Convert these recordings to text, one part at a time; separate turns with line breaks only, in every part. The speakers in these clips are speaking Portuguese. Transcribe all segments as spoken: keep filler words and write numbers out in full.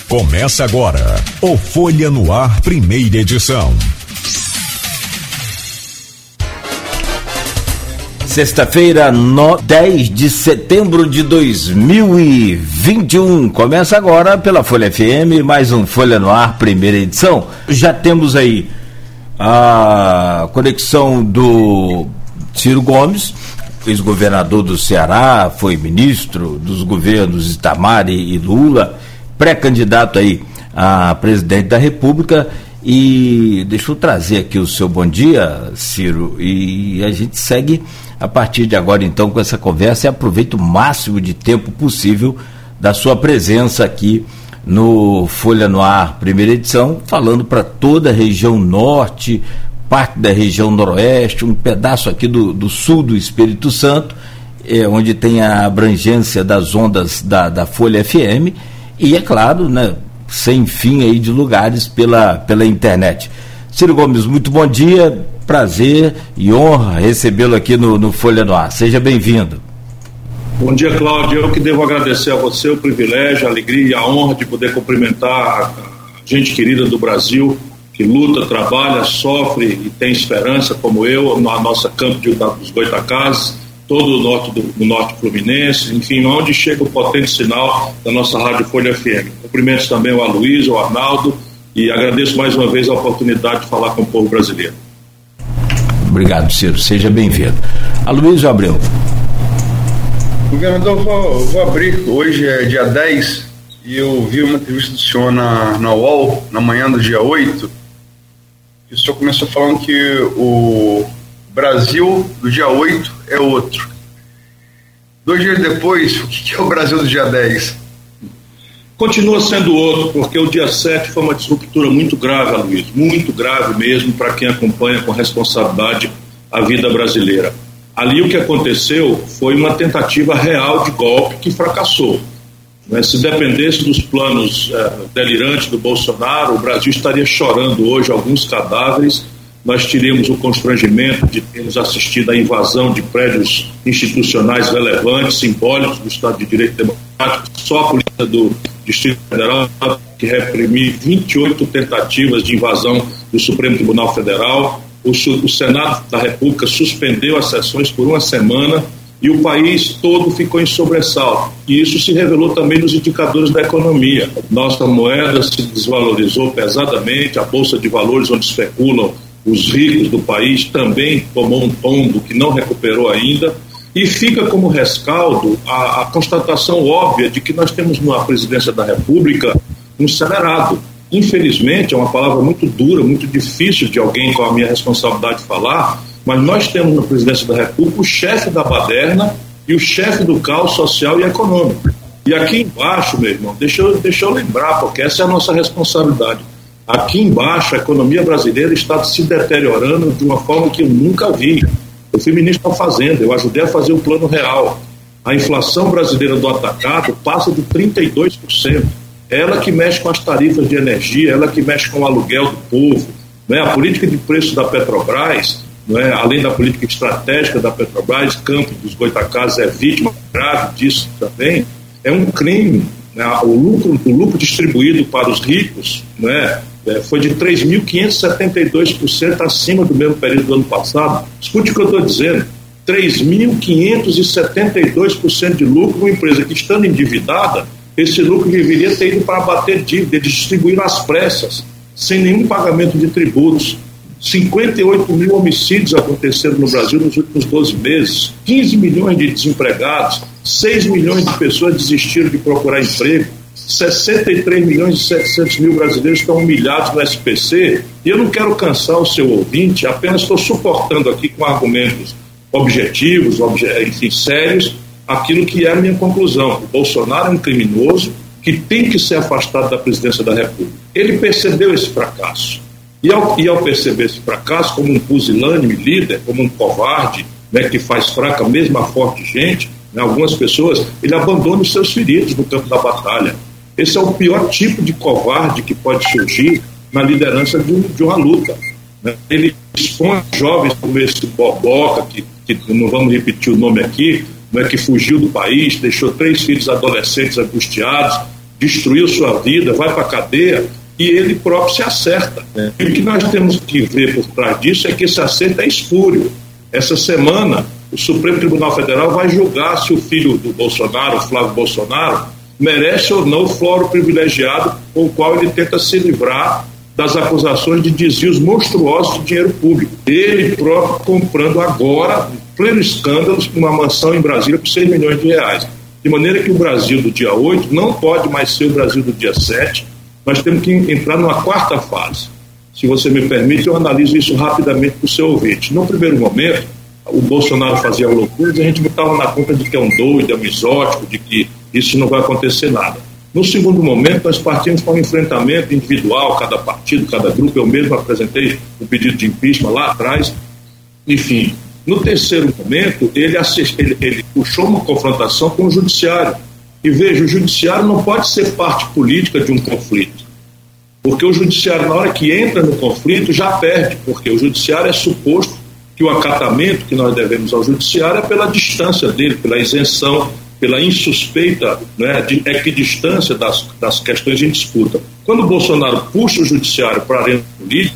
Começa agora o Folha no Ar, primeira edição.
Sexta-feira, dez de setembro de dois mil e vinte e um. Começa agora pela Folha F M, mais um Folha no Ar, primeira edição. Já temos aí a conexão do Ciro Gomes, ex-governador do Ceará, foi ministro dos governos Itamar e Lula, pré-candidato aí a presidente da República. E deixa eu trazer aqui o seu bom dia, Ciro, e a gente segue a partir de agora então com essa conversa e aproveita o máximo de tempo possível da sua presença aqui no Folha no Ar, primeira edição, falando para toda a região norte, parte da região noroeste, um pedaço aqui do, do sul do Espírito Santo, é, onde tem a abrangência das ondas da, da Folha F M, e é claro, né, sem fim aí de lugares pela, pela internet. Ciro Gomes, muito bom dia, prazer e honra recebê-lo aqui no, no Folha no Ar. Seja bem-vindo.
Bom dia, Cláudio. Eu que devo agradecer a você o privilégio, a alegria e a honra de poder cumprimentar a gente querida do Brasil, que luta, trabalha, sofre e tem esperança, como eu, na nossa campo de, dos Goitacazes, todo o norte do, do norte fluminense, enfim, onde chega o potente sinal da nossa Rádio Folha F M. Cumprimentos também ao Aloysio, ao Arnaldo, e agradeço mais uma vez a oportunidade de falar com o povo brasileiro.
Obrigado, Ciro. Seja bem-vindo. Aloysio Abreu.
Governador, eu vou, vou abrir. Hoje é dia dez e eu vi uma entrevista do senhor na, na U O L, na manhã do dia oito, e o senhor começou falando que o Brasil do dia oito é outro. Dois dias depois, o que é o Brasil do dia dez?
Continua sendo outro, porque o dia sete foi uma disruptura muito grave, Luiz, muito grave mesmo para quem acompanha com responsabilidade a vida brasileira. Ali o que aconteceu foi uma tentativa real de golpe que fracassou. Né? Se dependesse dos planos eh, delirantes do Bolsonaro, o Brasil estaria chorando hoje alguns cadáveres. Nós teríamos o constrangimento de termos assistido à invasão de prédios institucionais relevantes, simbólicos do Estado de Direito Democrático. Só a polícia do Distrito Federal que reprimiu vinte e oito tentativas de invasão do Supremo Tribunal Federal. O, o Senado da República suspendeu as sessões por uma semana e o país todo ficou em sobressalto. E isso se revelou também nos indicadores da economia. Nossa moeda se desvalorizou pesadamente, a Bolsa de Valores, onde especulam os ricos do país, também tomou um tombo que não recuperou ainda, e fica como rescaldo a, a constatação óbvia de que nós temos na presidência da República um acelerado. Infelizmente, é uma palavra muito dura, muito difícil de alguém com a minha responsabilidade falar, mas nós temos na presidência da República o chefe da baderna e o chefe do caos social e econômico. E aqui embaixo, meu irmão, deixa eu, deixa eu lembrar, porque essa é a nossa responsabilidade. Aqui embaixo, a economia brasileira está se deteriorando de uma forma que eu nunca vi. Eu fui ministro da Fazenda, eu ajudei a fazer o Plano Real. A inflação brasileira do atacado passa de trinta e dois por cento. Ela que mexe com as tarifas de energia, ela que mexe com o aluguel do povo. Né? A política de preço da Petrobras, né? Além da política estratégica da Petrobras, Campos dos Goitacazes é vítima grave disso também. É um crime. Né? O lucro, o lucro distribuído para os ricos, né? Foi de três mil quinhentos e setenta e dois por cento acima do mesmo período do ano passado. Escute o que eu estou dizendo: três mil quinhentos e setenta e dois por cento de lucro, uma empresa que, estando endividada, esse lucro deveria ter ido para abater dívida, distribuir às pressas, sem nenhum pagamento de tributos. cinquenta e oito mil homicídios aconteceram no Brasil nos últimos doze meses, quinze milhões de desempregados, seis milhões de pessoas desistiram de procurar emprego, sessenta e três milhões e setecentos mil brasileiros estão humilhados no S P C, e eu não quero cansar o seu ouvinte, apenas estou suportando aqui com argumentos objetivos, obje, enfim, sérios, aquilo que é a minha conclusão. O Bolsonaro é um criminoso que tem que ser afastado da presidência da República. Ele percebeu esse fracasso. E ao, e ao perceber esse fracasso, como um pusilânime líder, como um covarde, né, que faz fraca mesmo a forte gente, né, algumas pessoas, ele abandona os seus feridos no campo da batalha. Esse é o pior tipo de covarde que pode surgir na liderança de, um, de uma luta. Né? Ele expõe jovens como esse Boboca, que, que não vamos repetir o nome aqui, né, que fugiu do país, deixou três filhos adolescentes angustiados, destruiu sua vida, vai para a cadeia e ele próprio se acerta. É. E o que nós temos que ver por trás disso é que esse acerto é espúrio. Essa semana, o Supremo Tribunal Federal vai julgar se o filho do Bolsonaro, o Flávio Bolsonaro, merece ou não o fórum privilegiado com o qual ele tenta se livrar das acusações de desvios monstruosos de dinheiro público. Ele próprio comprando agora, em pleno escândalo, uma mansão em Brasília por seis milhões de reais. De maneira que o Brasil do dia oito não pode mais ser o Brasil do dia sete. Nós temos que entrar numa quarta fase. Se você me permite, eu analiso isso rapidamente para o seu ouvinte. No primeiro momento, o Bolsonaro fazia loucuras e a gente estava na conta de que é um doido, é um exótico, de que isso não vai acontecer nada. No segundo momento, nós partimos para um enfrentamento individual, cada partido, cada grupo. Eu mesmo apresentei um pedido de impeachment lá atrás. Enfim, no terceiro momento, ele, assist, ele, ele puxou uma confrontação com o judiciário. E veja, o judiciário não pode ser parte política de um conflito. Porque o judiciário, na hora que entra no conflito, já perde, porque o judiciário é suposto que o acatamento que nós devemos ao judiciário é pela distância dele, pela isenção, pela insuspeita, né, de equidistância das, das questões em disputa. Quando o Bolsonaro puxa o judiciário para a arena política,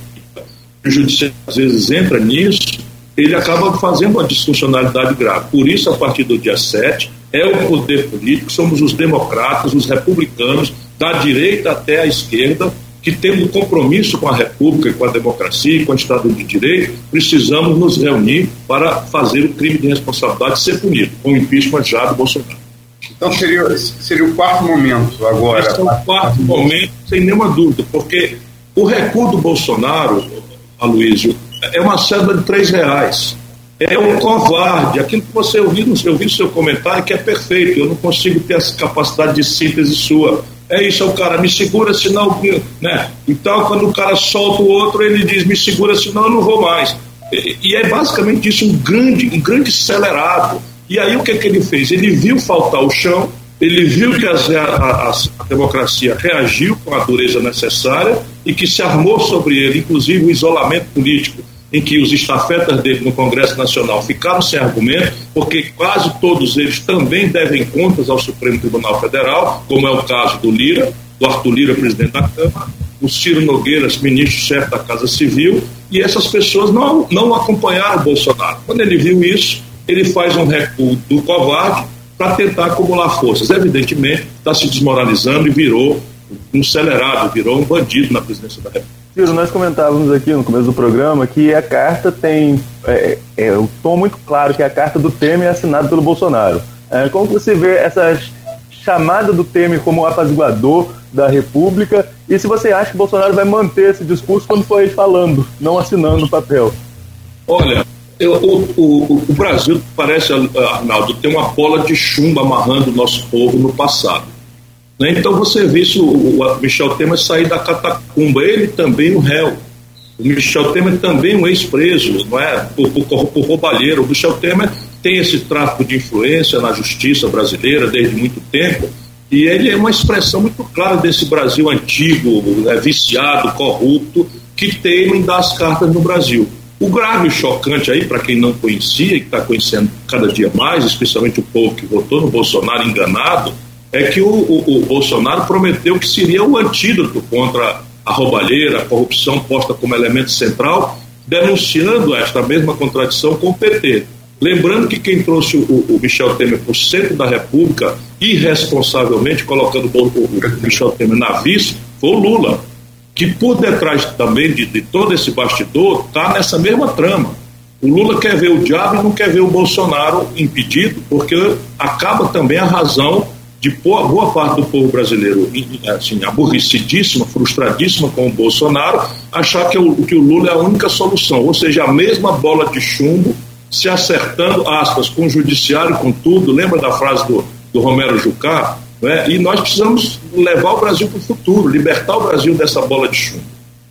o judiciário às vezes entra nisso, ele acaba fazendo uma disfuncionalidade grave. Por isso, a partir do dia sete, é o poder político, somos os democratas, os republicanos, da direita até a esquerda, que temos compromisso com a República e com a democracia e com o Estado de Direito, precisamos nos reunir para fazer o crime de responsabilidade ser punido, com o impeachment já do Bolsonaro.
Então seria, seria o quarto momento agora.
Esse é o quarto momento, sem nenhuma dúvida, porque o recuo do Bolsonaro, Aloysio, é uma cédula de três reais. É um covarde. Aquilo que você ouviu, eu vi no seu comentário que é perfeito, eu não consigo ter essa capacidade de síntese sua. É isso, é o cara, me segura, senão, né? Então, quando o cara solta o outro, ele diz, me segura, senão eu não vou mais. E, e é basicamente isso, um grande, um grande acelerado. E aí, o que é que ele fez? Ele viu faltar o chão, ele viu que as, a, a, a democracia reagiu com a dureza necessária e que se armou sobre ele, inclusive o isolamento político, em que os estafetas dele no Congresso Nacional ficaram sem argumento, porque quase todos eles também devem contas ao Supremo Tribunal Federal, como é o caso do Lira, do Arthur Lira, presidente da Câmara, o Ciro Nogueira, ministro-chefe da Casa Civil, e essas pessoas não, não acompanharam o Bolsonaro. Quando ele viu isso, ele faz um recuo do covarde para tentar acumular forças. Evidentemente, está se desmoralizando e virou um acelerado, virou um bandido na presidência da República.
Ciro, nós comentávamos aqui no começo do programa que a carta tem é, é, o tom muito claro que a carta do Temer é assinada pelo Bolsonaro. É, como você vê essa chamada do Temer como apaziguador da República e se você acha que o Bolsonaro vai manter esse discurso quando for ele falando, não assinando o papel?
Olha, eu, o, o, o Brasil parece, Arnaldo, ter uma bola de chumbo amarrando o nosso povo no passado. Então você vê isso, o Michel Temer sair da catacumba, ele também um réu. O Michel Temer também um ex-preso, não é? Por, por, por roubalheiro. O Michel Temer tem esse tráfico de influência na justiça brasileira desde muito tempo e ele é uma expressão muito clara desse Brasil antigo, é, viciado, corrupto, que teima em dar as cartas no Brasil. O grave e chocante aí, para quem não conhecia e que está conhecendo cada dia mais, especialmente o povo que votou no Bolsonaro enganado, é que o, o, o Bolsonaro prometeu que seria o antídoto contra a roubalheira, a corrupção posta como elemento central, denunciando esta mesma contradição com o P T. Lembrando que quem trouxe o, o Michel Temer para o centro da República, irresponsavelmente colocando o, o Michel Temer na vice, foi o Lula, que por detrás também de, de todo esse bastidor está nessa mesma trama. O Lula quer ver o diabo e não quer ver o Bolsonaro impedido, porque acaba também a razão de boa, boa parte do povo brasileiro, assim, aborrecidíssima, frustradíssima com o Bolsonaro, achar que o, que o Lula é a única solução, ou seja, a mesma bola de chumbo se acertando, aspas, com o judiciário, com tudo. Lembra da frase do, do Romero Jucá? Né? E nós precisamos levar o Brasil para o futuro, libertar o Brasil dessa bola de chumbo.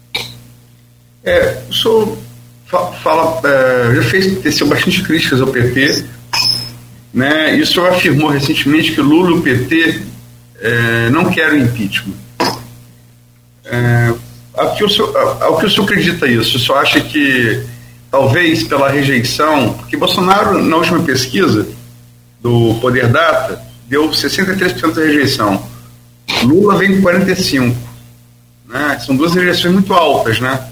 É, o senhor fala, é, já fez, teceu bastante críticas ao P T, né? E o senhor afirmou recentemente que Lula e o P T é, não querem impeachment. É, ao, que o senhor, ao que o senhor acredita isso? O senhor acha que talvez pela rejeição, porque Bolsonaro na última pesquisa do Poder Data deu sessenta e três por cento de rejeição. Lula vem com quarenta e cinco, né? São duas eleições muito altas, né?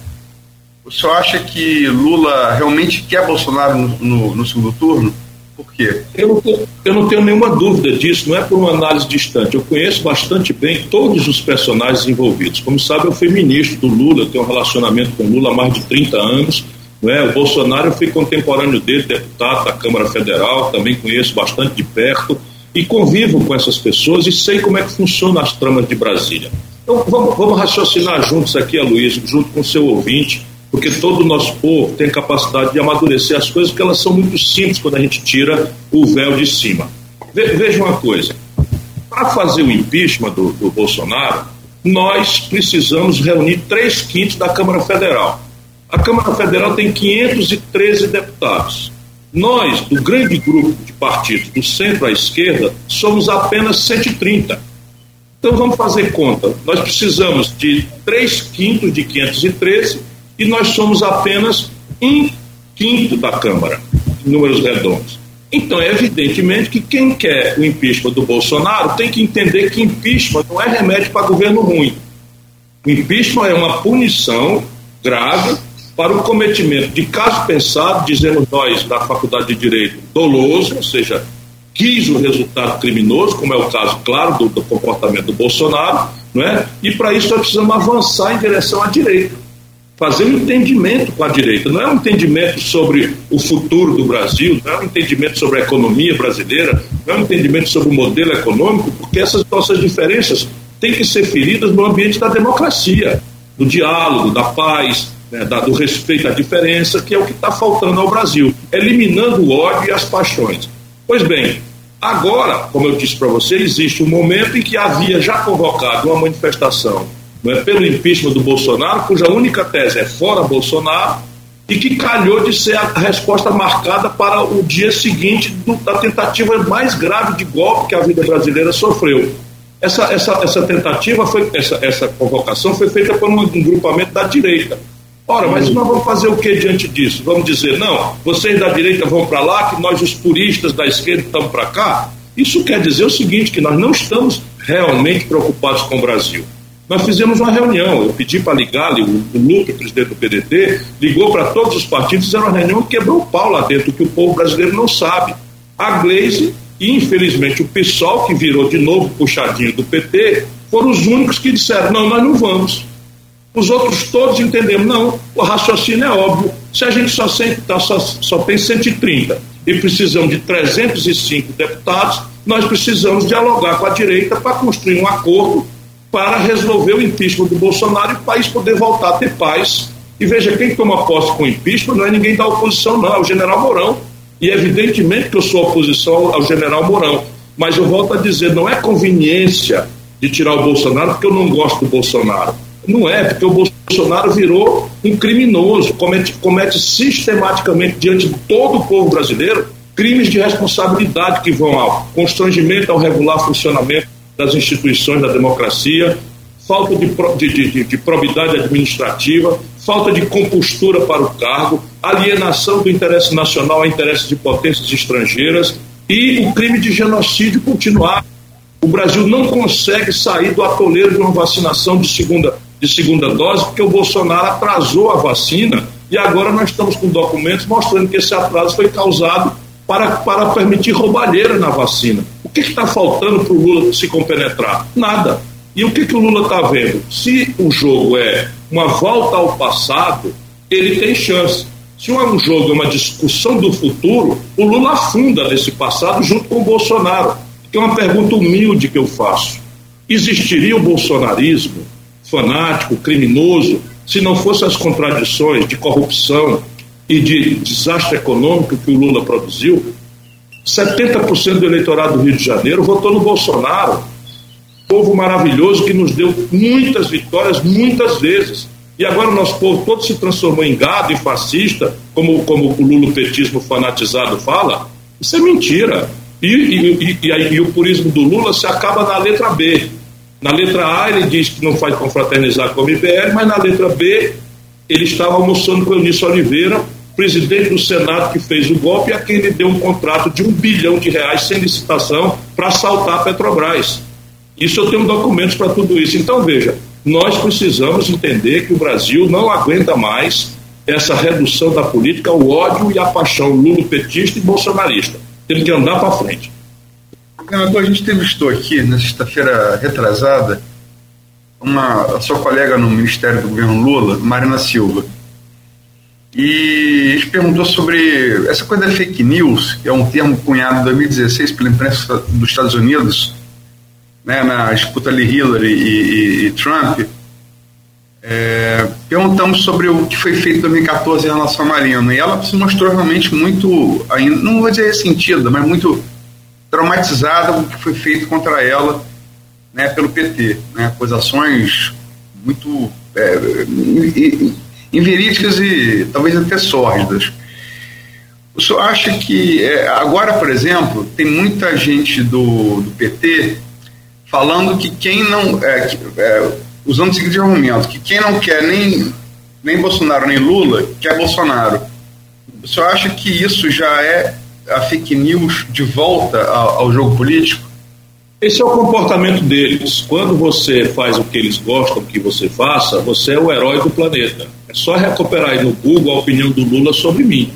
O senhor acha que Lula realmente quer Bolsonaro no, no, no segundo turno? Por quê?
Eu não, tenho, eu não tenho nenhuma dúvida disso, não é por uma análise distante. Eu conheço bastante bem todos os personagens envolvidos. Como sabe, eu fui ministro do Lula, eu tenho um relacionamento com o Lula há mais de trinta anos. Não é? O Bolsonaro, eu fui contemporâneo dele, deputado da Câmara Federal, também conheço bastante de perto e convivo com essas pessoas e sei como é que funcionam as tramas de Brasília. Então vamos, vamos raciocinar juntos aqui, Aloysio, junto com o seu ouvinte, porque todo o nosso povo tem capacidade de amadurecer as coisas, porque elas são muito simples quando a gente tira o véu de cima. Ve, veja uma coisa, para fazer o impeachment do, do Bolsonaro, nós precisamos reunir três quintos da Câmara Federal. A Câmara Federal tem quinhentos e treze deputados. Nós, do grande grupo de partidos do centro à esquerda, somos apenas cento e trinta. Então vamos fazer conta. Nós precisamos de três quintos de quinhentos e treze e nós somos apenas um quinto da Câmara, em números redondos. Então é evidentemente que quem quer o impeachment do Bolsonaro tem que entender que impeachment não é remédio para governo ruim. O impeachment é uma punição grave para o cometimento de caso pensado, dizemos nós da Faculdade de Direito, doloso, ou seja, quis o resultado criminoso, como é o caso, claro, do, do comportamento do Bolsonaro, não é? E para isso nós precisamos avançar em direção à direita, fazer um entendimento com a direita, não é um entendimento sobre o futuro do Brasil, não é um entendimento sobre a economia brasileira, não é um entendimento sobre o modelo econômico, porque essas nossas diferenças têm que ser feridas no ambiente da democracia, do diálogo, da paz, né, da, do respeito à diferença, que é o que está faltando ao Brasil, eliminando o ódio e as paixões. Pois bem, agora, como eu disse para você, existe um momento em que havia já convocado uma manifestação, não é, pelo impeachment do Bolsonaro, cuja única tese é fora Bolsonaro, e que calhou de ser a resposta marcada para o dia seguinte do, da tentativa mais grave de golpe que a vida brasileira sofreu. Essa, essa, essa tentativa, foi, essa, essa convocação foi feita por um agrupamento da direita. Ora, mas nós vamos fazer o que diante disso? Vamos dizer, não, vocês da direita vão para lá, que nós os puristas da esquerda estamos para cá? Isso quer dizer o seguinte, que nós não estamos realmente preocupados com o Brasil. Nós fizemos uma reunião, eu pedi para ligar, o, o Lupe, presidente do P D T, ligou para todos os partidos, fizeram uma reunião que quebrou o pau lá dentro, que o povo brasileiro não sabe. A Gleisi e, infelizmente, o PSOL, que virou de novo puxadinho do P T, foram os únicos que disseram, não, nós não vamos. Os outros todos entendemos, não, o raciocínio é óbvio. Se a gente só, só, só tem cento e trinta e precisamos de trezentos e cinco deputados, nós precisamos dialogar com a direita para construir um acordo para resolver o impeachment do Bolsonaro e o país poder voltar a ter paz. E veja, quem toma posse com o impeachment não é ninguém da oposição, não, é o general Mourão. E evidentemente que eu sou oposição ao general Mourão, mas eu volto a dizer, não é conveniência de tirar o Bolsonaro porque eu não gosto do Bolsonaro. Não é, porque o Bolsonaro virou um criminoso, comete, comete sistematicamente diante de todo o povo brasileiro crimes de responsabilidade que vão ao constrangimento ao regular funcionamento das instituições da democracia, falta de, de, de, de probidade administrativa, falta de compostura para o cargo, alienação do interesse nacional a interesses de potências estrangeiras e o crime de genocídio continuar. O Brasil não consegue sair do atoleiro de uma vacinação de segunda, de segunda dose, porque o Bolsonaro atrasou a vacina e agora nós estamos com documentos mostrando que esse atraso foi causado para, para permitir roubalheira na vacina. O que está faltando para o Lula se compenetrar? Nada. E o que, que o Lula está vendo? Se o jogo é uma volta ao passado, ele tem chance. Se um jogo é uma discussão do futuro, o Lula afunda nesse passado junto com o Bolsonaro. Que é uma pergunta humilde que eu faço. Existiria o bolsonarismo fanático, criminoso, se não fossem as contradições de corrupção e de desastre econômico que o Lula produziu? setenta por cento do eleitorado do Rio de Janeiro votou no Bolsonaro. Povo maravilhoso que nos deu muitas vitórias, muitas vezes. E agora o nosso povo todo se transformou em gado e fascista, como, como o lulopetismo fanatizado fala. Isso é mentira. E, e, e, e, e o purismo do Lula se acaba na letra B. Na letra A ele diz que não faz confraternizar com o M B L, mas na letra B ele estava almoçando com o Eunício Oliveira, presidente do Senado que fez o golpe, e a quem ele deu um contrato de um bilhão de reais sem licitação para assaltar a Petrobras. Isso eu tenho documentos para tudo isso. Então, veja, nós precisamos entender que o Brasil não aguenta mais essa redução da política ao ódio e à paixão lulopetista e bolsonarista. Tem que andar para frente.
Governador, a gente entrevistou aqui, na sexta-feira retrasada, uma, a sua colega no Ministério do Governo Lula, Marina Silva, e a gente perguntou sobre essa coisa da fake news, que é um termo cunhado em dois mil e dezesseis pela imprensa dos Estados Unidos, né, na disputa ali Hillary e, e, e Trump. É, perguntamos sobre o que foi feito em dois mil e quatorze em relação a Marina, e ela se mostrou realmente muito, ainda, não vou dizer ressentida, mas muito traumatizada com o que foi feito contra ela, né, pelo P T, né, acusações muito é, inverídicas e talvez até sórdidas. O senhor acha que é, agora, por exemplo, tem muita gente do, do P T falando que quem não é, que, é, usando o seguinte argumento, que quem não quer nem, nem Bolsonaro nem Lula quer Bolsonaro. O senhor acha que isso já é a fake news de volta ao, ao jogo político?
Esse é o comportamento deles. Quando você faz o que eles gostam que você faça, você é o herói do planeta. É só recuperar aí no Google a opinião do Lula sobre mim.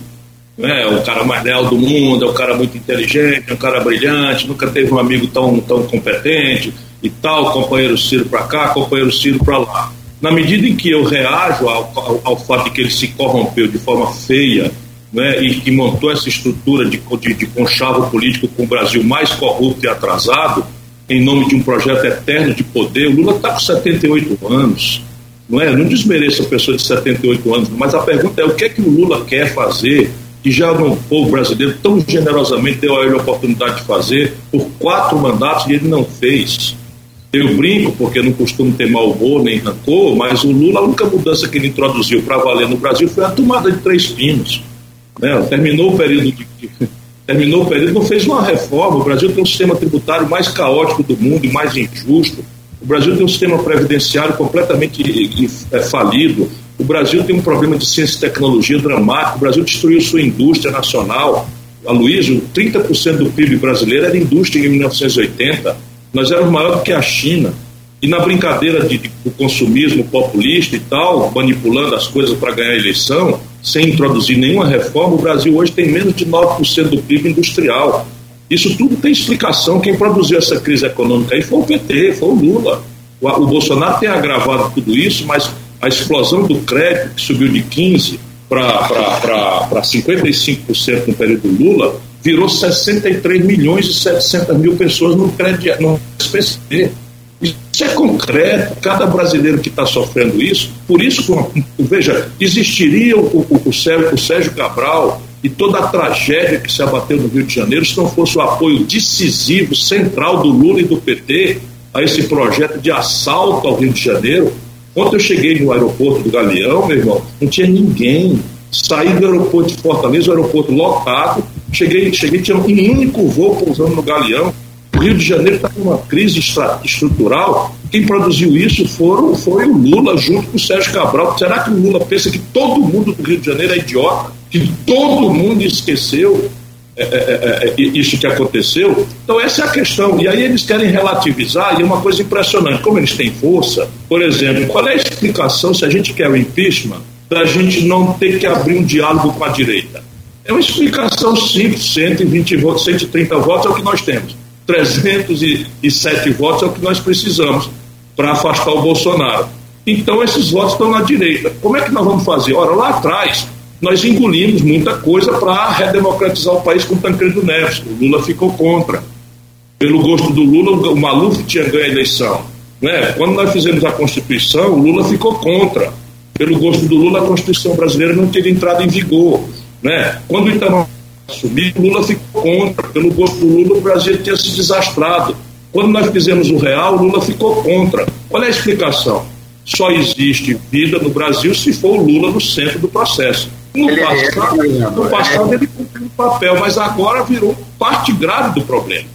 É o cara mais leal do mundo, é um cara muito inteligente, é um cara brilhante, nunca teve um amigo tão, tão competente e tal, companheiro Ciro para cá, companheiro Ciro para lá. Na medida em que eu reajo ao, ao, ao fato de que ele se corrompeu de forma feia, né, e que montou essa estrutura de, de, de conchavo político com o Brasil mais corrupto e atrasado, em nome de um projeto eterno de poder. O Lula está com setenta e oito anos, não é? Eu não desmereço a pessoa de setenta e oito anos, mas a pergunta é o que é que o Lula quer fazer, que já o povo brasileiro tão generosamente deu a ele a oportunidade de fazer por quatro mandatos e ele não fez. Eu brinco porque não costumo ter mau humor nem rancor, mas o Lula, a única mudança que ele introduziu para valer no Brasil foi a tomada de Três Pinos. Né? Terminou o período de, de, terminou o período, não fez uma reforma. O Brasil tem um sistema tributário mais caótico do mundo e mais injusto. O Brasil tem um sistema previdenciário completamente é, falido. O Brasil tem um problema de ciência e tecnologia dramático. O Brasil destruiu sua indústria nacional. Aloysio, trinta por cento do P I B brasileiro era indústria em mil novecentos e oitenta. Nós éramos maior do que a China. E na brincadeira de, de, do consumismo populista e tal, manipulando as coisas para ganhar a eleição, sem introduzir nenhuma reforma, o Brasil hoje tem menos de nove por cento do P I B industrial. Isso tudo tem explicação. Quem produziu essa crise econômica aí foi o P T, foi o Lula. O, o Bolsonaro tem agravado tudo isso, mas a explosão do crédito, que subiu de quinze por cento para cinquenta e cinco por cento no período do Lula, virou sessenta e três milhões e setecentas mil pessoas no crédito, no S P C. Isso é concreto, cada brasileiro que está sofrendo isso. Por isso, veja, existiria o, o, o, Sérgio, o Sérgio Cabral e toda a tragédia que se abateu no Rio de Janeiro se não fosse o apoio decisivo, central do Lula e do P T a esse projeto de assalto ao Rio de Janeiro. Ontem eu cheguei no aeroporto do Galeão, meu irmão, não tinha ninguém. Saí do aeroporto de Fortaleza, o aeroporto lotado, cheguei, cheguei tinha um único voo pousando no Galeão. O Rio de Janeiro está com uma crise estrutural. Quem produziu isso foram, foi o Lula junto com o Sérgio Cabral. Será que o Lula pensa que todo mundo do Rio de Janeiro é idiota? Que todo mundo esqueceu é, é, é, isso que aconteceu? Então essa é a questão. E aí eles querem relativizar, e é uma coisa impressionante. Como eles têm força, por exemplo, qual é a explicação, se a gente quer o impeachment, da gente não ter que abrir um diálogo com a direita? É uma explicação simples. cento e vinte votos, cento e trinta votos é o que nós temos. trezentos e sete votos é o que nós precisamos para afastar o Bolsonaro. Então esses votos estão na direita. Como é que nós vamos fazer? Ora, lá atrás nós engolimos muita coisa para redemocratizar o país com Tancredo Neves. O Lula ficou contra. Pelo gosto do Lula, o Maluf tinha ganho a eleição, né? Quando nós fizemos a Constituição, o Lula ficou contra. Pelo gosto do Lula, a Constituição brasileira não teria entrado em vigor, né? Quando o Itamar assumir, o Lula ficou contra. Pelo gosto do Lula, o Brasil tinha se desastrado. Quando nós fizemos o Real, o Lula ficou contra. Qual é a explicação? Só existe vida no Brasil se for o Lula no centro do processo. No ele passado, é, no passado é. ele cumpriu o papel, mas agora virou parte grave do problema.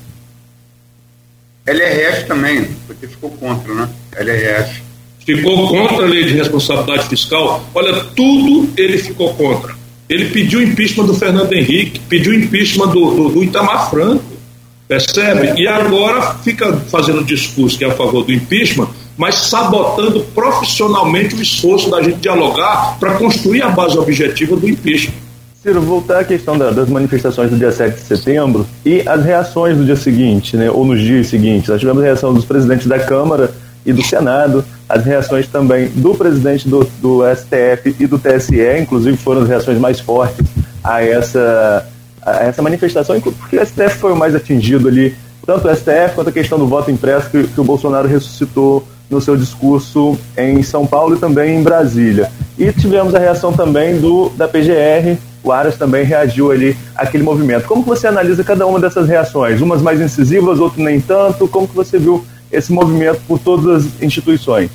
L R F também, porque ficou contra, né? L R F.
Ficou contra a lei de responsabilidade fiscal. Olha, tudo ele ficou contra. Ele pediu o impeachment do Fernando Henrique, pediu o impeachment do, do, do Itamar Franco. percebe? E agora fica fazendo discurso que é a favor do impeachment, mas sabotando profissionalmente o esforço da gente dialogar para construir a base objetiva do impeachment.
Ciro, voltar à questão da, das manifestações do dia sete de setembro e as reações do dia seguinte, né, ou nos dias seguintes. Nós tivemos a reação dos presidentes da Câmara e do Senado, as reações também do presidente do, do S T F e do T S E, inclusive foram as reações mais fortes a essa, a essa manifestação, porque o S T F foi o mais atingido ali, tanto o S T F quanto a questão do voto impresso que, que o Bolsonaro ressuscitou no seu discurso em São Paulo e também em Brasília. E tivemos a reação também do, da P G R, o Aras também reagiu ali àquele movimento. Como que você analisa cada uma dessas reações? Umas mais incisivas, outras nem tanto? Como que você viu esse movimento por todas as instituições?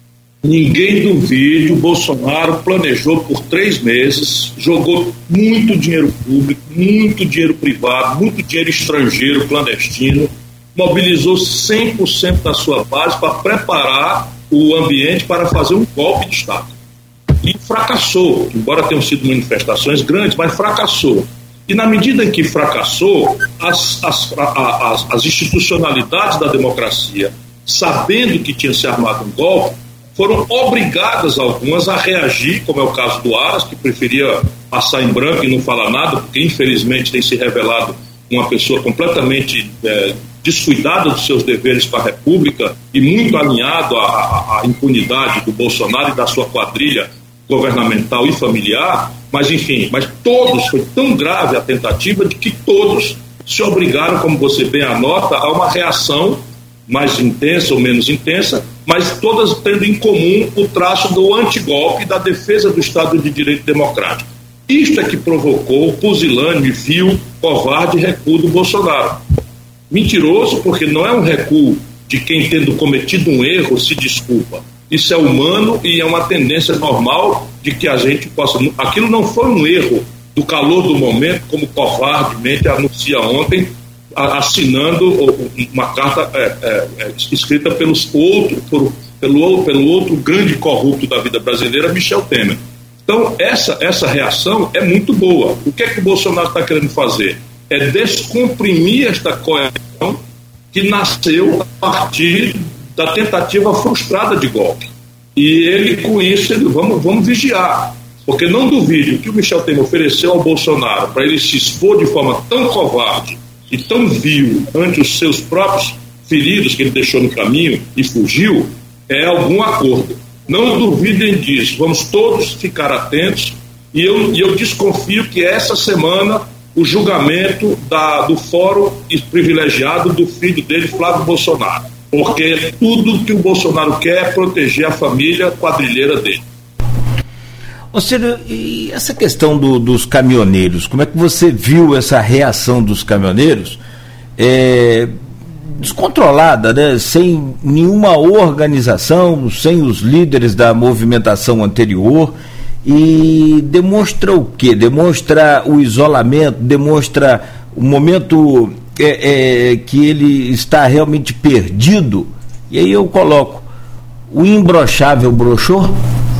Ninguém duvide, o Bolsonaro planejou por três meses, jogou muito dinheiro público, muito dinheiro privado, muito dinheiro estrangeiro, clandestino, mobilizou cem por cento da sua base para preparar o ambiente para fazer um golpe de Estado. E fracassou, embora tenham sido manifestações grandes, mas fracassou. E na medida em que fracassou, as, as, as, as institucionalidades da democracia, sabendo que tinha se armado um golpe, foram obrigadas algumas a reagir, como é o caso do Aras, que preferia passar em branco e não falar nada, porque infelizmente tem se revelado uma pessoa completamente é, descuidada dos seus deveres com a República e muito alinhado à, à, à impunidade do Bolsonaro e da sua quadrilha governamental e familiar, mas enfim, mas todos, foi tão grave a tentativa de que todos se obrigaram, como você bem anota, a uma reação mais intensa ou menos intensa, mas todas tendo em comum o traço do antigolpe e da defesa do Estado de Direito Democrático. Isto é que provocou o pusilânime e vil, covarde recuo do Bolsonaro. Mentiroso, porque não é um recuo de quem, tendo cometido um erro, se desculpa. Isso é humano e é uma tendência normal de que a gente possa... Aquilo não foi um erro do calor do momento, como covardemente anuncia ontem, assinando uma carta é, é, é, escrita pelos outro, por, pelo, pelo outro grande corrupto da vida brasileira, Michel Temer. Então, essa, essa reação é muito boa. O que é que o Bolsonaro está querendo fazer? É descomprimir esta coerção que nasceu a partir da tentativa frustrada de golpe. E ele, com isso, ele, vamos, vamos vigiar. Porque não duvide o que o Michel Temer ofereceu ao Bolsonaro para ele se expor de forma tão covarde e tão vil ante os seus próprios feridos que ele deixou no caminho e fugiu, é algum acordo. Não duvidem disso. Vamos todos ficar atentos e eu, e eu desconfio que essa semana o julgamento da, do fórum privilegiado do filho dele, Flávio Bolsonaro. Porque tudo que o Bolsonaro quer é proteger a família quadrilheira dele.
Ô Ciro, e essa questão do, dos caminhoneiros, como é que você viu essa reação dos caminhoneiros? É, descontrolada, né? Sem nenhuma organização, sem os líderes da movimentação anterior, e demonstra o quê? Demonstra o isolamento, demonstra o momento é, é, que ele está realmente perdido. E aí eu coloco, o imbrochável broxou?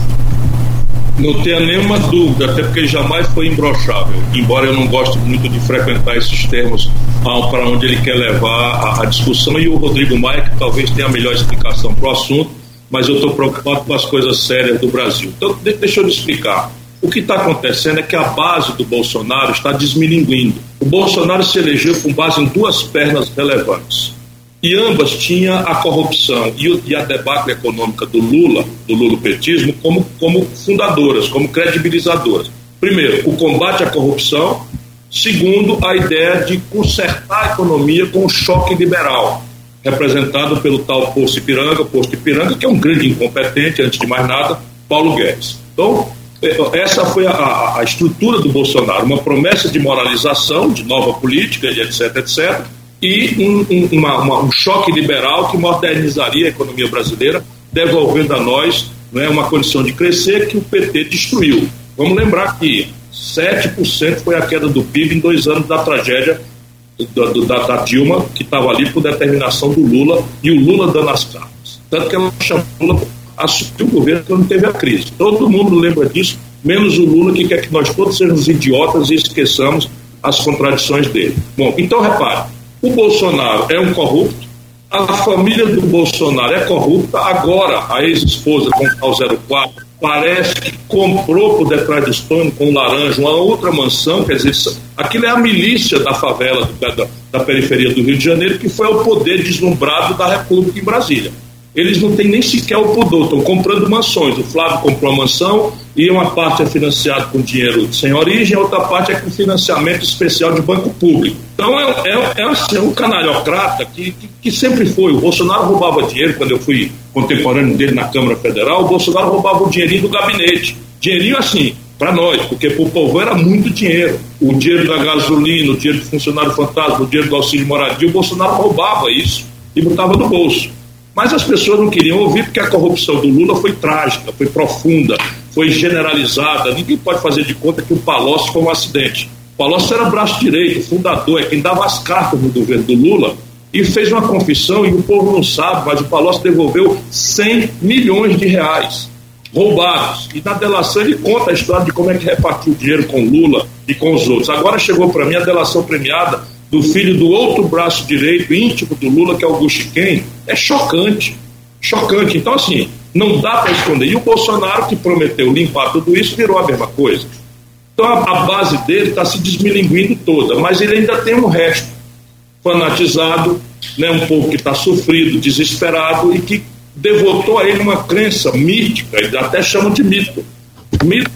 Não tenha nenhuma dúvida, até porque ele jamais foi imbrochável, embora eu não goste muito de frequentar esses termos para onde ele quer levar a, a discussão, e o Rodrigo Maia, que talvez tenha a melhor explicação para o assunto, mas eu estou preocupado com as coisas sérias do Brasil. Então, deixa eu lhe explicar. O que está acontecendo é que a base do Bolsonaro está desmilinguindo. O Bolsonaro se elegeu com base em duas pernas relevantes. E ambas tinham a corrupção e a debacle econômica do Lula, do lulopetismo, como, como fundadoras, como credibilizadoras. Primeiro, o combate à corrupção. Segundo, a ideia de consertar a economia com o choque liberal, representado pelo tal Posto Ipiranga, Posto Ipiranga, que é um grande incompetente, antes de mais nada, Paulo Guedes. Então, essa foi a, a estrutura do Bolsonaro, uma promessa de moralização, de nova política, etc, etcétera, e um, um, uma, uma, um choque liberal que modernizaria a economia brasileira, devolvendo a nós, né, uma condição de crescer que o P T destruiu. Vamos lembrar que sete por cento foi a queda do P I B em dois anos da tragédia da, da, da Dilma, que estava ali por determinação do Lula, e o Lula dando as cartas. Tanto que ela chamou Lula a assumir o governo quando teve a crise. Todo mundo lembra disso, menos o Lula, que quer que nós todos sejamos idiotas e esqueçamos as contradições dele. Bom, então repare, O Bolsonaro é um corrupto, a família do Bolsonaro é corrupta, agora a ex-esposa com o tal zero quatro parece que comprou por detrás dos panos com o Laranja uma outra mansão, quer dizer, aquilo é a milícia da favela, da, da periferia do Rio de Janeiro, que foi ao poder deslumbrado da República em Brasília. Eles não têm nem sequer o pudor, estão comprando mansões. O Flávio comprou uma mansão e uma parte é financiada com dinheiro sem origem, a outra parte é com financiamento especial de banco público. Então é, é, é assim, um canalhocrata que, que, que sempre foi. O Bolsonaro roubava dinheiro, quando eu fui contemporâneo dele na Câmara Federal, o Bolsonaro roubava o dinheirinho do gabinete. Dinheirinho assim, para nós, porque para o povo era muito dinheiro. O dinheiro da gasolina, o dinheiro do funcionário fantasma, o dinheiro do auxílio moradia, o Bolsonaro roubava isso e botava no bolso. Mas as pessoas não queriam ouvir porque a corrupção do Lula foi trágica, foi profunda, foi generalizada. Ninguém pode fazer de conta que o Palocci foi um acidente. O Palocci era braço direito, fundador, é quem dava as cartas no governo do Lula e fez uma confissão, e o povo não sabe, mas o Palocci devolveu cem milhões de reais roubados. E na delação ele conta a história de como é que repartiu o dinheiro com o Lula e com os outros. Agora chegou para mim a delação premiada do filho do outro braço direito íntimo do Lula, que é o Chiquem. É chocante, chocante. Então, assim, não dá para esconder. E o Bolsonaro, que prometeu limpar tudo isso, virou a mesma coisa. Então, a, a base dele está se desmilinguindo toda, mas ele ainda tem um resto fanatizado, né, um povo que está sofrido, desesperado e que devotou a ele uma crença mítica, eles até chamam de mito. Mito,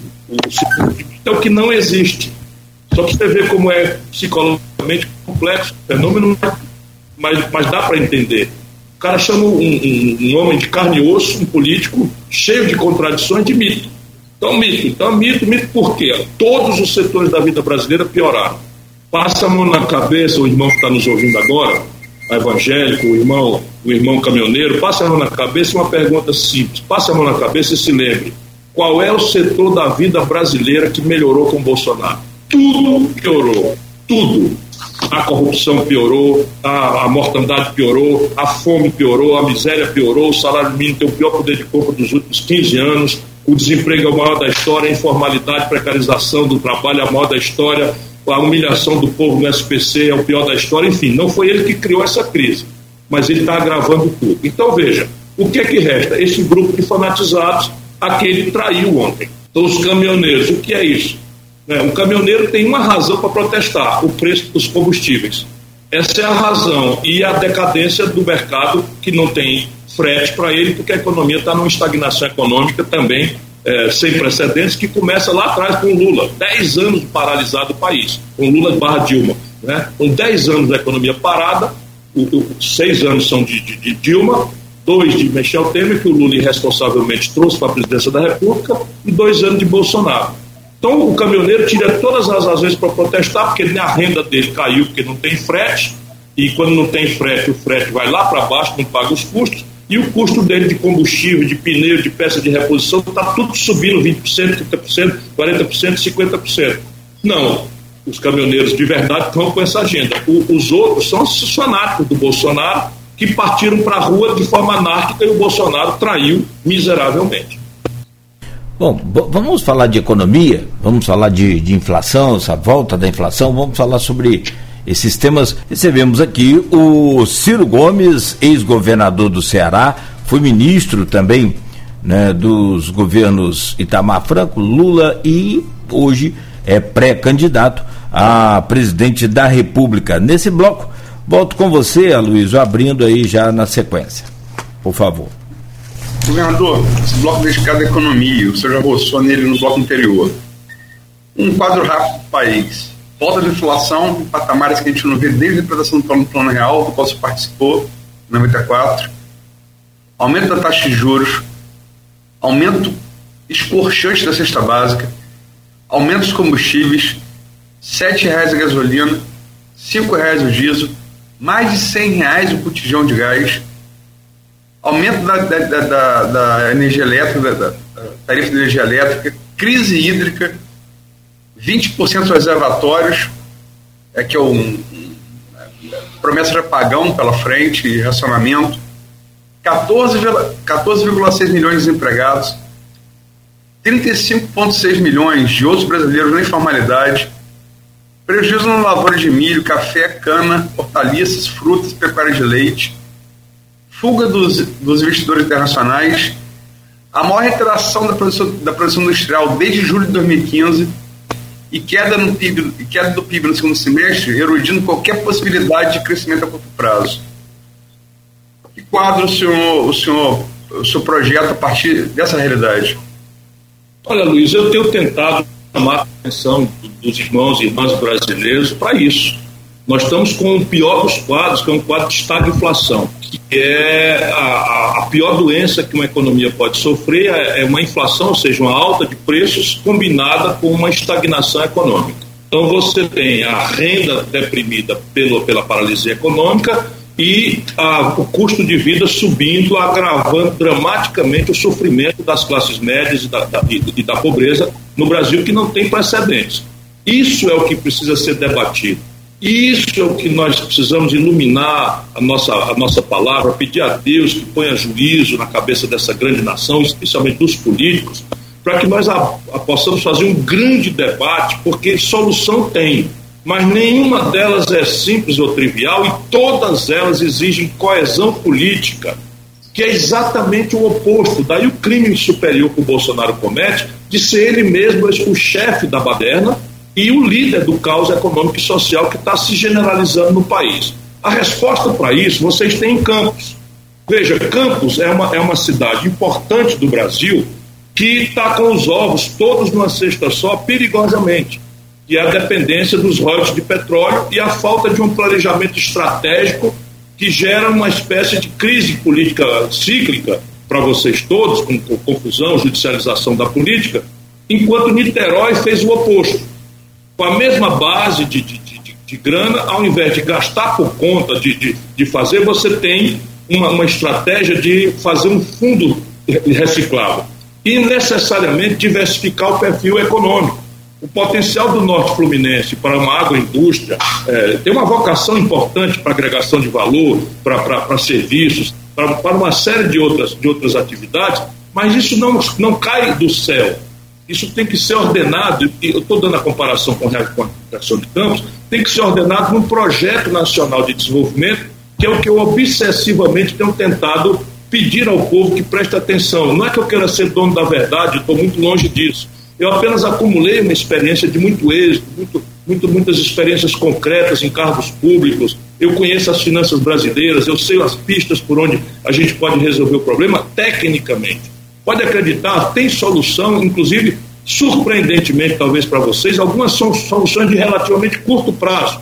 o mito é o que não existe. Só que você vê como é psicologicamente complexo o fenômeno, mas, mas dá para entender. O cara chama um, um, um homem de carne e osso, um político cheio de contradições, de mito. Então, mito. Então, mito, mito por quê? Todos os setores da vida brasileira pioraram. Passa a mão na cabeça, o irmão que está nos ouvindo agora, o evangélico, o irmão, o irmão caminhoneiro, passa a mão na cabeça uma pergunta simples. Passa a mão na cabeça e se lembre. Qual é o setor da vida brasileira que melhorou com o Bolsonaro? Tudo piorou, tudo. A corrupção piorou, a, a mortandade piorou, a fome piorou, a miséria piorou, o salário mínimo tem o pior poder de compra dos últimos quinze anos, o desemprego é o maior da história, a informalidade, a precarização do trabalho é a maior da história, a humilhação do povo no S P C é o pior da história. Enfim, não foi ele que criou essa crise, mas ele está agravando tudo. Então veja, o que é que resta? Esse grupo de fanatizados a que ele traiu ontem. Então os caminhoneiros, o que é isso? Um caminhoneiro tem uma razão para protestar: o preço dos combustíveis. Essa é a razão, e a decadência do mercado, que não tem frete para ele, porque a economia está numa estagnação econômica também é, sem precedentes, que começa lá atrás com o Lula. Dez anos paralisado o país, com Lula barra Dilma, né? Com dez anos da economia parada, o, o, seis anos são de, de, de Dilma, dois de Michel Temer, que o Lula irresponsavelmente trouxe para a presidência da República, e dois anos de Bolsonaro. Então o caminhoneiro tira todas as razões para protestar, porque a renda dele caiu porque não tem frete, e quando não tem frete, o frete vai lá para baixo, não paga os custos, e o custo dele de combustível, de pneu, de peça de reposição, está tudo subindo vinte por cento, trinta por cento, quarenta por cento, cinquenta por cento. Não, os caminhoneiros de verdade estão com essa agenda. O, os outros são os fanáticos do Bolsonaro, que partiram para a rua de forma anárquica, e o Bolsonaro traiu miseravelmente.
Bom, vamos falar de economia, vamos falar de, de inflação, essa volta da inflação, vamos falar sobre esses temas. Recebemos aqui o Ciro Gomes, ex-governador do Ceará, foi ministro também, né, dos governos Itamar Franco, Lula, e hoje é pré-candidato a presidente da República. Nesse bloco, volto com você, Aloysio, abrindo aí já na sequência, por favor.
Governador, esse bloco dedicado à economia, o senhor já roçou nele no bloco anterior. Um quadro rápido do país. Volta de inflação em patamares que a gente não vê desde a implantação do plano, plano real, do qual você participou, em noventa e quatro. Aumento da taxa de juros, aumento escorchante da cesta básica, aumento dos combustíveis, sete reais a gasolina, cinco reais o diesel, mais de cem reais o botijão de gás, aumento da, da, da, da, da energia elétrica, da, da tarifa de energia elétrica, crise hídrica, vinte por cento dos reservatórios, é que é um, um, promessa de apagão pela frente e racionamento, quatorze vírgula seis milhões de desempregados, trinta e cinco vírgula seis milhões de outros brasileiros na informalidade, prejuízo na lavoura de milho, café, cana, hortaliças, frutas, pecuária de leite, fuga dos, dos investidores internacionais, a maior retração da produção, da produção industrial desde julho de dois mil e quinze e queda, no P I B, e queda do P I B no segundo semestre, erudindo qualquer possibilidade de crescimento a curto prazo. Que quadro o senhor, o senhor, o senhor projeta a partir dessa realidade?
Olha, Luiz, eu tenho tentado chamar a atenção dos irmãos e irmãs brasileiros para isso. Nós estamos com o pior dos quadros, que é um quadro de estagflação, que é a, a pior doença que uma economia pode sofrer, é uma inflação, ou seja, uma alta de preços combinada com uma estagnação econômica. Então você tem a renda deprimida pelo, pela paralisia econômica e a, o custo de vida subindo, agravando dramaticamente o sofrimento das classes médias e da, da, e da pobreza no Brasil, que não tem precedentes. Isso é o que precisa ser debatido. Isso é o que nós precisamos iluminar a nossa, a nossa palavra, pedir a Deus que ponha juízo na cabeça dessa grande nação, especialmente dos políticos, para que nós a, a possamos fazer um grande debate, porque solução tem, mas nenhuma delas é simples ou trivial e todas elas exigem coesão política, que é exatamente o oposto. Daí o crime superior que o Bolsonaro comete de ser ele mesmo o chefe da baderna e o líder do caos econômico e social que está se generalizando no país. A resposta para isso vocês têm em Campos. Veja, Campos é uma, é uma cidade importante do Brasil que está com os ovos todos numa cesta só, perigosamente, que é a dependência dos royalties de petróleo e a falta de um planejamento estratégico que gera uma espécie de crise política cíclica para vocês todos, com, com confusão, judicialização da política, enquanto Niterói fez o oposto. Com a mesma base de, de, de, de grana, ao invés de gastar por conta de, de, de fazer, você tem uma, uma estratégia de fazer um fundo reciclável e necessariamente diversificar o perfil econômico. O potencial do Norte Fluminense para uma agroindústria é, tem uma vocação importante para agregação de valor, para, para, para serviços, para, para uma série de outras, de outras atividades, mas isso não, não cai do céu. Isso tem que ser ordenado, e eu estou dando a comparação com a reabilitação de Campos, tem que ser ordenado num projeto nacional de desenvolvimento, que é o que eu obsessivamente tenho tentado pedir ao povo que preste atenção. Não é que eu queira ser dono da verdade, estou muito longe disso. Eu apenas acumulei uma experiência de muito êxito, muito, muito, muitas experiências concretas em cargos públicos. Eu conheço as finanças brasileiras, eu sei as pistas por onde a gente pode resolver o problema tecnicamente. Pode acreditar, tem solução, inclusive, surpreendentemente, talvez para vocês, algumas são soluções de relativamente curto prazo.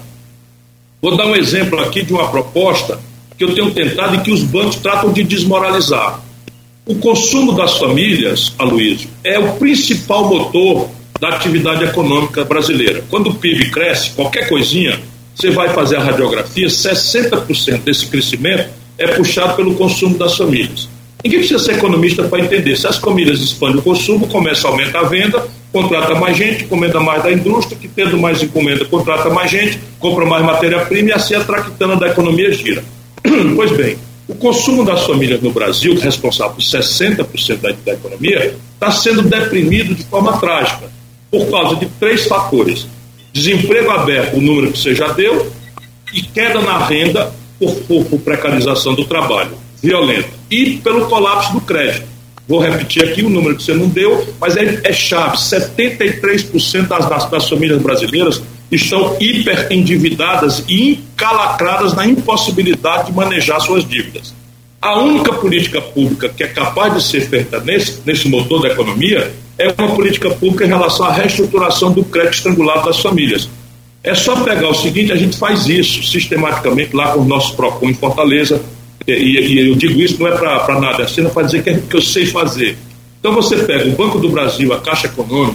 Vou dar um exemplo aqui de uma proposta que eu tenho tentado e que os bancos tratam de desmoralizar. O consumo das famílias, Aloysio, é o principal motor da atividade econômica brasileira. Quando o P I B cresce, qualquer coisinha, você vai fazer a radiografia, sessenta por cento desse crescimento é puxado pelo consumo das famílias. Ninguém precisa ser economista para entender. Se as famílias expandem o consumo, começa a aumentar a venda, contrata mais gente, encomenda mais da indústria, que tendo mais encomenda, contrata mais gente, compra mais matéria-prima e assim a traquitana da economia gira. Pois bem, o consumo das famílias no Brasil, responsável por sessenta por cento da, da economia, está sendo deprimido de forma trágica, por causa de três fatores: desemprego aberto, o número que você já deu, e queda na renda por, por, por precarização do trabalho violenta, e pelo colapso do crédito. Vou repetir aqui o número que você não deu, mas é, é chave: setenta e três por cento das, das, das famílias brasileiras estão hiperendividadas e encalacradas na impossibilidade de manejar suas dívidas. A única política pública que é capaz de ser feita nesse, nesse motor da economia é uma política pública em relação à reestruturação do crédito estrangulado das famílias. É só pegar o seguinte: a gente faz isso sistematicamente lá com os nossos PROCON em Fortaleza, e, e eu digo isso não é para nada, é cena para dizer que, é, que eu sei fazer. Então você pega o Banco do Brasil, a Caixa Econômica,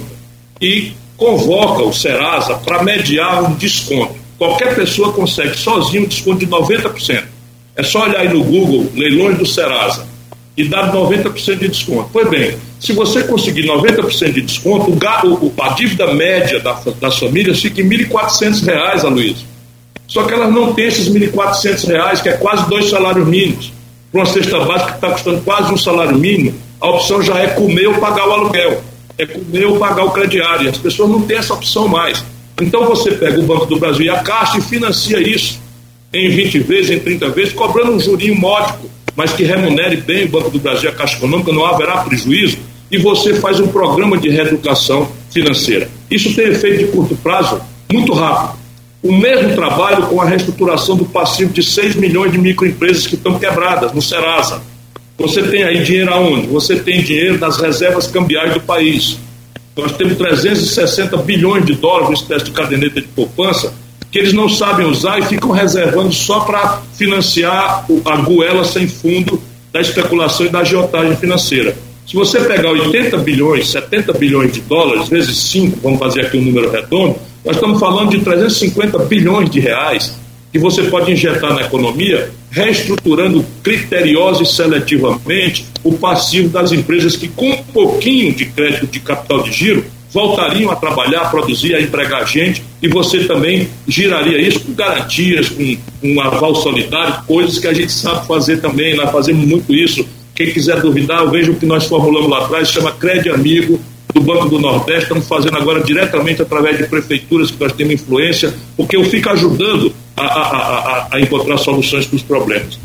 e convoca o Serasa para mediar um desconto. Qualquer pessoa consegue sozinho um desconto de noventa por cento. É só olhar aí no Google, leilões do Serasa, e dar noventa por cento de desconto. Pois bem, se você conseguir noventa por cento de desconto, o, a dívida média da, das famílias fica em mil e quatrocentos reais, Aloysio. Só que elas não têm esses mil e quatrocentos reais, que é quase dois salários mínimos. Para uma cesta básica que está custando quase um salário mínimo, a opção já é comer ou pagar o aluguel. É comer ou pagar o crediário. As pessoas não têm essa opção mais. Então você pega o Banco do Brasil e a Caixa e financia isso em vinte vezes, em trinta vezes, cobrando um jurinho módico, mas que remunere bem o Banco do Brasil e a Caixa Econômica, não haverá prejuízo, e você faz um programa de reeducação financeira. Isso tem efeito de curto prazo muito rápido. O mesmo trabalho com a reestruturação do passivo de seis milhões de microempresas que estão quebradas no Serasa. Você tem aí dinheiro aonde? Você tem dinheiro nas reservas cambiais do país. Nós temos trezentos e sessenta bilhões de dólares nesse teste de caderneta de poupança que eles não sabem usar e ficam reservando só para financiar a goela sem fundo da especulação e da agiotagem financeira. Se você pegar oitenta bilhões, setenta bilhões de dólares, vezes cinco, vamos fazer aqui um número redondo, nós estamos falando de trezentos e cinquenta bilhões de reais que você pode injetar na economia, reestruturando criteriosa e seletivamente o passivo das empresas que, com um pouquinho de crédito de capital de giro, voltariam a trabalhar, a produzir, a empregar gente, e você também giraria isso com garantias, com um aval solidário, coisas que a gente sabe fazer também, nós fazemos muito isso. Quem quiser duvidar, veja o que nós formulamos lá atrás, chama Crédito Amigo, do Banco do Nordeste. Estamos fazendo agora diretamente através de prefeituras que nós temos influência, porque eu fico ajudando a, a, a, a encontrar soluções para os problemas.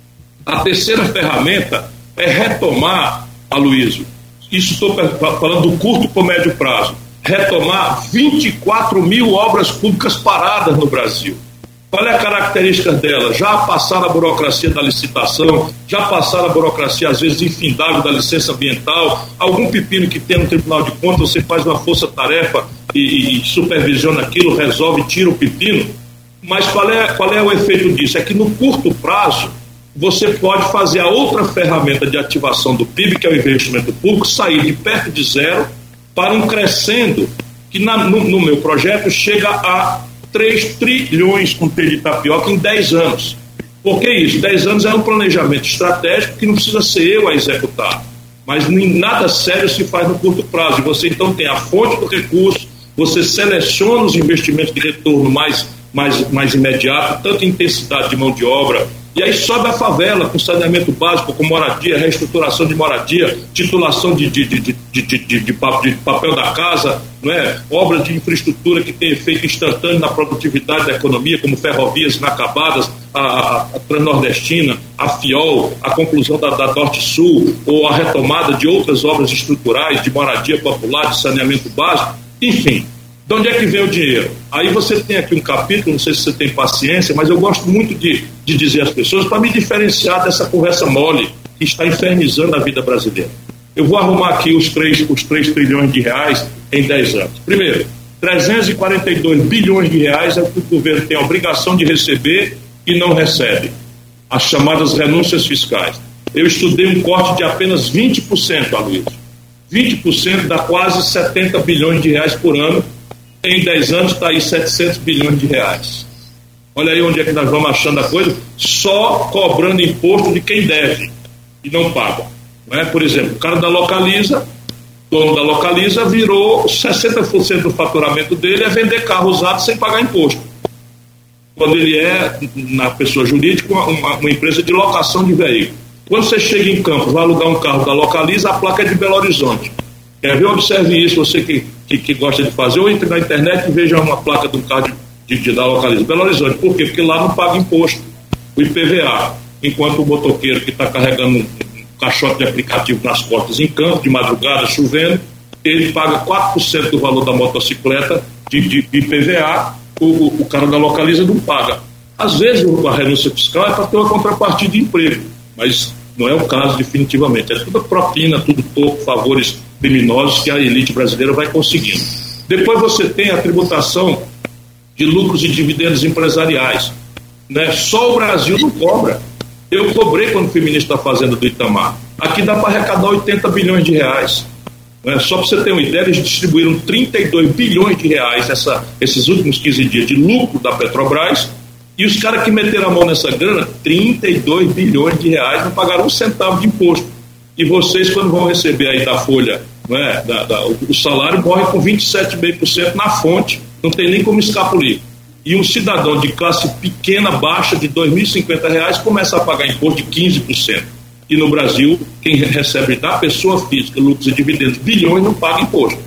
A terceira ferramenta é retomar, Aloysio, isso estou falando do curto para o médio prazo, retomar vinte e quatro mil obras públicas paradas no Brasil. Qual é a característica dela? Já passaram a burocracia da licitação, já passaram a burocracia, às vezes, infindável da licença ambiental, algum pepino que tem no Tribunal de Contas, você faz uma força-tarefa e, e supervisiona aquilo, resolve, tira o pepino. Mas qual é, qual é o efeito disso? É que no curto prazo, você pode fazer a outra ferramenta de ativação do P I B, que é o investimento público, sair de perto de zero para um crescendo, que na, no, no meu projeto chega a três trilhões com T de tapioca em dez anos. Por que isso? dez anos é um planejamento estratégico que não precisa ser eu a executar, mas nem nada sério se faz no curto prazo. E você então tem a fonte do recurso, você seleciona os investimentos de retorno mais, mais, mais imediato, tanto intensidade de mão de obra, e aí sobe a favela com saneamento básico, com moradia, reestruturação de moradia, titulação de, de, de, de, de, de, de, de papel da casa, não é? Obras de infraestrutura que tem efeito instantâneo na produtividade da economia, como ferrovias inacabadas, a, a, a Transnordestina, a FIOL, a conclusão da, da Norte-Sul, ou a retomada de outras obras estruturais de moradia popular, de saneamento básico, enfim. De onde é que vem o dinheiro? Aí você tem aqui um capítulo, não sei se você tem paciência, mas eu gosto muito de, de dizer às pessoas para me diferenciar dessa conversa mole que está infernizando a vida brasileira. Eu vou arrumar aqui os três, os três trilhões de reais em dez anos. Primeiro, trezentos e quarenta e dois bilhões de reais é o que o governo tem a obrigação de receber e não recebe. As chamadas renúncias fiscais. Eu estudei um corte de apenas vinte por cento, Aloysio. vinte por cento dá quase setenta bilhões de reais por ano. Em dez anos está aí setecentos bilhões de reais. Olha aí onde é que nós vamos achando a coisa, só cobrando imposto de quem deve e não paga. Não é? Por exemplo, o cara da Localiza, dono da Localiza, virou sessenta por cento do faturamento dele é vender carro usado sem pagar imposto. Quando ele é, na pessoa jurídica, uma, uma, uma empresa de locação de veículo. Quando você chega em Campos, vai alugar um carro da Localiza, a placa é de Belo Horizonte. Quer ver? Observe isso, você que, que, que gosta de fazer, ou entre na internet e veja uma placa de um carro de, de, de da Localiza, Belo Horizonte. Por quê? Porque lá não paga imposto, o I P V A, enquanto o motoqueiro que está carregando um, um caixote de aplicativo nas costas em campo, de madrugada, chovendo, ele paga quatro por cento do valor da motocicleta de, de, de I P V A, o, o, o cara da Localiza não paga. Às vezes a renúncia fiscal é para ter uma contrapartida de emprego, mas não é o caso definitivamente, é tudo propina, tudo toco, favores criminosos que a elite brasileira vai conseguindo. Depois você tem a tributação de lucros e dividendos empresariais, né? Só o Brasil não cobra. Eu cobrei quando fui ministro da Fazenda do Itamar. Aqui dá para arrecadar oitenta bilhões de reais, né? Só para você ter uma ideia, eles distribuíram trinta e dois bilhões de reais essa, esses últimos quinze dias de lucro da Petrobras, e os caras que meteram a mão nessa grana, trinta e dois bilhões de reais, não pagaram um centavo de imposto. E vocês, quando vão receber aí da folha, não é, da, da, o salário morre com vinte e sete vírgula cinco por cento na fonte, não tem nem como escapulir. E um cidadão de classe pequena, baixa, de dois mil e cinquenta reais, começa a pagar imposto de quinze por cento. E no Brasil, quem recebe da pessoa física, lucros e dividendos, bilhões, não paga imposto.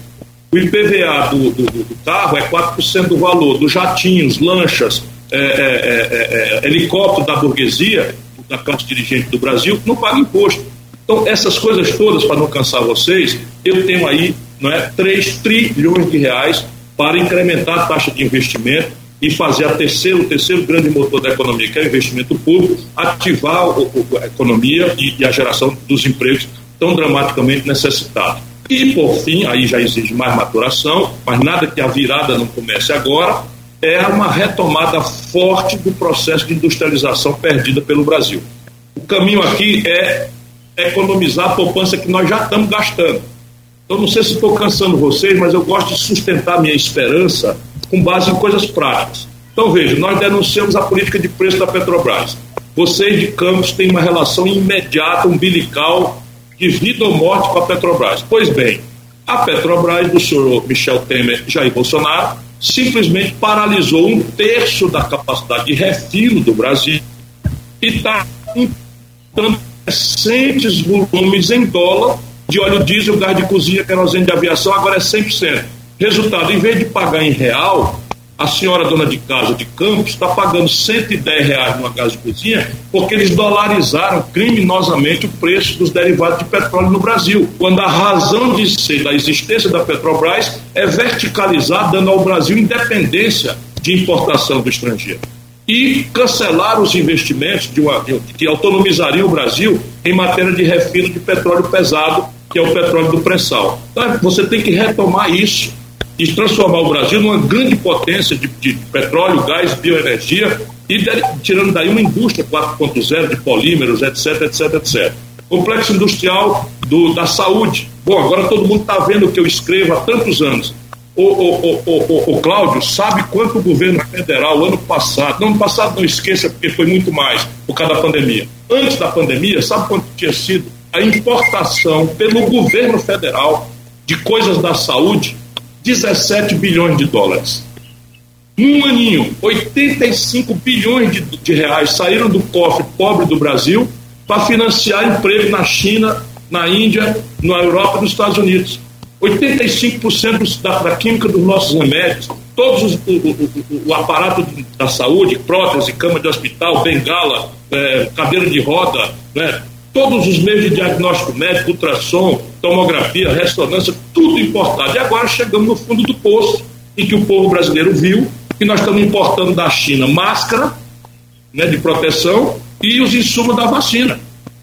O I P V A do, do, do carro é quatro por cento do valor, dos jatinhos, lanchas, é, é, é, é, helicóptero da burguesia, da classe dirigente do Brasil, não paga imposto. Então, essas coisas todas, para não cansar vocês, eu tenho aí, não é, três trilhões de reais para incrementar a taxa de investimento e fazer a terceiro, o terceiro grande motor da economia, que é o investimento público, ativar o, o, a economia e, e a geração dos empregos tão dramaticamente necessitados. E, por fim, aí já exige mais maturação, mas nada que a virada não comece agora, é uma retomada forte do processo de industrialização perdida pelo Brasil. O caminho aqui é economizar a poupança que nós já estamos gastando. Então, não sei se estou cansando vocês, mas eu gosto de sustentar minha esperança com base em coisas práticas. Então, veja, nós denunciamos a política de preço da Petrobras. Vocês de Campos têm uma relação imediata, umbilical, de vida ou morte com a Petrobras. Pois bem, a Petrobras do senhor Michel Temer e Jair Bolsonaro simplesmente paralisou um terço da capacidade de refino do Brasil e está importando crescentes volumes em dólar de óleo diesel, gás de cozinha, querosene de aviação, agora é cem por cento. Resultado, em vez de pagar em real, a senhora dona de casa de Campos está pagando cento e dez reais numa gás de cozinha porque eles dolarizaram criminosamente o preço dos derivados de petróleo no Brasil, quando a razão de ser da existência da Petrobras é verticalizar, dando ao Brasil independência de importação do estrangeiro. E cancelar os investimentos de uma, que autonomizariam o Brasil em matéria de refino de petróleo pesado, que é o petróleo do pré-sal. Então, você tem que retomar isso e transformar o Brasil numa grande potência de, de petróleo, gás, bioenergia e de, tirando daí uma indústria quatro ponto zero de polímeros, etc, etc, etcétera. Complexo industrial do, da saúde. Bom, agora todo mundo está vendo o que eu escrevo há tantos anos. O, o, o, o, o Cláudio sabe quanto o governo federal, ano passado, não, ano passado não esqueça porque foi muito mais por causa da pandemia. Antes da pandemia, sabe quanto tinha sido a importação pelo governo federal de coisas da saúde? dezessete bilhões de dólares. Um aninho, oitenta e cinco bilhões de, de reais saíram do cofre pobre do Brasil para financiar emprego na China, na Índia, na Europa e nos Estados Unidos. oitenta e cinco por cento da, da química dos nossos remédios, todos os, o, o, o aparato da saúde, prótese, cama de hospital, bengala, é, cadeira de roda, né, todos os meios de diagnóstico médico, ultrassom, tomografia, ressonância, tudo importado. E agora chegamos no fundo do poço, em que o povo brasileiro viu que nós estamos importando da China máscara, né, de proteção e os insumos da vacina.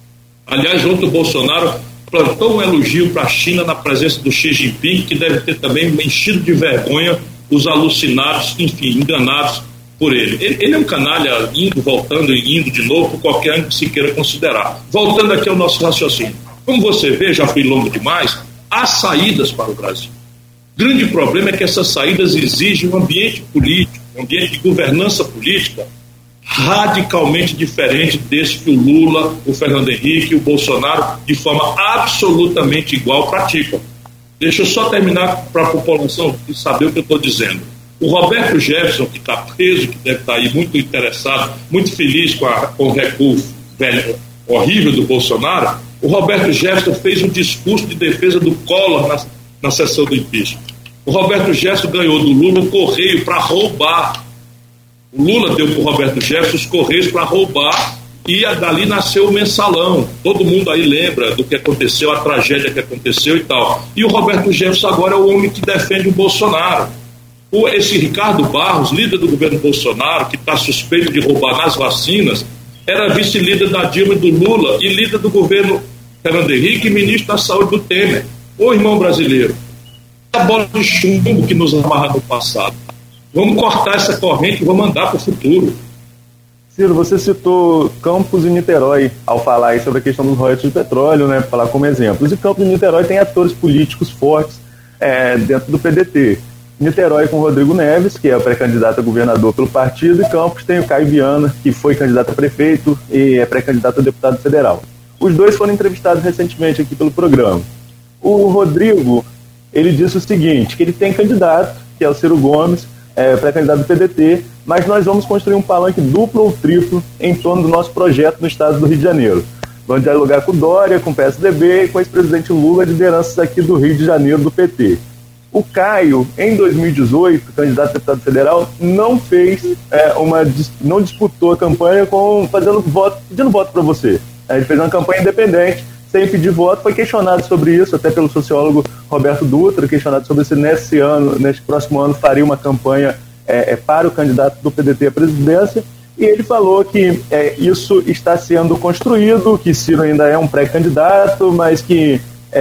Aliás, ontem o Bolsonaro plantou um elogio para a China na presença do Xi Jinping, que deve ter também enchido de vergonha os alucinados, enfim, enganados por ele. ele. Ele é um canalha indo, voltando e indo de novo, por qualquer ângulo que se queira considerar. Voltando aqui ao nosso raciocínio. Como você vê, já fui longo demais, há saídas para o Brasil. O grande problema é que essas saídas exigem um ambiente político, um ambiente de governança política radicalmente diferente desse que o Lula, o Fernando Henrique e o Bolsonaro, de forma absolutamente igual, praticam. Deixa eu só terminar para a população saber o que eu estou dizendo. O Roberto Jefferson, que está preso, que deve estar aí muito interessado, muito feliz com, a, com o recuo velho, horrível do Bolsonaro, o Roberto Jefferson fez um discurso de defesa do Collor na, na sessão do impeachment. O Roberto Jefferson ganhou do Lula o correio para roubar. O Lula deu para o Roberto Jefferson os correios para roubar e dali nasceu o mensalão. Todo mundo aí lembra do que aconteceu, a tragédia que aconteceu e tal. E o Roberto Jefferson agora é o homem que defende o Bolsonaro. O, esse Ricardo Barros, líder do governo Bolsonaro, que está suspeito de roubar nas vacinas, era vice-líder da Dilma e do Lula e líder do governo Fernando Henrique e ministro da Saúde do Temer. Ô irmão brasileiro, a bola de chumbo que nos amarra no passado. Vamos cortar essa corrente e vamos andar para o futuro.
Ciro, você citou Campos e Niterói ao falar aí sobre a questão dos royalties de petróleo, né, para falar como exemplos. E Campos e Niterói tem atores políticos fortes é, dentro do P D T. Niterói com Rodrigo Neves, que é pré-candidato a governador pelo partido, e Campos tem o Caio Viana, que foi candidato a prefeito e é pré-candidato a deputado federal. Os dois foram entrevistados recentemente aqui pelo programa. O Rodrigo, ele disse o seguinte, que ele tem candidato, que é o Ciro Gomes, é, pré-candidato do P D T, mas nós vamos construir um palanque duplo ou triplo em torno do nosso projeto no estado do Rio de Janeiro. Vamos dialogar com o Dória, com o P S D B e com o ex-presidente Lula, lideranças aqui do Rio de Janeiro do P T. O Caio, em dois mil e dezoito, candidato a deputado federal, não fez é, uma, não disputou a campanha com, fazendo voto, pedindo voto para você. Ele fez uma campanha independente, sem pedir voto, foi questionado sobre isso, até pelo sociólogo Roberto Dutra, questionado sobre se nesse ano, neste próximo ano, faria uma campanha é, é, para o candidato do P D T à presidência, e ele falou que é, isso está sendo construído, que Ciro ainda é um pré-candidato, mas que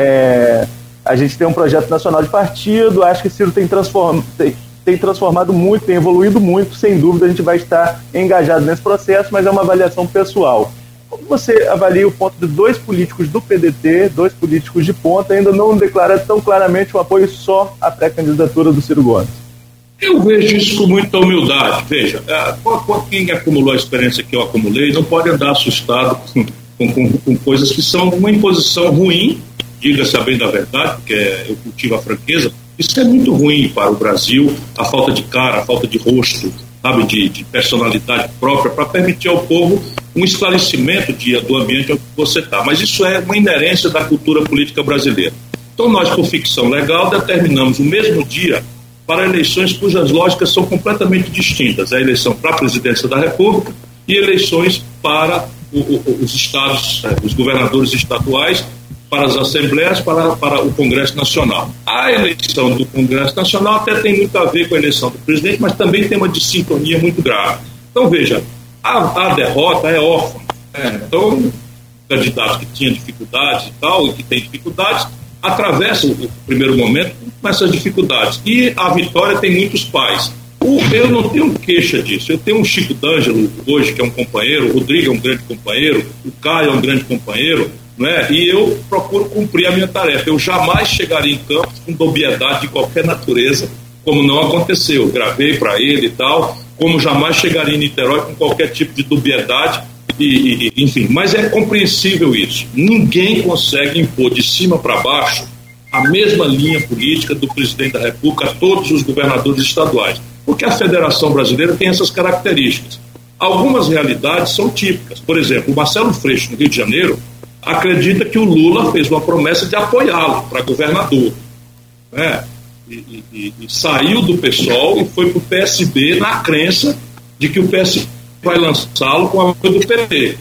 é, a gente tem um projeto nacional de partido, acho que Ciro tem, transform, tem, tem transformado muito, tem evoluído muito, sem dúvida a gente vai estar engajado nesse processo, mas é uma avaliação pessoal. Como você avalia o ponto de dois políticos do P D T, dois políticos de ponta, ainda não declaram tão claramente o apoio só à pré-candidatura do Ciro Gomes?
Eu vejo isso com muita humildade. Veja, quem acumulou a experiência que eu acumulei não pode andar assustado com, com, com coisas que são uma imposição ruim, diga-se a bem da verdade, porque eu cultivo a franqueza. Isso é muito ruim para o Brasil, a falta de cara, a falta de rosto, sabe, de, de personalidade própria, para permitir ao povo um esclarecimento de, do ambiente onde você está. Mas isso é uma inerência da cultura política brasileira. Então nós, por ficção legal, determinamos o mesmo dia para eleições cujas lógicas são completamente distintas. A eleição para a presidência da República e eleições para o, o, os estados, os governadores estaduais, para as assembleias, para, para o Congresso Nacional. A eleição do Congresso Nacional até tem muito a ver com a eleição do presidente, mas também tem uma dissintonia muito grave. Então, veja, a, a derrota é órfã. Né? Então, candidatos que tinham dificuldades e tal, e que têm dificuldades, atravessam o primeiro momento com essas dificuldades. E a vitória tem muitos pais. O, eu não tenho queixa disso. Eu tenho um Chico D'Angelo hoje, que é um companheiro, o Rodrigo é um grande companheiro, o Caio é um grande companheiro, não é? E eu procuro cumprir a minha tarefa. Eu jamais chegaria em campo com dubiedade de qualquer natureza, como não aconteceu. Eu gravei para ele e tal, como jamais chegaria em Niterói com qualquer tipo de dubiedade. E, e, enfim, mas é compreensível isso. Ninguém consegue impor de cima para baixo a mesma linha política do presidente da República a todos os governadores estaduais, porque a Federação Brasileira tem essas características. Algumas realidades são típicas. Por exemplo, o Marcelo Freixo, no Rio de Janeiro, acredita que o Lula fez uma promessa de apoiá-lo para governador, né? e, e, e saiu do PSOL e foi para o P S B na crença de que o P S B vai lançá-lo com a apoio do P T.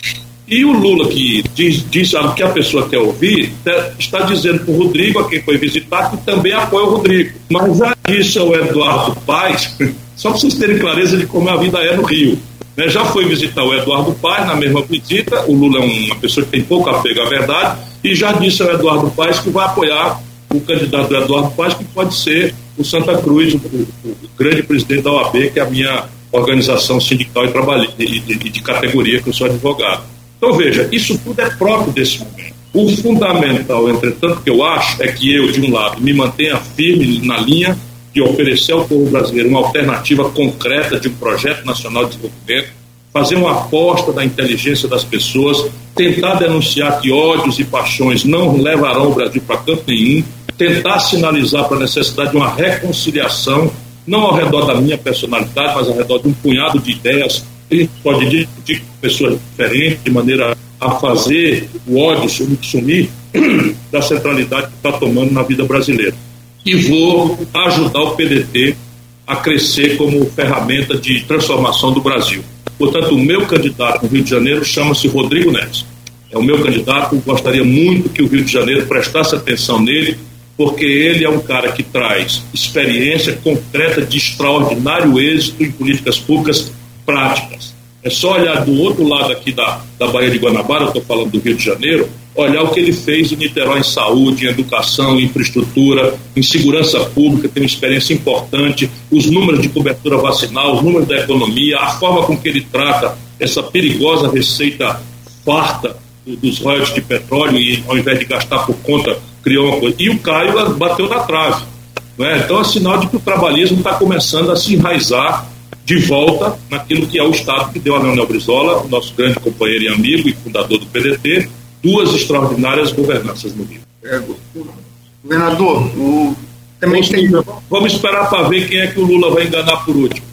E o Lula, que diz, diz o que a pessoa quer ouvir, está dizendo para o Rodrigo, a quem foi visitar, que também apoia o Rodrigo. Mas já disse ao Eduardo Paes, só para vocês terem clareza de como a vida é no Rio, né? Já foi visitar o Eduardo Paes na mesma visita. O Lula é uma pessoa que tem pouco apego à verdade, e já disse ao Eduardo Paes que vai apoiar o candidato do Eduardo Paes, que pode ser o Santa Cruz, o, o, o grande presidente da O A B, que é a minha organização sindical e, trabalho, e, de, de categoria, que eu sou advogado. Então, veja, isso tudo é próprio desse momento. O fundamental, entretanto, que eu acho é que eu, de um lado, me mantenha firme na linha de oferecer ao povo brasileiro uma alternativa concreta de um projeto nacional de desenvolvimento, fazer uma aposta da inteligência das pessoas, tentar denunciar que ódios e paixões não levarão o Brasil para canto nenhum, tentar sinalizar para a necessidade de uma reconciliação, não ao redor da minha personalidade, mas ao redor de um punhado de ideias. Ele pode discutir com pessoas diferentes, de maneira a fazer o ódio sumir da centralidade que está tomando na vida brasileira. E vou ajudar o P D T a crescer como ferramenta de transformação do Brasil. Portanto, o meu candidato no Rio de Janeiro chama-se Rodrigo Neves. É o meu candidato, gostaria muito que o Rio de Janeiro prestasse atenção nele, porque ele é um cara que traz experiência concreta de extraordinário êxito em políticas públicas práticas. É só olhar do outro lado aqui da, da Baía de Guanabara, eu estou falando do Rio de Janeiro, olhar o que ele fez em Niterói em saúde, em educação, em infraestrutura, em segurança pública, tem uma experiência importante, os números de cobertura vacinal, os números da economia, a forma com que ele trata essa perigosa receita farta dos royalties de petróleo e, ao invés de gastar por conta, criou uma coisa. E o Caio bateu na trave. Não é? Então é sinal de que o trabalhismo está começando a se enraizar de volta naquilo que é o Estado que deu a Leonel Brizola, o nosso grande companheiro e amigo e fundador do P D T, duas extraordinárias governanças no Rio.
É, governador, o... também
vamos,
tem...
vamos esperar para ver quem é que o Lula vai enganar por último.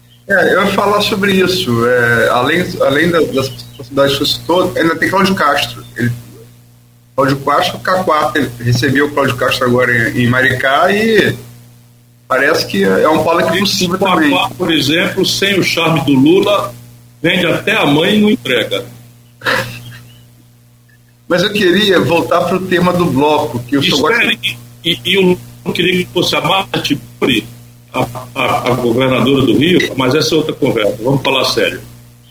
É, eu ia falar sobre isso. É, além além das, das possibilidades que você citou, ainda tem Cláudio Castro. Ele Cláudio Castro, o K quatro recebeu o Cláudio Castro agora em, em Maricá e parece que é um polo aqui possível também.
K quatro, por exemplo, sem o charme do Lula, vende até a mãe e não entrega.
Mas eu queria voltar para o tema do bloco, que eu só gosto...
e, e, e eu não queria que fosse a Marta Tiburi, a, a, a governadora do Rio, mas essa é outra conversa, vamos falar sério.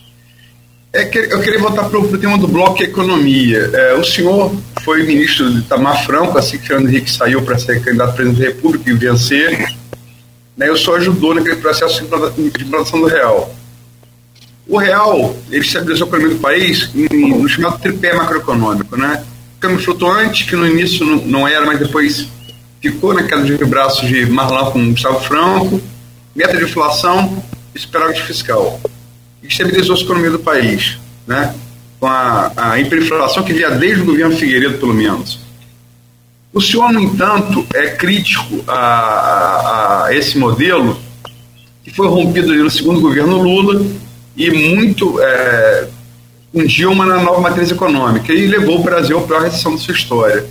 É que eu queria voltar para o tema do bloco, que é economia. É, o senhor foi ministro de Itamar Franco, assim que Fernando Henrique saiu para ser candidato a presidente da República e vencer, né, o senhor ajudou naquele processo de implantação do real. O real, ele estabilizou a economia do país em, no chamado tripé macroeconômico, né? Câmbio flutuante, que no início não, não era, mas depois ficou na queda de braços de Marlon com Gustavo Franco, meta de inflação e superávit fiscal. Estabilizou a economia do país, né? Com a, a hiperinflação que vinha desde o governo Figueiredo, pelo menos. O senhor, no entanto, é crítico a, a, a esse modelo que foi rompido no segundo governo Lula e muito é, com Dilma na nova matriz econômica e levou o Brasil à pior recessão da sua história.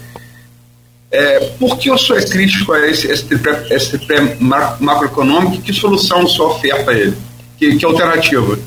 É, por que o senhor é crítico a esse, esse tripé, esse tripé macroeconômico e que solução o senhor oferta a ele? Que, que alternativa?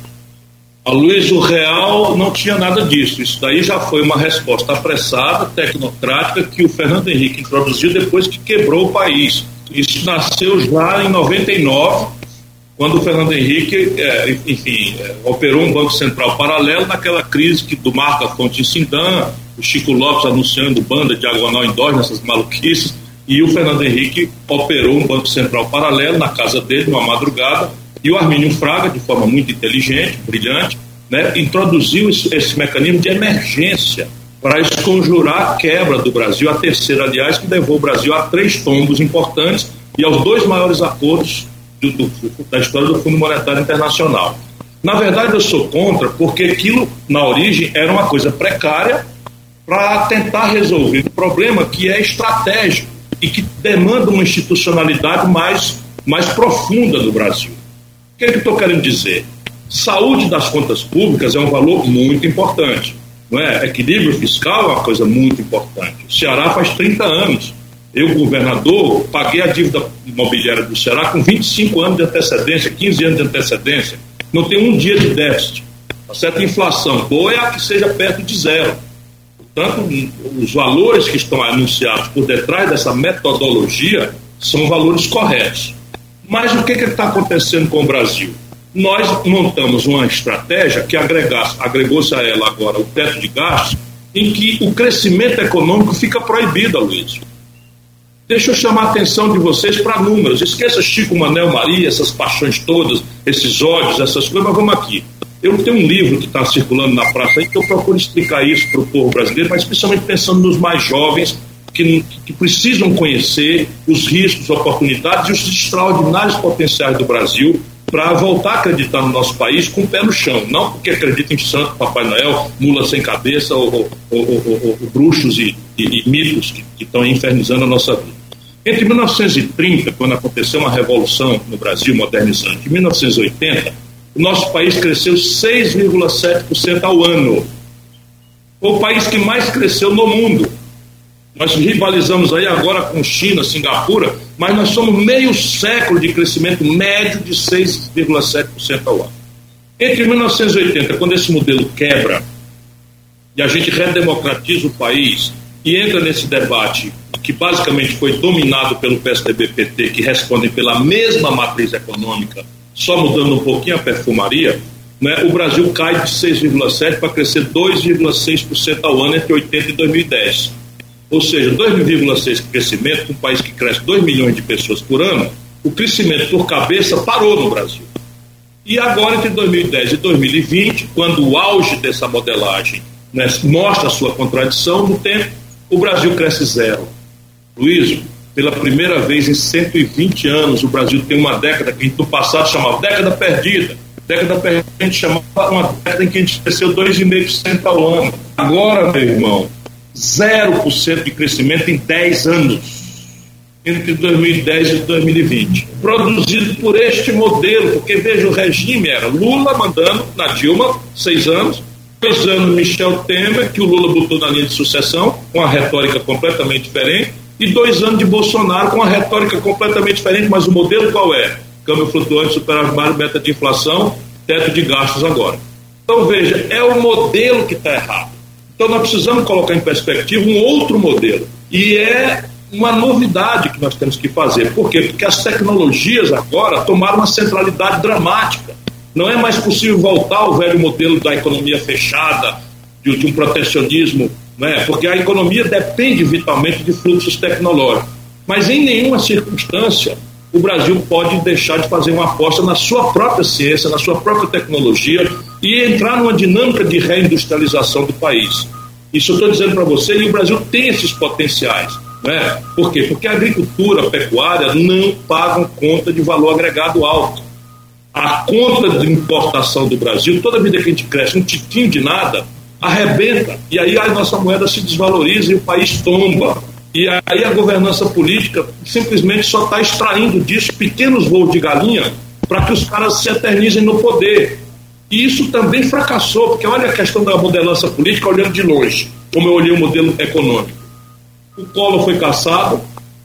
A Luiz, o real não tinha nada disso. Isso daí já foi uma resposta apressada, tecnocrática, que o Fernando Henrique introduziu depois que quebrou o país. Isso nasceu já em noventa e nove, quando o Fernando Henrique, é, enfim, é, operou um Banco Central paralelo naquela crise que, do Marca Fonte em Sindan, o Chico Lopes anunciando banda diagonal endógena, essas maluquices, e o Fernando Henrique operou um Banco Central paralelo na casa dele, numa madrugada, e o Armínio Fraga, de forma muito inteligente, brilhante, né, introduziu esse, esse mecanismo de emergência para esconjurar a quebra do Brasil, a terceira, aliás, que levou o Brasil a três tombos importantes e aos dois maiores acordos do, do, da história do Fundo Monetário Internacional. Na verdade, eu sou contra, porque aquilo, na origem, era uma coisa precária para tentar resolver um problema que é estratégico e que demanda uma institucionalidade mais, mais profunda do Brasil. O que é que eu estou querendo dizer? Saúde das contas públicas é um valor muito importante, não é? Equilíbrio fiscal é uma coisa muito importante. O Ceará faz trinta anos. Eu, governador, paguei a dívida imobiliária do Ceará com vinte e cinco anos de antecedência, quinze anos de antecedência. Não tem um dia de déficit. A certa inflação boa é a que seja perto de zero. Portanto, os valores que estão anunciados por detrás dessa metodologia são valores corretos. Mas o que está acontecendo com o Brasil? Nós montamos uma estratégia que agregasse, agregou-se a ela agora o teto de gastos, em que o crescimento econômico fica proibido, Luiz. Deixa eu chamar a atenção de vocês para números. Esqueça Chico, Manel, Maria, essas paixões todas, esses ódios, essas coisas, mas vamos aqui. Eu tenho um livro que está circulando na praça aí que eu procuro explicar isso para o povo brasileiro, mas especialmente pensando nos mais jovens que, que precisam conhecer os riscos, oportunidades e os extraordinários potenciais do Brasil para voltar a acreditar no nosso país com o pé no chão, não porque acredita em santo, Papai Noel, mula sem cabeça ou, ou, ou, ou, ou bruxos e, e, e mitos que, que estão infernizando a nossa vida. Entre mil novecentos e trinta, quando aconteceu uma revolução no Brasil modernizante, em mil novecentos e oitenta, o nosso país cresceu seis vírgula sete por cento ao ano. Foi o país que mais cresceu no mundo. Nós rivalizamos aí agora com China, Singapura, mas nós somos meio século de crescimento médio de seis vírgula sete por cento ao ano. Entre mil novecentos e oitenta, quando esse modelo quebra e a gente redemocratiza o país e entra nesse debate que basicamente foi dominado pelo P S D B P T, que respondem pela mesma matriz econômica, só mudando um pouquinho a perfumaria, né, o Brasil cai de seis vírgula sete por cento para crescer dois vírgula seis por cento ao ano entre oitenta e dois mil e dez. Ou seja, dois vírgula seis por cento de crescimento, um país que cresce dois milhões de pessoas por ano, o crescimento por cabeça parou no Brasil. E agora, entre dois mil e dez e dois mil e vinte, quando o auge dessa modelagem, né, mostra a sua contradição no tempo, o Brasil cresce zero. Luiz, pela primeira vez em cento e vinte anos, o Brasil tem uma década que a gente no passado chamava década perdida. Década perdida a gente chamava uma década em que a gente cresceu dois vírgula cinco por cento ao ano. Agora, meu irmão, zero por cento de crescimento em dez anos, entre dois mil e dez e dois mil e vinte. Produzido por este modelo, porque veja, o regime era Lula mandando na Dilma, seis anos, Dois anos Michel Temer, que o Lula botou na linha de sucessão, com a retórica completamente diferente, e dois anos de Bolsonaro com a retórica completamente diferente, mas o modelo qual é? Câmbio flutuante, superávit, meta de inflação, teto de gastos agora. Então veja, é o modelo que está errado. Então nós precisamos colocar em perspectiva um outro modelo, e é uma novidade que nós temos que fazer. Por quê? Porque as tecnologias agora tomaram uma centralidade dramática. Não é mais possível voltar ao velho modelo da economia fechada, de, de um protecionismo, né? Porque a economia depende vitalmente de fluxos tecnológicos. Mas em nenhuma circunstância o Brasil pode deixar de fazer uma aposta na sua própria ciência, na sua própria tecnologia e entrar numa dinâmica de reindustrialização do país. Isso eu estou dizendo para você, e o Brasil tem esses potenciais. Né? Por quê? Porque a agricultura, a pecuária não pagam conta de valor agregado alto. A conta de importação do Brasil, toda vida que a gente cresce um tiquinho de nada, arrebenta, e aí a nossa moeda se desvaloriza e o país tomba. E aí a governança política simplesmente só está extraindo disso pequenos voos de galinha para que os caras se eternizem no poder. E isso também fracassou, porque olha a questão da modelança política olhando de longe, como eu olhei o modelo econômico. O Collor foi cassado,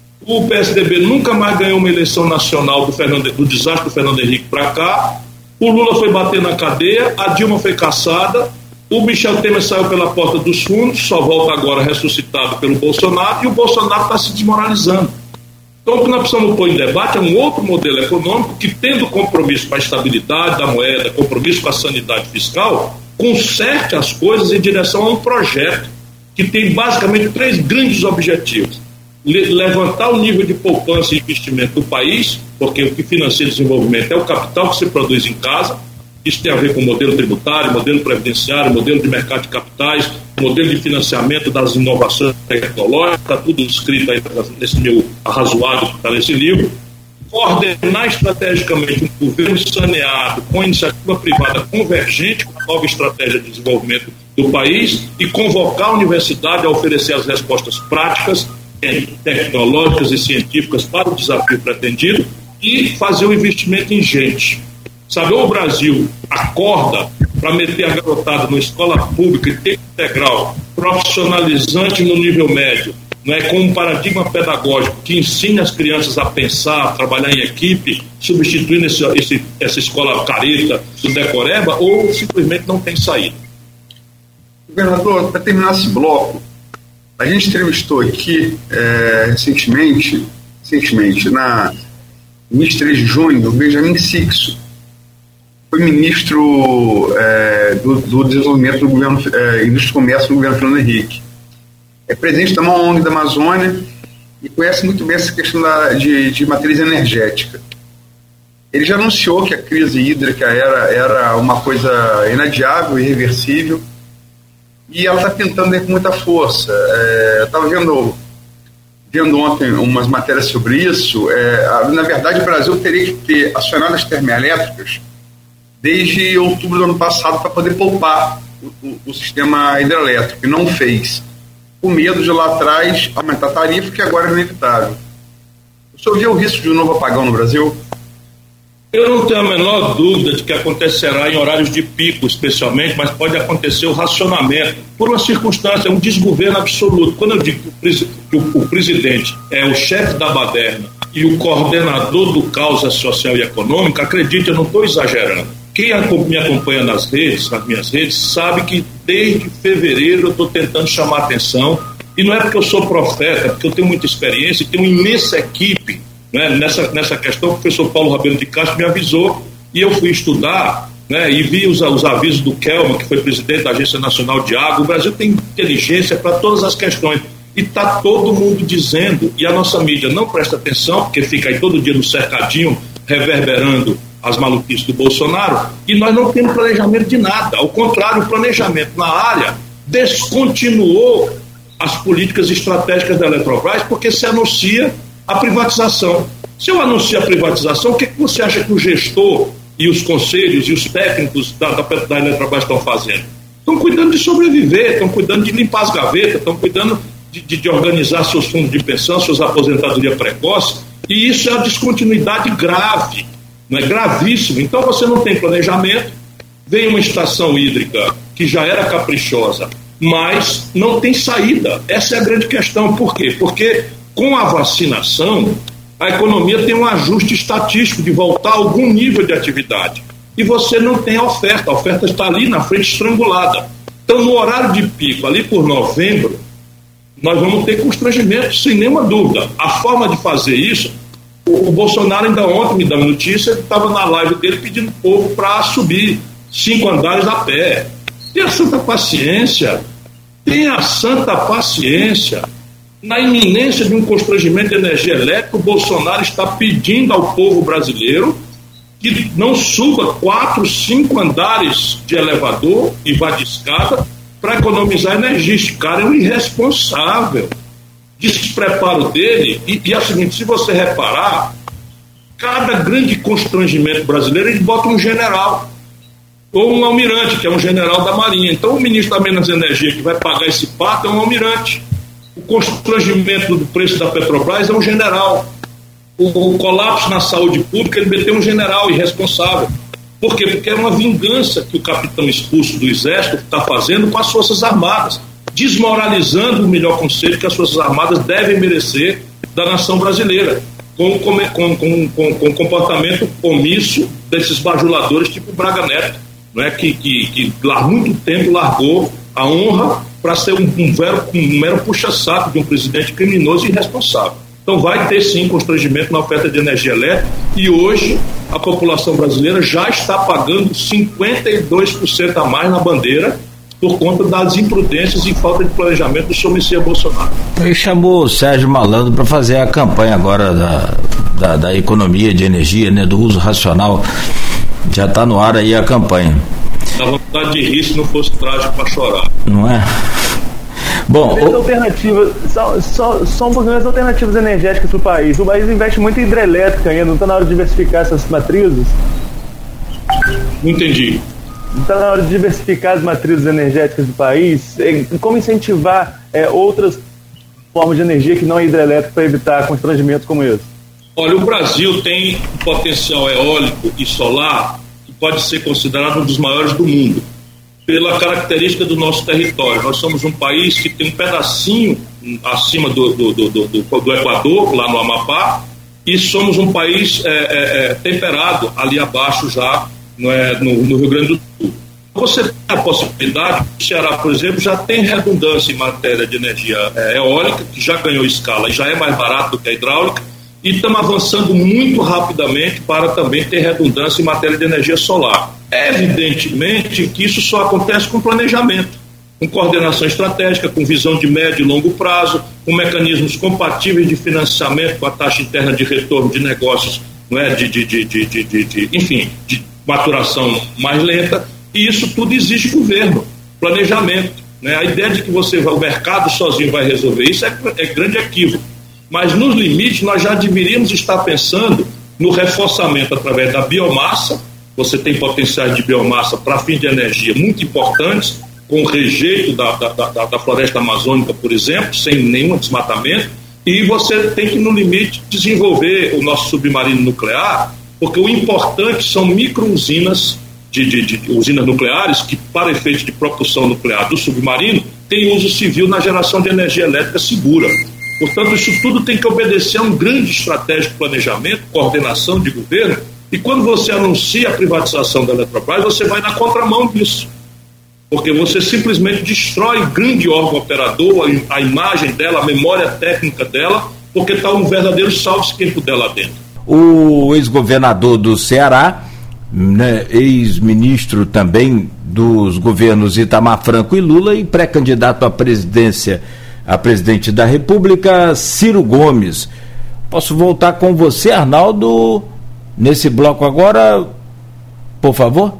o P S D B nunca mais ganhou uma eleição nacional do, Fernando, do desastre do Fernando Henrique para cá, o Lula foi bater na cadeia, a Dilma foi cassada, o Michel Temer saiu pela porta dos fundos, só volta agora ressuscitado pelo Bolsonaro, e o Bolsonaro está se desmoralizando. Então o que nós precisamos pôr em debate é um outro modelo econômico que, tendo compromisso com a estabilidade da moeda, compromisso com a sanidade fiscal, conserte as coisas em direção a um projeto que tem basicamente três grandes objetivos: levantar o nível de poupança e investimento do país, porque o que financia o desenvolvimento é o capital que se produz em casa. Isso tem a ver com o modelo tributário, modelo previdenciário, modelo de mercado de capitais, modelo de financiamento das inovações tecnológicas, está tudo escrito aí nesse meu arrazoado que está nesse livro. Coordenar estrategicamente um governo saneado com iniciativa privada convergente com a nova estratégia de desenvolvimento do país e convocar a universidade a oferecer as respostas práticas, tecnológicas e científicas para o desafio pretendido e fazer o investimento em gente. Sabe, ou o Brasil acorda para meter a garotada numa escola pública em tempo integral, profissionalizante no nível médio, não é, com um paradigma pedagógico que ensine as crianças a pensar, a trabalhar em equipe, substituindo esse, esse, essa escola careta do decoreba, ou simplesmente não tem saída.
Governador, para terminar esse bloco, a gente entrevistou aqui é, recentemente, recentemente, na vinte e três de junho, o Benjamin Sixto, foi ministro é, do, do desenvolvimento do governo, é, indústria e comércio do governo Fernando Henrique. É presidente da maior O N G da Amazônia e conhece muito bem essa questão da, de, de matriz energética. Ele já anunciou que a crise hídrica era, era uma coisa inadiável, irreversível, e ela está tentando com muita força. É, eu estava vendo, vendo ontem umas matérias sobre isso. É, na verdade, o Brasil teria que ter acionado as termoelétricas desde outubro do ano passado para poder poupar o, o, o sistema hidrelétrico, e não fez, com medo de lá atrás aumentar a tarifa, que agora é inevitável. O senhor viu o risco de um novo apagão no Brasil?
Eu não tenho a menor dúvida de que acontecerá em horários de pico, especialmente, mas pode acontecer o racionamento, por uma circunstância, um desgoverno absoluto. Quando eu digo que o, o presidente é o chefe da baderna e o coordenador do caos social e econômico, acredite, eu não estou exagerando. Quem me acompanha nas redes, nas minhas redes, sabe que desde fevereiro eu estou tentando chamar a atenção, e não é porque eu sou profeta, é porque eu tenho muita experiência e tenho uma imensa equipe, né, nessa, nessa questão. O professor Paulo Rabelo de Castro me avisou e eu fui estudar, né, e vi os, os avisos do Kelman, que foi presidente da Agência Nacional de Água. O Brasil tem inteligência para todas as questões e está todo mundo dizendo, e a nossa mídia não presta atenção, porque fica aí todo dia no cercadinho reverberando as maluquices do Bolsonaro, e nós não temos planejamento de nada. Ao contrário, o planejamento na área descontinuou as políticas estratégicas da Eletrobras, porque se anuncia a privatização. Se eu anuncio a privatização, o que, que você acha que o gestor e os conselhos e os técnicos da, da, da Eletrobras estão fazendo? Estão cuidando de sobreviver, estão cuidando de limpar as gavetas, estão cuidando de, de, de organizar seus fundos de pensão, suas aposentadorias precoces, e isso é uma descontinuidade grave, não é, gravíssimo. Então você não tem planejamento, vem uma estação hídrica que já era caprichosa, mas não tem saída. Essa é a grande questão. Por quê? Porque com a vacinação, a economia tem um ajuste estatístico de voltar a algum nível de atividade. E você não tem a oferta. A oferta está ali na frente estrangulada. Então, no horário de pico, ali por novembro, nós vamos ter constrangimento, sem nenhuma dúvida. A forma de fazer isso, o, o Bolsonaro ainda ontem me deu notícia, ele estava na live dele pedindo povo para subir cinco andares a pé. Tenha santa paciência, tenha santa paciência. Na iminência de um constrangimento de energia elétrica, o Bolsonaro está pedindo ao povo brasileiro que não suba quatro, cinco andares de elevador e vá de escada para economizar energia. Esse cara é um irresponsável. Despreparo dele, e, e é o seguinte, se você reparar, cada grande constrangimento brasileiro, ele bota um general ou um almirante, que é um general da Marinha. Então o ministro da Minas e Energia que vai pagar esse pato é um almirante. O constrangimento do preço da Petrobras é um general. O, o colapso na saúde pública, ele meteu um general irresponsável. Por quê? Porque é uma vingança que o capitão expulso do Exército está fazendo com as Forças Armadas, desmoralizando o melhor conselho que as Forças Armadas devem merecer da nação brasileira, com, com, com, com, com, com comportamento omisso desses bajuladores tipo Braga Neto, não é? que, que, que há muito tempo largou a honra para ser um, um, vero, um mero puxa-saco de um presidente criminoso e irresponsável. Então vai ter sim constrangimento na oferta de energia elétrica, e hoje a população brasileira já está pagando cinquenta e dois por cento a mais na bandeira por conta das imprudências e falta de planejamento do senhor Messias Bolsonaro.
Ele chamou o Sérgio Malandro para fazer a campanha agora da, da, da economia de energia, né, do uso racional. Já está no ar aí a campanha.
Dá vontade de rir se não fosse trágico para chorar.
Não é? Bom,
as alternativas, só, só, só um pouquinho das alternativas energéticas para o país. O país investe muito em hidrelétrica ainda, não está na hora de diversificar essas matrizes?
Não entendi.
Não está na hora de diversificar as matrizes energéticas do país? Como incentivar é, outras formas de energia que não é hidrelétrica para evitar constrangimentos como esse?
Olha, o Brasil tem um potencial eólico e solar que pode ser considerado um dos maiores do mundo, pela característica do nosso território. Nós somos um país que tem um pedacinho acima do, do, do, do, do Equador, lá no Amapá, e somos um país é, é, é, temperado ali abaixo já no, é, no, no Rio Grande do Sul. Você tem a possibilidade, o Ceará, por exemplo, já tem redundância em matéria de energia é, eólica, que já ganhou escala e já é mais barato do que a hidráulica, e estamos avançando muito rapidamente para também ter redundância em matéria de energia solar. Evidentemente que isso só acontece com planejamento, com coordenação estratégica, com visão de médio e longo prazo, com mecanismos compatíveis de financiamento com a taxa interna de retorno de negócios, não é? de, de, de, de, de, de, de, enfim, de maturação mais lenta, e isso tudo exige governo, planejamento. Né? A ideia de que você vai, o mercado sozinho vai resolver isso é, é grande equívoco. Mas nos limites nós já deveríamos estar pensando no reforçamento através da biomassa. Você tem potenciais de biomassa para fim de energia muito importantes, com o rejeito da, da, da, da floresta amazônica, por exemplo, sem nenhum desmatamento, e você tem que, no limite, desenvolver o nosso submarino nuclear, porque o importante são micro-usinas, de, de, de usinas nucleares, que, para efeito de propulsão nuclear do submarino, tem uso civil na geração de energia elétrica segura. Portanto, isso tudo tem que obedecer a um grande estratégico planejamento, coordenação de governo, e quando você anuncia a privatização da Eletrobras, você vai na contramão disso, porque você simplesmente destrói o grande órgão operador, a, a imagem dela, a memória técnica dela, porque está um verdadeiro salve-se-quem-puder dela dentro.
O ex-governador do Ceará, né, ex-ministro também dos governos Itamar Franco e Lula e pré-candidato à presidência a presidente da República, Ciro Gomes. Posso voltar com você, Arnaldo, nesse bloco agora, por favor?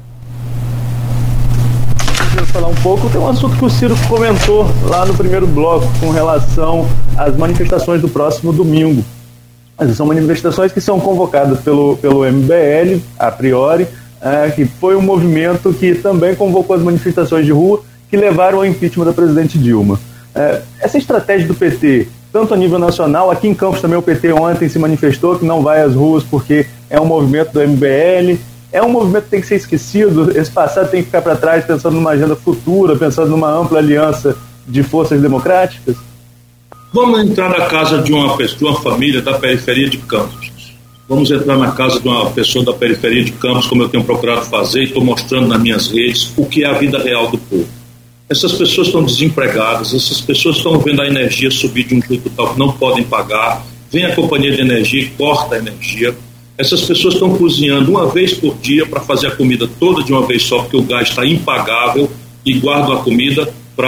Deixa eu falar um pouco, tem um assunto que o Ciro comentou lá no primeiro bloco, com relação às manifestações do próximo domingo. Mas são manifestações que são convocadas pelo, pelo M B L, a priori, é, que foi um movimento que também convocou as manifestações de rua que levaram ao impeachment da presidente Dilma. É, essa estratégia do P T, tanto a nível nacional, aqui em Campos também o P T ontem se manifestou que não vai às ruas porque é um movimento do M B L, É um movimento que tem que ser esquecido, esse passado tem que ficar para trás, pensando numa agenda futura, pensando numa ampla aliança de forças democráticas?
Vamos entrar na casa de uma pessoa, de uma família da periferia de Campos. Vamos entrar na casa de uma pessoa da periferia de Campos, como eu tenho procurado fazer e estou mostrando nas minhas redes o que é a vida real do povo. Essas pessoas estão desempregadas, essas pessoas estão vendo a energia subir de um jeito tal que não podem pagar, vem a companhia de energia e corta a energia. Essas pessoas estão cozinhando uma vez por dia para fazer a comida toda de uma vez só, porque o gás está impagável, e guardam a comida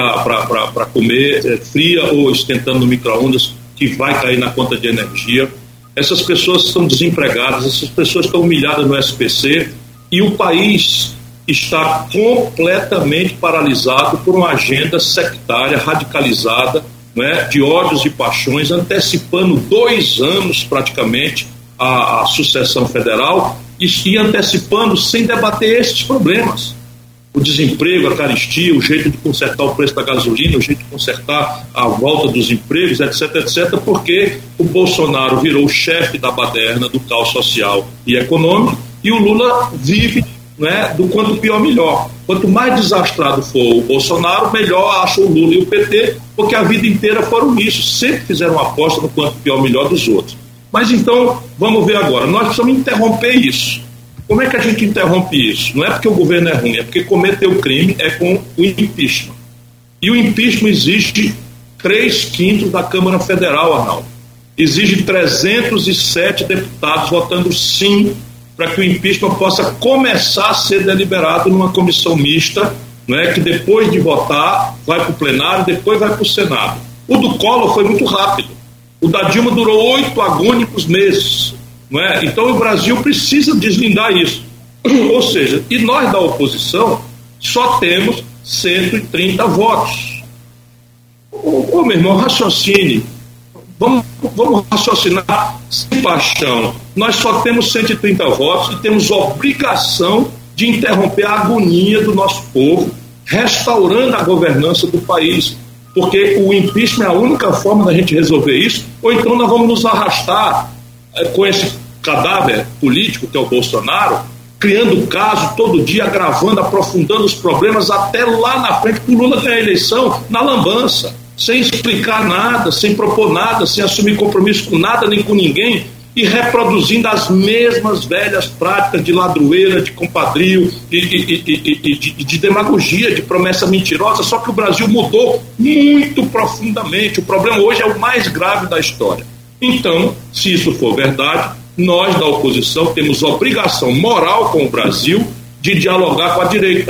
para comer é, fria ou esquentando no micro-ondas, que vai cair na conta de energia. Essas pessoas estão desempregadas, essas pessoas estão humilhadas no S P C, e o país está completamente paralisado por uma agenda sectária, radicalizada, né, de ódios e paixões, antecipando dois anos praticamente a, a sucessão federal e, e antecipando sem debater esses problemas. O desemprego, a carestia, o jeito de consertar o preço da gasolina, o jeito de consertar a volta dos empregos, etc, etc, porque o Bolsonaro virou o chefe da baderna do caos social e econômico, e o Lula vive, né, do quanto pior melhor. Quanto mais desastrado for o Bolsonaro, melhor acha o Lula e o P T, porque a vida inteira foram nisso, sempre fizeram uma aposta no quanto pior melhor dos outros. Mas então, vamos ver agora, nós precisamos interromper isso. Como é que a gente interrompe isso? Não é porque o governo é ruim, é porque cometeu o crime é com o impeachment. E o impeachment exige três quintos da Câmara Federal, Arnaldo. Exige trezentos e sete deputados votando sim para que o impeachment possa começar a ser deliberado numa comissão mista, não é, que depois de votar vai para o plenário, depois vai para o Senado. O do Collor foi muito rápido. O da Dilma durou oito agônicos meses. Não é? Então o Brasil precisa deslindar isso. Ou seja, e nós da oposição só temos cento e trinta votos. Ô, ô meu irmão, raciocine. Vamos, vamos raciocinar sem paixão. Nós só temos cento e trinta votos e temos obrigação de interromper a agonia do nosso povo, restaurando a governança do país. Porque o impeachment é a única forma da gente resolver isso, ou então nós vamos nos arrastar com esse cadáver político que é o Bolsonaro, criando caso todo dia, agravando, aprofundando os problemas até lá na frente, que o Lula ganha a eleição na lambança, sem explicar nada, sem propor nada, sem assumir compromisso com nada nem com ninguém, e reproduzindo as mesmas velhas práticas de ladroeira, de compadrio, e, e, e, e de, de demagogia, de promessa mentirosa. Só que o Brasil mudou muito profundamente. O problema hoje é o mais grave da história. Então, se isso for verdade, nós da oposição temos obrigação moral com o Brasil de dialogar com a direita.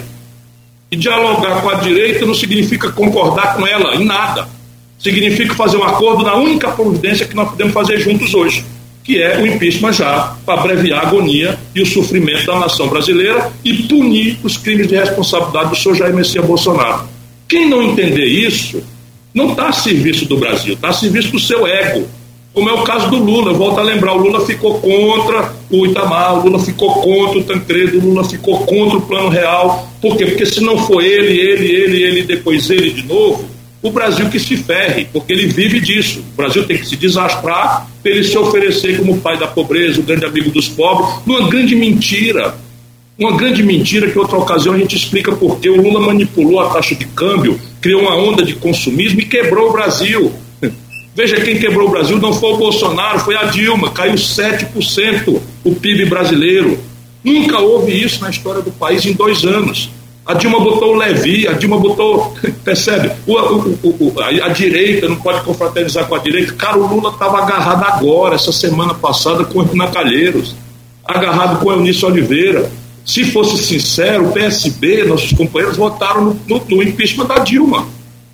E dialogar com a direita não significa concordar com ela em nada. Significa fazer um acordo na única providência que nós podemos fazer juntos hoje, que é o impeachment já, para abreviar a agonia e o sofrimento da nação brasileira e punir os crimes de responsabilidade do senhor Jair Messias Bolsonaro. Quem não entender isso não está a serviço do Brasil, está a serviço do seu ego. Como é o caso do Lula, eu volto a lembrar, o Lula ficou contra o Itamar, o Lula ficou contra o Tancredo, o Lula ficou contra o Plano Real. Por quê? Porque se não for ele, ele, ele, ele, depois ele de novo, o Brasil que se ferre, porque ele vive disso. O Brasil tem que se desastrar para ele se oferecer como o pai da pobreza, o grande amigo dos pobres, numa grande mentira. Uma grande mentira que outra ocasião a gente explica por que o Lula manipulou a taxa de câmbio, criou uma onda de consumismo e quebrou o Brasil. Veja, quem quebrou o Brasil não foi o Bolsonaro, foi a Dilma, caiu sete por cento o P I B brasileiro. Nunca houve isso na história do país em dois anos. A Dilma botou o Levi, a Dilma botou, percebe, o, o, o, a, a direita não pode confraternizar com a direita. Cara, o Lula estava agarrado agora, essa semana passada, com o Renan Calheiros, agarrado com o Eunício Oliveira. Se fosse sincero, o P S B, nossos companheiros, votaram no, no, no impeachment da Dilma.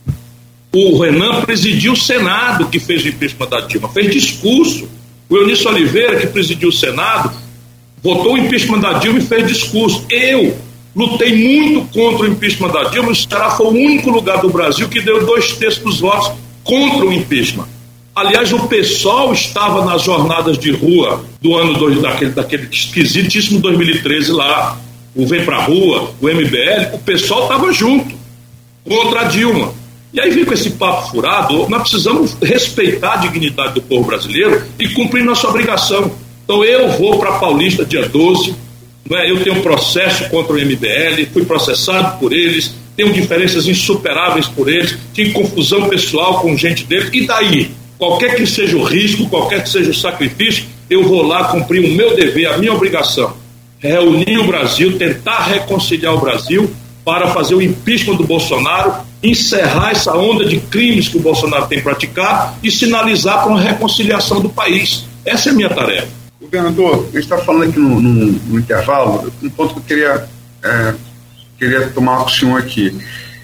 O Renan presidiu o Senado, que fez o impeachment da Dilma, fez discurso. O Eunício Oliveira, que presidiu o Senado, votou o impeachment da Dilma e fez discurso. Eu lutei muito contra o impeachment da Dilma, o Ceará foi o único lugar do Brasil que deu dois terços dos votos contra o impeachment. Aliás, o PSOL estava nas jornadas de rua do ano dois, daquele, daquele esquisitíssimo dois mil e treze lá, o Vem Pra Rua, o M B L, o PSOL estava junto contra a Dilma. E aí vem com esse papo furado. Nós precisamos respeitar a dignidade do povo brasileiro e cumprir nossa obrigação. Então eu vou para a Paulista dia doze, não é? Eu tenho processo contra o M B L, fui processado por eles, tenho diferenças insuperáveis por eles, tive confusão pessoal com gente deles, e daí? Qualquer que seja o risco, qualquer que seja o sacrifício, eu vou lá cumprir o meu dever, a minha obrigação, reunir o Brasil, tentar reconciliar o Brasil para fazer o impeachment do Bolsonaro, encerrar essa onda de crimes que o Bolsonaro tem praticado e sinalizar para uma reconciliação do país. Essa é a minha tarefa.
Governador, a gente está falando aqui no, no, no intervalo, um ponto que eu queria, é, queria tomar com o senhor aqui.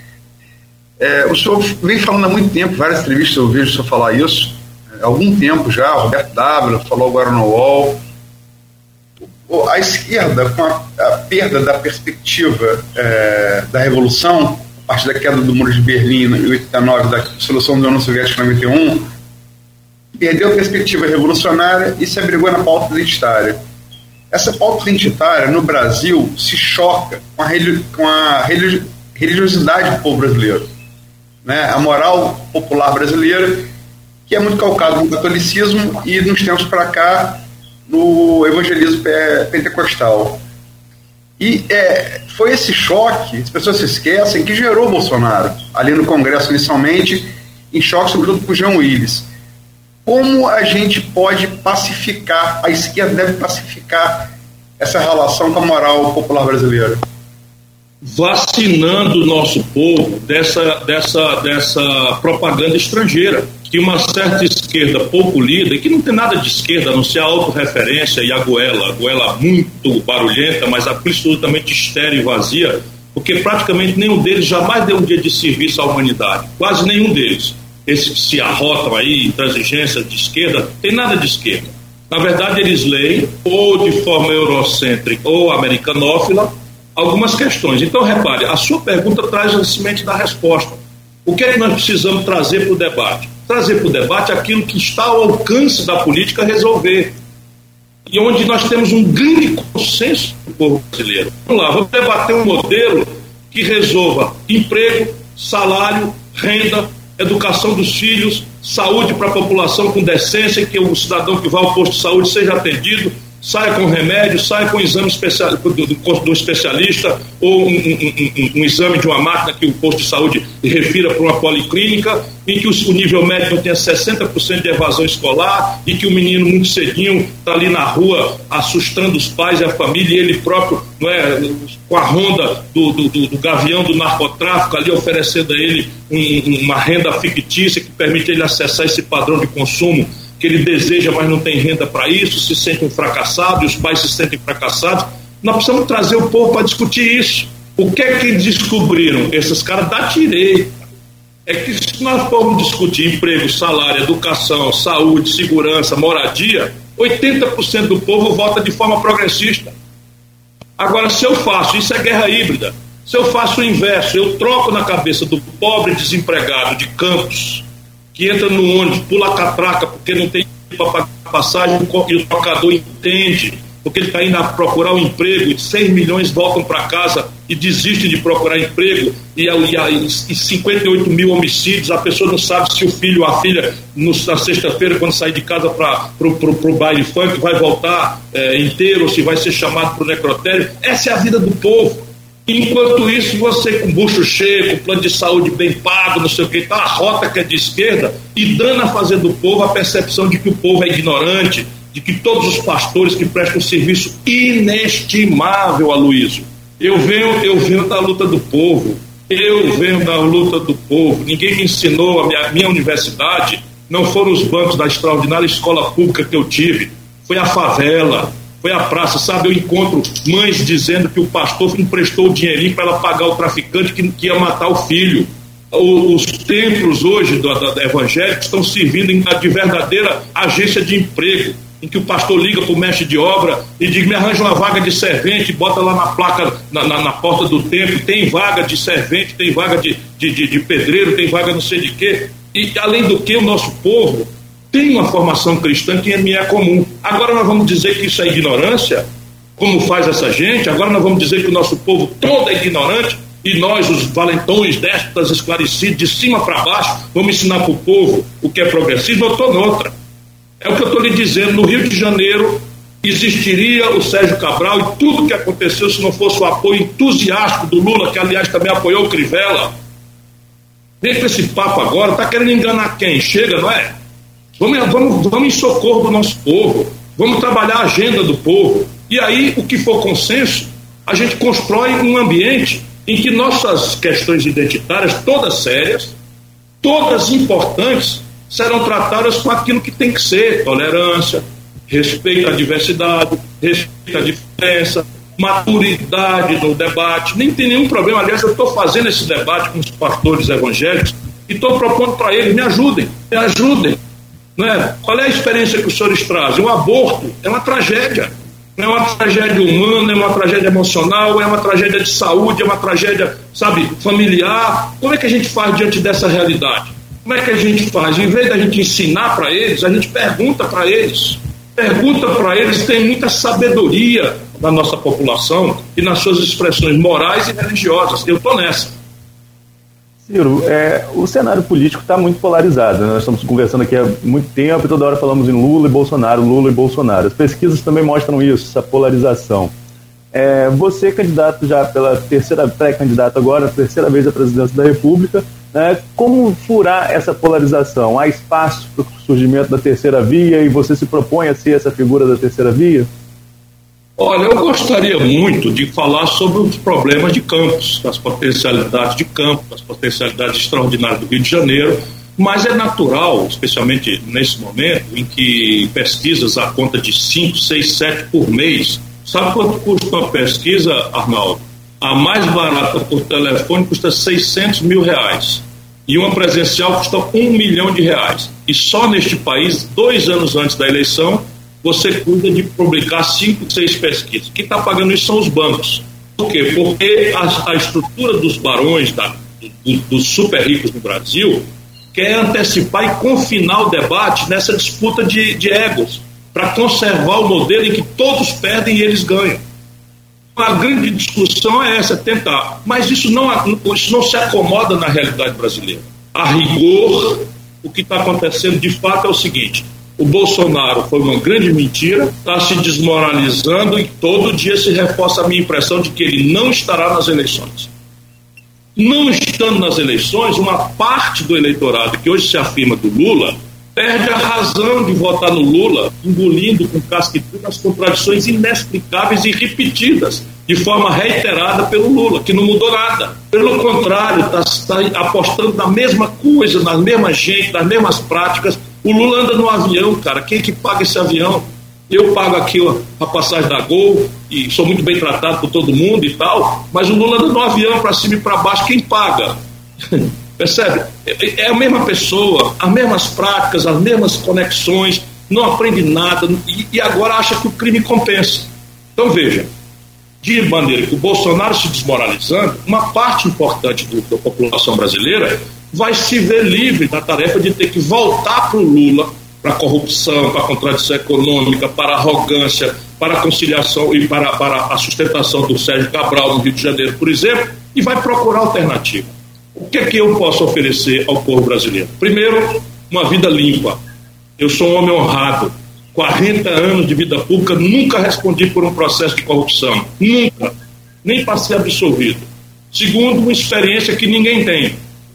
É, o senhor vem falando há muito tempo, várias entrevistas eu vejo o senhor falar isso, há algum tempo já, o Roberto Dávila falou agora no U O L. A esquerda, com a, a perda da perspectiva é, da Revolução, a partir da queda do Muro de Berlim em oitenta e nove, da dissolução da União Soviética em noventa e um, perdeu a perspectiva revolucionária e se abrigou na pauta identitária. Essa pauta identitária, no Brasil, se choca com a, com a religiosidade do povo brasileiro, né? A moral popular brasileira, que é muito calcada no catolicismo e, nos tempos para cá, no evangelismo pentecostal. E é, foi esse choque, as pessoas se esquecem, que gerou Bolsonaro, ali no Congresso inicialmente, em choque sobretudo com o Jean Willis. Como a gente pode pacificar, a esquerda deve pacificar essa relação com a moral popular brasileira?
Vacinando o nosso povo dessa, dessa, dessa propaganda estrangeira, que uma certa esquerda pouco lida, e que não tem nada de esquerda, a não ser a autorreferência e a goela, a goela muito barulhenta, mas absolutamente estéril e vazia, porque praticamente nenhum deles jamais deu um dia de serviço à humanidade, quase nenhum deles. Esses que se arrotam aí, intransigência de esquerda, tem nada de esquerda. Na verdade, eles leem, ou de forma eurocêntrica ou americanófila, algumas questões. Então, repare, a sua pergunta traz a semente da resposta. O que é que nós precisamos trazer para o debate? Trazer para o debate aquilo que está ao alcance da política resolver. E onde nós temos um grande consenso do povo brasileiro. Vamos lá, vamos debater um modelo que resolva emprego, salário, renda, educação dos filhos, saúde para a população com decência, que o cidadão que vai ao posto de saúde seja atendido, saia com remédio, saia com exame especial, do, do, do especialista, ou um, um, um, um exame de uma máquina que o posto de saúde refira para uma policlínica, em que o, o nível médio tenha sessenta por cento de evasão escolar, e que o menino muito cedinho está ali na rua assustando os pais e a família, e ele próprio, não é, com a ronda do, do, do, do gavião do narcotráfico ali oferecendo a ele um, uma renda fictícia que permite ele acessar esse padrão de consumo que ele deseja, mas não tem renda para isso, se sente um fracassado, e os pais se sentem fracassados. Nós precisamos trazer o povo para discutir isso. O que é que descobriram esses caras da direita? É que se nós formos discutir emprego, salário, educação, saúde, segurança, moradia, oitenta por cento do povo vota de forma progressista. Agora, se eu faço, isso é guerra híbrida, se eu faço o inverso, eu troco na cabeça do pobre desempregado de Campos, que entra no ônibus, pula a catraca porque não tem para pagar passagem, e o trocador entende, porque ele está indo a procurar um emprego, e seis milhões voltam para casa e desistem de procurar emprego, e, e, e cinquenta e oito mil homicídios, a pessoa não sabe se o filho ou a filha, no, na sexta-feira, quando sair de casa para o baile funk, vai voltar é, inteiro, ou se vai ser chamado para o necrotério. Essa é a vida do povo. Enquanto isso, você com bucho cheio, com plano de saúde bem pago, não sei o que, tá, a rota que é de esquerda, e dando a fazer do povo a percepção de que o povo é ignorante, de que todos os pastores que prestam um serviço inestimável, Aloysio. Eu venho, eu venho da luta do povo, eu venho da luta do povo. Ninguém me ensinou, a minha, minha universidade não foram os bancos da extraordinária escola pública que eu tive, foi a favela, foi a praça, sabe? Eu encontro mães dizendo que o pastor emprestou o dinheirinho para ela pagar o traficante que, que ia matar o filho. O, os templos hoje do, da, da evangélica estão servindo de verdadeira agência de emprego, em que o pastor liga para o mestre de obra e diz: me arranja uma vaga de servente, bota lá na placa, na, na, na porta do templo, tem vaga de servente, tem vaga de, de, de, de pedreiro, tem vaga não sei de quê. E além do que, o nosso povo tem uma formação cristã que me é comum. Agora nós vamos dizer que isso é ignorância, como faz essa gente? Agora nós vamos dizer que o nosso povo todo é ignorante, e nós, os valentões, déspotas, esclarecidos, de cima para baixo, vamos ensinar para o povo o que é progressismo? Eu estou noutra. É o que eu estou lhe dizendo. No Rio de Janeiro, existiria o Sérgio Cabral e tudo que aconteceu se não fosse o apoio entusiástico do Lula, que aliás também apoiou o Crivella. Vem com esse papo agora, tá querendo enganar quem? Chega, não é? Vamos, vamos, vamos em socorro do nosso povo, vamos trabalhar a agenda do povo, e aí o que for consenso, a gente constrói um ambiente em que nossas questões identitárias, todas sérias, todas importantes, serão tratadas com aquilo que tem que ser: tolerância, respeito à diversidade, respeito à diferença, maturidade no debate. Nem tem nenhum problema. Aliás, eu estou fazendo esse debate com os pastores evangélicos e estou propondo para eles: me ajudem, me ajudem. Não é? Qual é a experiência que os senhores trazem? O aborto é uma tragédia. Não é uma tragédia humana, é uma tragédia emocional, é uma tragédia de saúde, é uma tragédia, sabe, familiar. Como é que a gente faz diante dessa realidade? Como é que a gente faz? Em vez da gente ensinar para eles, a gente pergunta para eles. Pergunta para eles, tem muita sabedoria da nossa população e nas suas expressões morais e religiosas. Eu estou nessa.
Ciro, é, o cenário político está muito polarizado, né? Nós estamos conversando aqui há muito tempo e toda hora falamos em Lula e Bolsonaro, Lula e Bolsonaro. As pesquisas também mostram isso, essa polarização. É, você, candidato já pela terceira, pré-candidato agora, terceira vez à presidência da República, né? Como furar essa polarização? Há espaço para o surgimento da terceira via e você se propõe a ser essa figura da terceira via?
Olha, eu gostaria muito de falar sobre os problemas de Campos, das potencialidades de Campos, das potencialidades extraordinárias do Rio de Janeiro, mas é natural, especialmente nesse momento, em que pesquisas a conta de cinco, seis, sete por mês. Sabe quanto custa uma pesquisa, Arnaldo? A mais barata por telefone custa seiscentos mil reais. E uma presencial custa um milhão de reais. E só neste país, dois anos antes da eleição, você cuida de publicar cinco, seis pesquisas. Quem está pagando isso são os bancos. Por quê? Porque a, a estrutura dos barões, da, do, dos super ricos no Brasil, quer antecipar e confinar o debate nessa disputa de, de egos, para conservar o modelo em que todos perdem e eles ganham. A grande discussão é essa, tentar. Mas isso não, isso não se acomoda na realidade brasileira. A rigor, o que está acontecendo de fato é o seguinte: o Bolsonaro foi uma grande mentira, está se desmoralizando e todo dia se reforça a minha impressão de que ele não estará nas eleições. Não estando nas eleições, uma parte do eleitorado que hoje se afirma do Lula perde a razão de votar no Lula, engolindo com casca e tudo as contradições inexplicáveis e repetidas de forma reiterada pelo Lula, que não mudou nada. Pelo contrário, está tá apostando na mesma coisa, na mesma gente, nas mesmas práticas. O Lula anda no avião, cara. Quem é que paga esse avião? Eu pago aqui a passagem da Gol e sou muito bem tratado por todo mundo e tal, mas o Lula anda no avião para cima e para baixo. Quem paga? Percebe? É a mesma pessoa, as mesmas práticas, as mesmas conexões, não aprende nada e, e agora acha que o crime compensa. Então veja, de maneira que o Bolsonaro se desmoralizando, uma parte importante do, da população brasileira vai se ver livre da tarefa de ter que voltar para o Lula, para a corrupção, para a contradição econômica, para a arrogância, para a conciliação e para, para a sustentação do Sérgio Cabral no Rio de Janeiro, por exemplo, e vai procurar alternativa. O que é que eu posso oferecer ao povo brasileiro? Primeiro, uma vida limpa. Eu sou um homem honrado. quarenta anos de vida pública, nunca respondi por um processo de corrupção. Nunca. Nem para ser absolvido. Segundo, uma experiência que ninguém tem.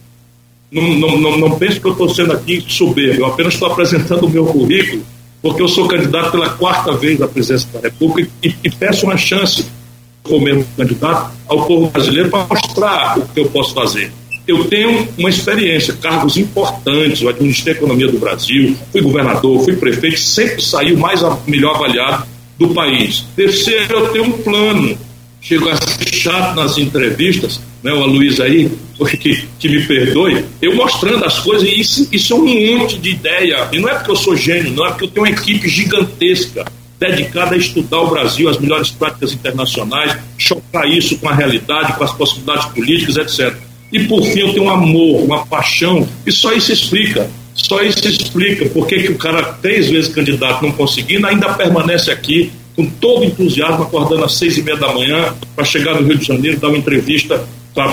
Não, não, não, não pense que eu estou sendo aqui soberbo. Eu apenas estou apresentando o meu currículo, porque eu sou candidato pela quarta vez à presidência da República e, e peço uma chance, como mesmo candidato, ao povo brasileiro para mostrar o que eu posso fazer. Eu tenho uma experiência, cargos importantes, eu administrei a economia do Brasil, fui governador, fui prefeito, sempre saí o mais melhor avaliado do país. Terceiro, eu tenho um plano. Chego a ser chato nas entrevistas, né, o Luiz aí, que, que me perdoe, eu mostrando as coisas, e isso, isso é um monte de ideia, e não é porque eu sou gênio, não, é porque eu tenho uma equipe gigantesca, dedicada a estudar o Brasil, as melhores práticas internacionais, chocar isso com a realidade, com as possibilidades políticas, etcétera. E por fim eu tenho um amor, uma paixão, e só isso explica, só isso explica porque que o cara, três vezes candidato não conseguindo, ainda permanece aqui com todo entusiasmo, acordando às seis e meia da manhã para chegar no Rio de Janeiro, dar uma entrevista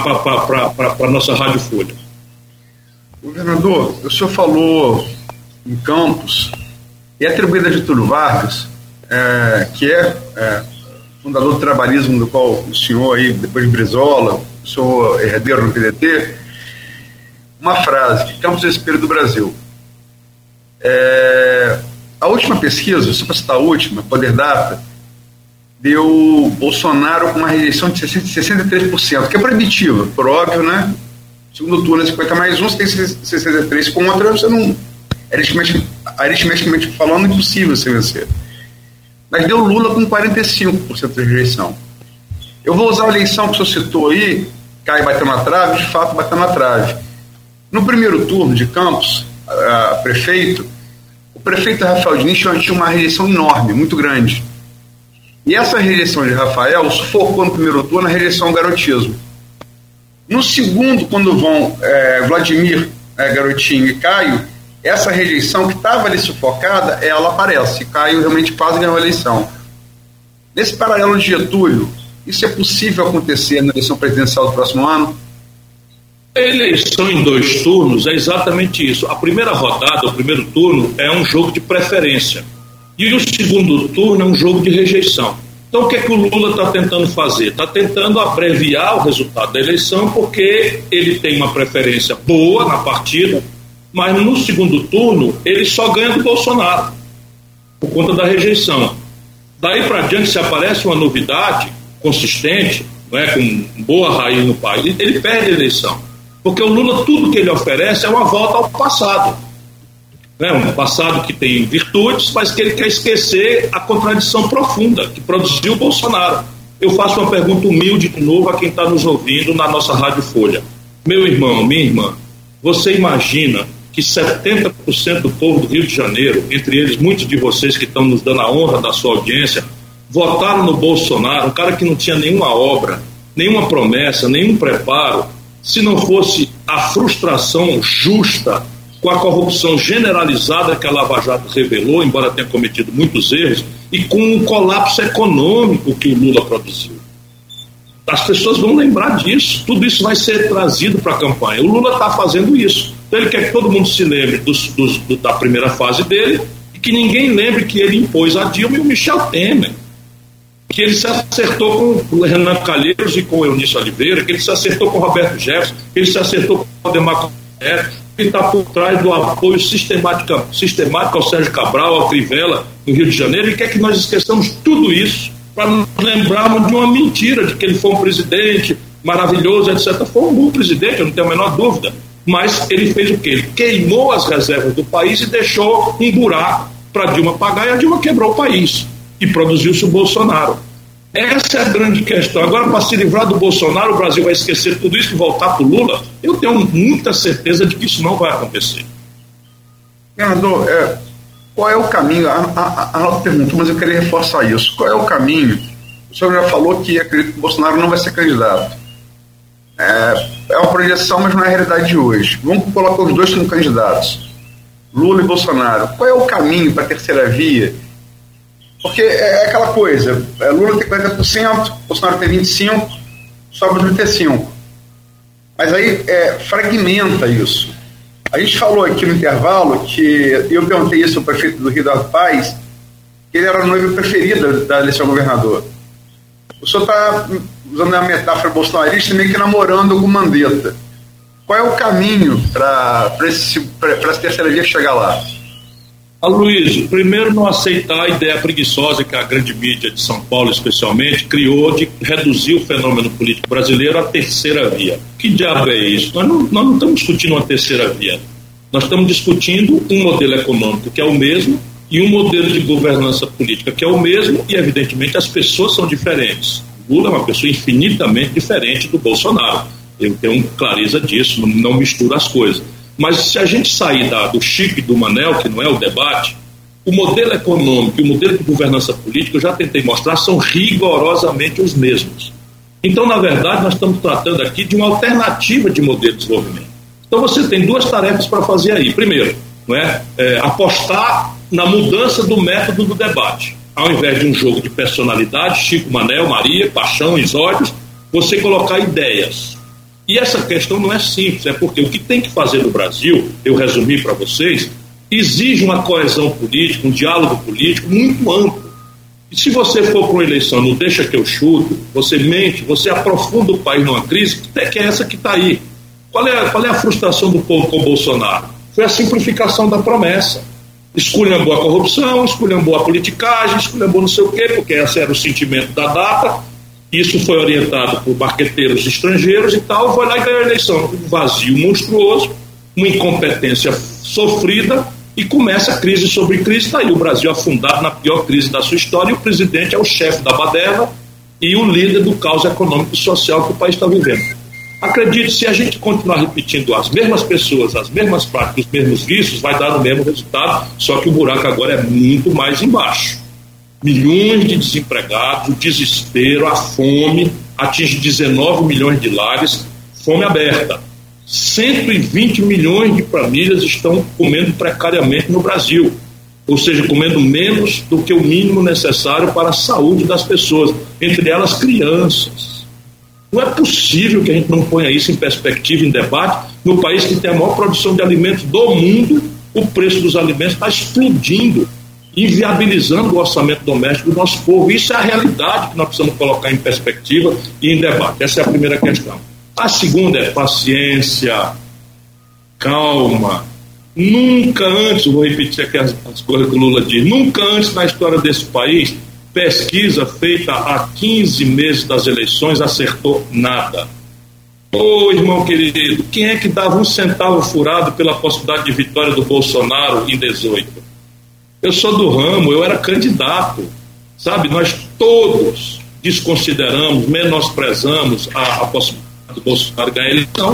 para a nossa Rádio Folha.
Governador, o senhor falou em Campos e atribuída a Getúlio Vargas, é, que é, é fundador do trabalhismo, do qual o senhor aí, depois de Brizola, o senhor herdeiro no P D T, uma frase, que Campos é o espelho do Brasil. É, a última pesquisa, só para citar a última, Poder Data, deu Bolsonaro com uma rejeição de sessenta e três por cento, que é proibitiva, por óbvio, né? Segundo turno é cinquenta mais um, você tem sessenta e três contra, você não, aritmeticamente, aritmeticamente falando, impossível você vencer. Mas deu Lula com quarenta e cinco por cento de rejeição. Eu vou usar a eleição que o senhor citou aí, Cai bateu na trave, de fato bateu na trave. No primeiro turno de Campos, a, a prefeito, o prefeito Rafael Diniz tinha uma rejeição enorme, muito grande. E essa rejeição de Rafael sufocou no primeiro turno a rejeição ao garotismo. No segundo, quando vão é, Vladimir, é, Garotinho e Caio, essa rejeição que estava ali sufocada, ela aparece. Caio realmente quase ganhou a eleição. Nesse paralelo de Getúlio, isso é possível acontecer na eleição presidencial do próximo ano?
A eleição em dois turnos é exatamente isso. A primeira rodada, o primeiro turno, é um jogo de preferência. E o segundo turno é um jogo de rejeição. Então o que é que o Lula está tentando fazer? Está tentando abreviar o resultado da eleição, porque ele tem uma preferência boa na partida, mas no segundo turno ele só ganha do Bolsonaro, por conta da rejeição. Daí para diante, se aparece uma novidade consistente, não é, com boa raiz no país, ele perde a eleição. Porque o Lula, tudo que ele oferece é uma volta ao passado. É um passado que tem virtudes, mas que ele quer esquecer a contradição profunda que produziu o Bolsonaro. Eu faço uma pergunta humilde de novo a quem está nos ouvindo na nossa Rádio Folha. Meu irmão, minha irmã, você imagina que setenta por cento do povo do Rio de Janeiro, entre eles muitos de vocês que estão nos dando a honra da sua audiência, votaram no Bolsonaro, um cara que não tinha nenhuma obra, nenhuma promessa, nenhum preparo, se não fosse a frustração justa com a corrupção generalizada que a Lava Jato revelou, embora tenha cometido muitos erros, e com o colapso econômico que o Lula produziu. As pessoas vão lembrar disso, tudo isso vai ser trazido para a campanha. O Lula está fazendo isso. Então ele quer que todo mundo se lembre dos, dos, do, da primeira fase dele e que ninguém lembre que ele impôs a Dilma e o Michel Temer, que ele se acertou com o Renan Calheiros e com o Eunício Oliveira, que ele se acertou com o Roberto Jefferson, que ele se acertou com o Ademar Neto, que está por trás do apoio sistemático, sistemático ao Sérgio Cabral, ao Crivella, no Rio de Janeiro, e quer que nós esqueçamos tudo isso para nos lembrarmos de uma mentira, de que ele foi um presidente maravilhoso, etcétera. Foi um bom presidente, eu não tenho a menor dúvida, mas ele fez o quê? Ele queimou as reservas do país e deixou um buraco para Dilma pagar, e a Dilma quebrou o país e produziu-se o Bolsonaro. Essa é a grande questão. Agora, para se livrar do Bolsonaro, o Brasil vai esquecer tudo isso e voltar para o Lula? Eu tenho muita certeza de que isso não vai acontecer.
Governador, é, qual é o caminho? A, a, a Aldo perguntou, mas eu queria reforçar isso. Qual é o caminho? O senhor já falou que acredita que o Bolsonaro não vai ser candidato. É, é uma projeção, mas não é a realidade de hoje. Vamos colocar os dois como candidatos, Lula e Bolsonaro. Qual é o caminho para a terceira via? Porque é aquela coisa, Lula tem quarenta por cento, Bolsonaro tem vinte e cinco por cento, sobra trinta e cinco por cento. Mas aí é, fragmenta isso. A gente falou aqui no intervalo que, eu perguntei isso ao prefeito do Rio da Paz, que ele era a noiva preferida da eleição governador. O senhor está usando a metáfora bolsonarista meio que namorando com Mandetta. Qual é o caminho para essa terceira via chegar lá?
Aloysio, primeiro, não aceitar a ideia preguiçosa que a grande mídia de São Paulo, especialmente, criou de reduzir o fenômeno político brasileiro à terceira via. Que diabo é isso? Nós não, nós não estamos discutindo uma terceira via. Nós estamos discutindo um modelo econômico que é o mesmo e um modelo de governança política que é o mesmo, e, evidentemente, as pessoas são diferentes. Lula é uma pessoa infinitamente diferente do Bolsonaro. Eu tenho clareza disso, não, não misturo as coisas. Mas se a gente sair da, do Chico e do Manel, que não é o debate, o modelo econômico e o modelo de governança política, eu já tentei mostrar, são rigorosamente os mesmos. Então, na verdade, nós estamos tratando aqui de uma alternativa de modelo de desenvolvimento. Então, você tem duas tarefas para fazer aí. Primeiro, não é, é, apostar na mudança do método do debate. Ao invés de um jogo de personalidade, Chico, Manel, Maria, paixão, exódios, você colocar ideias. E essa questão não é simples, é porque o que tem que fazer no Brasil, eu resumi para vocês, exige uma coesão política, um diálogo político muito amplo. E se você for para uma eleição, não deixa que eu chuto, você mente, você aprofunda o país numa crise, que é essa que está aí. Qual é, a, qual é a frustração do povo com o Bolsonaro? Foi a simplificação da promessa. Esculhambou a corrupção, esculhambou a politicagem, esculhambou não sei o quê, porque esse era o sentimento da data. Isso foi orientado por marqueteiros estrangeiros e tal, vai lá e ganhou a eleição. Um vazio monstruoso, uma incompetência sofrida, e começa a crise sobre crise. Está aí o Brasil afundado na pior crise da sua história, e o presidente é o chefe da baderna e o líder do caos econômico e social que o país está vivendo. Acredite, se a gente continuar repetindo as mesmas pessoas, as mesmas práticas, os mesmos vícios, vai dar o mesmo resultado, só que o buraco agora é muito mais embaixo. Milhões de desempregados, o desespero, a fome, atinge dezenove milhões de lares, fome aberta. cento e vinte milhões de famílias estão comendo precariamente no Brasil, ou seja, comendo menos do que o mínimo necessário para a saúde das pessoas, entre elas crianças. Não é possível que a gente não ponha isso em perspectiva, em debate. No país que tem a maior produção de alimentos do mundo, o preço dos alimentos está explodindo, inviabilizando o orçamento doméstico do nosso povo. Isso é a realidade que nós precisamos colocar em perspectiva e em debate. Essa é a primeira questão. A segunda é paciência, calma. Nunca antes, vou repetir aqui as, as coisas que o Lula diz, nunca antes na história desse país, pesquisa feita há quinze meses das eleições acertou nada. Ô irmão querido, quem é que dava um centavo furado pela possibilidade de vitória do Bolsonaro em dezoito? Eu sou do ramo, eu era candidato, sabe? Nós todos desconsideramos, menosprezamos a, a possibilidade do Bolsonaro ganhar a eleição.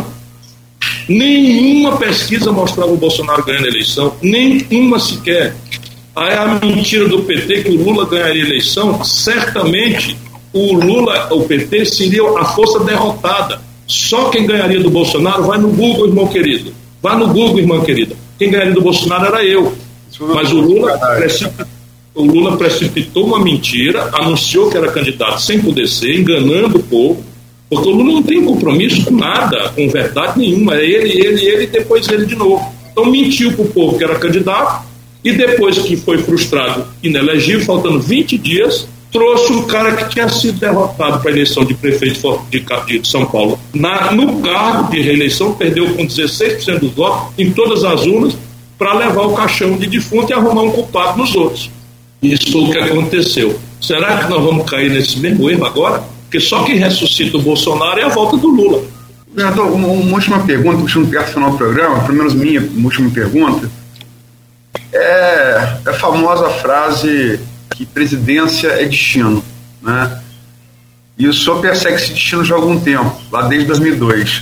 Nenhuma pesquisa mostrava o Bolsonaro ganhando a eleição, nenhuma sequer. Aí a mentira do P T que o Lula ganharia a eleição, certamente o Lula, o P T seria a força derrotada. Só quem ganharia do Bolsonaro, vai no Google, irmão querido, vai no Google, irmã querida, quem ganharia do Bolsonaro era eu. Mas o Lula, precipitou, o Lula precipitou uma mentira, anunciou que era candidato sem poder ser, enganando o povo, porque o Lula não tem compromisso com nada, com verdade nenhuma, é ele, ele, ele e depois ele de novo. Então mentiu para o povo que era candidato, e depois que foi frustrado, inelegível, faltando vinte dias, trouxe um cara que tinha sido derrotado para a eleição de prefeito de, de São Paulo. Na, no cargo de reeleição, perdeu com dezesseis por cento dos votos em todas as urnas, para levar o caixão de defunto e arrumar um culpado nos outros. Isso foi o que aconteceu. Será que nós vamos cair nesse mesmo erro agora? Porque só quem ressuscita o Bolsonaro é a volta do Lula.
Governador, uma, uma última pergunta, puxando para o final do programa, pelo menos minha uma última pergunta, é a famosa frase que presidência é destino, né? E o senhor persegue esse destino já há algum tempo, lá desde dois mil e dois.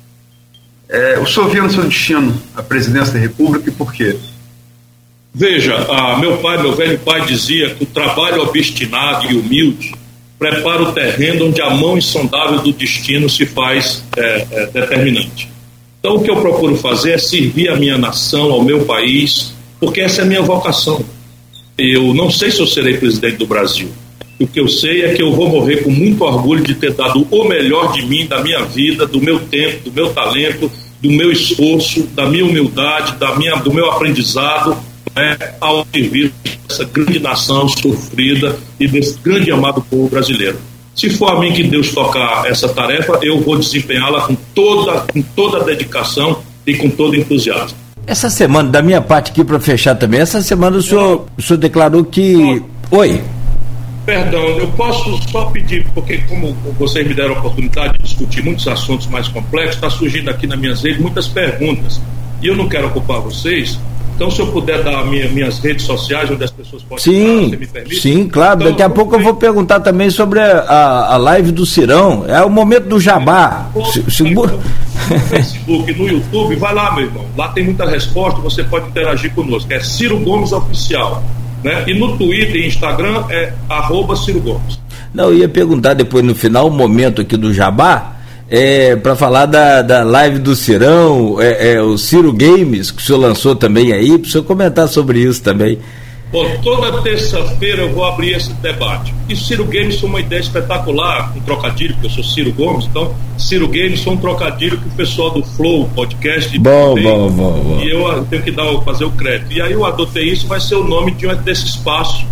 É, o senhor vê no seu destino a presidência da República e por quê?
Veja, ah, meu pai, meu velho pai dizia que o trabalho obstinado e humilde prepara o terreno onde a mão insondável do destino se faz é, é, determinante. Então o que eu procuro fazer é servir a minha nação, ao meu país, porque essa é a minha vocação. Eu não sei se eu serei presidente do Brasil. O que eu sei é que eu vou morrer com muito orgulho de ter dado o melhor de mim, da minha vida, do meu tempo, do meu talento, do meu esforço, da minha humildade, da minha, do meu aprendizado, né, ao serviço dessa grande nação sofrida e desse grande e amado povo brasileiro. Se for a mim que Deus tocar essa tarefa, eu vou desempenhá-la com toda, com toda a dedicação e com todo entusiasmo.
Essa semana, da minha parte aqui para fechar também, essa semana o senhor, o senhor declarou que... Oi?
Perdão, eu posso só pedir, porque como vocês me deram a oportunidade de discutir muitos assuntos mais complexos, está surgindo aqui nas minhas redes muitas perguntas, e eu não quero ocupar vocês, então se eu puder dar minha, minhas redes sociais, onde as pessoas podem
sim,
falar, você me permite?
Sim, claro, então, daqui a pouco eu vou perguntar também sobre a, a, a live do Cirão, é o momento do jabá.
Se, se... No Facebook, no YouTube, vai lá, meu irmão, lá tem muita resposta, você pode interagir conosco, é Ciro Gomes Oficial. Né? E no Twitter e Instagram é arroba Ciro Gomes.
Não, eu ia perguntar depois no final, o momento aqui do jabá, é, para falar da, da live do Cirão, é, é, o Ciro Games, que o senhor lançou também aí, para o senhor comentar sobre isso também.
Bom, toda terça-feira eu vou abrir esse debate. E Ciro Games foi uma ideia espetacular, um trocadilho, porque eu sou Ciro Gomes, então Ciro Games foi um trocadilho que o pessoal do Flow Podcast
bom, fez, bom, bom, bom.
E eu tenho que dar, fazer o crédito. E aí eu adotei isso, vai ser o nome de um desse espaço que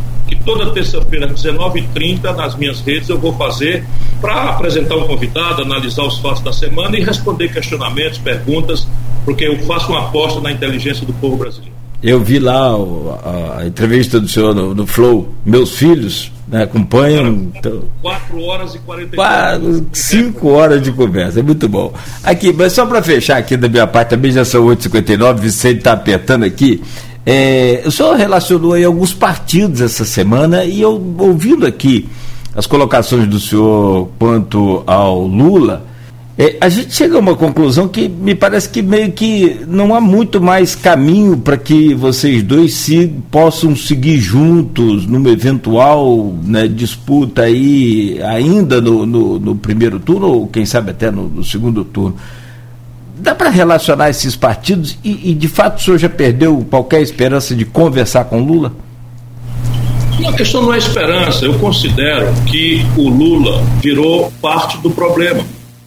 Toda terça-feira, às dezenove e trinta, nas minhas redes, eu vou fazer para apresentar um convidado, analisar os fatos da semana e responder questionamentos, perguntas, porque eu faço uma aposta na inteligência do povo brasileiro.
Eu vi lá o, a, a entrevista do senhor no, no Flow. Meus filhos, né, acompanham.
quatro horas e quarenta e quatro minutos.
cinco horas de conversa, é muito bom. Aqui, mas só para fechar aqui da minha parte, também já são oito e cinquenta e nove, o Vicente está apertando aqui. É, o senhor relacionou aí alguns partidos essa semana e eu, ouvindo aqui as colocações do senhor quanto ao Lula, é, a gente chega a uma conclusão que me parece que meio que não há muito mais caminho para que vocês dois se, possam seguir juntos numa eventual, né, disputa aí ainda no, no, no primeiro turno ou quem sabe até no, no segundo turno. Dá para relacionar esses partidos e, e de fato o senhor já perdeu qualquer esperança de conversar com Lula?
A questão não é esperança. Eu considero que o Lula virou parte do problema.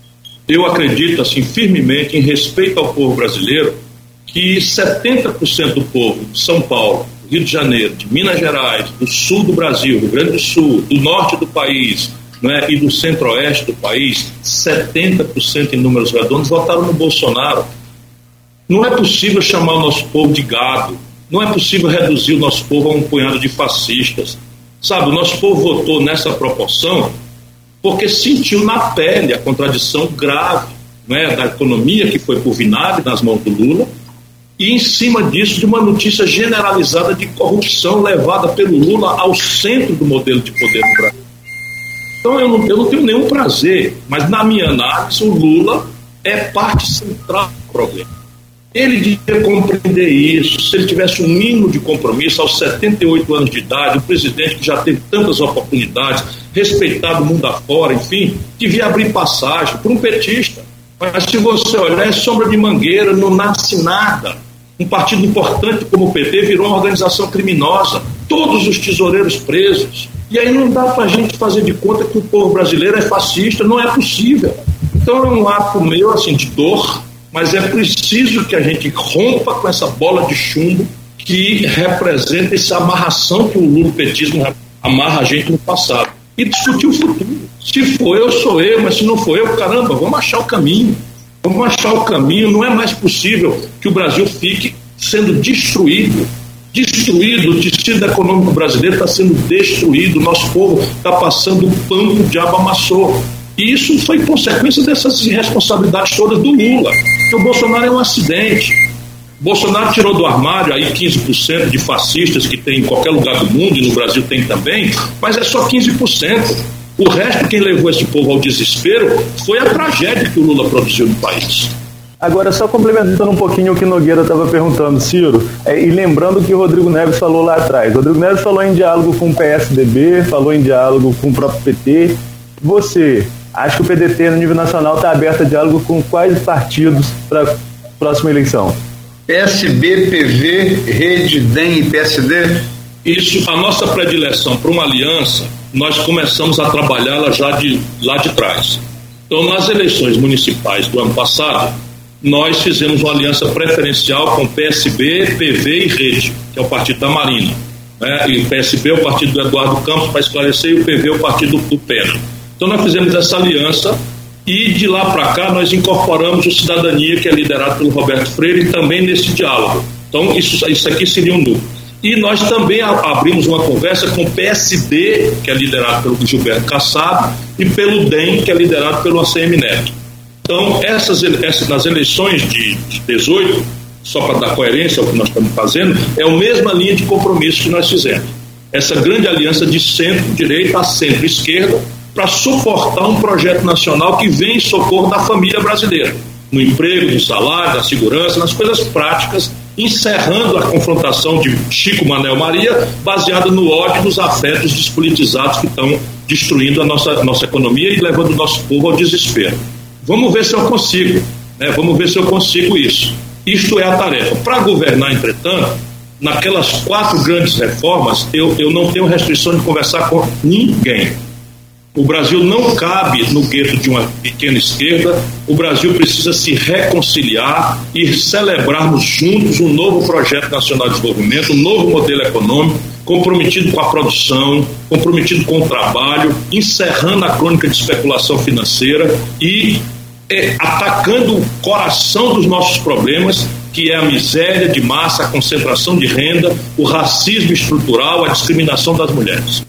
Eu acredito assim firmemente, em respeito ao povo brasileiro, que setenta por cento do povo de São Paulo, Rio de Janeiro, de Minas Gerais, do sul do Brasil, Rio Grande do Sul, do norte do país, não é, e do centro-oeste do país, setenta por cento em números redondos votaram no Bolsonaro. Não é possível chamar o nosso povo de gado, não é possível reduzir o nosso povo a um punhado de fascistas. Sabe, o nosso povo votou nessa proporção porque sentiu na pele a contradição grave, não é, da economia que foi por vinagre nas mãos do Lula, e em cima disso de uma notícia generalizada de corrupção levada pelo Lula ao centro do modelo de poder no Brasil. Então eu não, eu não tenho nenhum prazer, mas na minha análise o Lula é parte central do problema. Ele devia compreender isso. Se ele tivesse um mínimo de compromisso aos setenta e oito anos de idade, o presidente que já teve tantas oportunidades, respeitado o mundo afora, enfim, devia abrir passagem para um petista. Mas se você olhar, é sombra de mangueira, não nasce nada. Um partido importante como o P T virou uma organização criminosa, todos os tesoureiros presos. E aí não dá para a gente fazer de conta que o povo brasileiro é fascista, não é possível. Então é um ato meio assim de dor, mas é preciso que a gente rompa com essa bola de chumbo que representa essa amarração que o lulopetismo amarra a gente no passado. E discutir o futuro. Se for eu, sou eu, mas se não for eu, caramba, vamos achar o caminho. Vamos achar o caminho. Não é mais possível que o Brasil fique sendo destruído. Destruído, o tecido econômico brasileiro está sendo destruído, nosso povo está passando o pão que o diabo amassou. E isso foi consequência dessas irresponsabilidades todas do Lula. Porque o Bolsonaro é um acidente. O Bolsonaro tirou do armário aí quinze por cento de fascistas que tem em qualquer lugar do mundo, e no Brasil tem também, mas é só quinze por cento. O resto, quem levou esse povo ao desespero foi a tragédia que o Lula produziu no país.
Agora, só complementando um pouquinho o que Nogueira estava perguntando, Ciro, é, e lembrando o que o Rodrigo Neves falou lá atrás. O Rodrigo Neves falou em diálogo com o P S D B, falou em diálogo com o próprio P T. Você acha que o P D T, no nível nacional, está aberto a diálogo com quais partidos para a próxima eleição?
P S B, P V, Rede, D E M e P S D?
Isso, a nossa predileção para uma aliança, nós começamos a trabalhá-la já de lá de trás. Então, nas eleições municipais do ano passado, nós fizemos uma aliança preferencial com P S B, P V e Rede, que é o partido da Marina, né? E o P S B é o partido do Eduardo Campos, para esclarecer, e o P V é o partido do Pena. Então nós fizemos essa aliança e de lá para cá nós incorporamos o Cidadania, que é liderado pelo Roberto Freire, também nesse diálogo. Então isso, isso aqui seria um núcleo. E nós também abrimos uma conversa com o P S D, que é liderado pelo Gilberto Kassab, e pelo D E M, que é liderado pelo A C M Neto. Então, essas, essas, nas eleições de, de dezoito, só para dar coerência ao que nós estamos fazendo, é a mesma linha de compromisso que nós fizemos. Essa grande aliança de centro-direita a centro-esquerda para suportar um projeto nacional que vem em socorro da família brasileira, no emprego, no salário, na segurança, nas coisas práticas, encerrando a confrontação de Chico Manel Maria, baseada no ódio dos afetos despolitizados que estão destruindo a nossa, nossa economia e levando o nosso povo ao desespero. Vamos ver se eu consigo, né? Vamos ver se eu consigo isso. Isto é a tarefa. Para governar, entretanto, naquelas quatro grandes reformas, eu, eu não tenho restrição de conversar com ninguém. O Brasil não cabe no gueto de uma pequena esquerda. O Brasil precisa se reconciliar e celebrarmos juntos um novo projeto nacional de desenvolvimento, um novo modelo econômico, comprometido com a produção, comprometido com o trabalho, encerrando a crônica de especulação financeira e é, atacando o coração dos nossos problemas, que é a miséria de massa, a concentração de renda, o racismo estrutural, a discriminação das mulheres.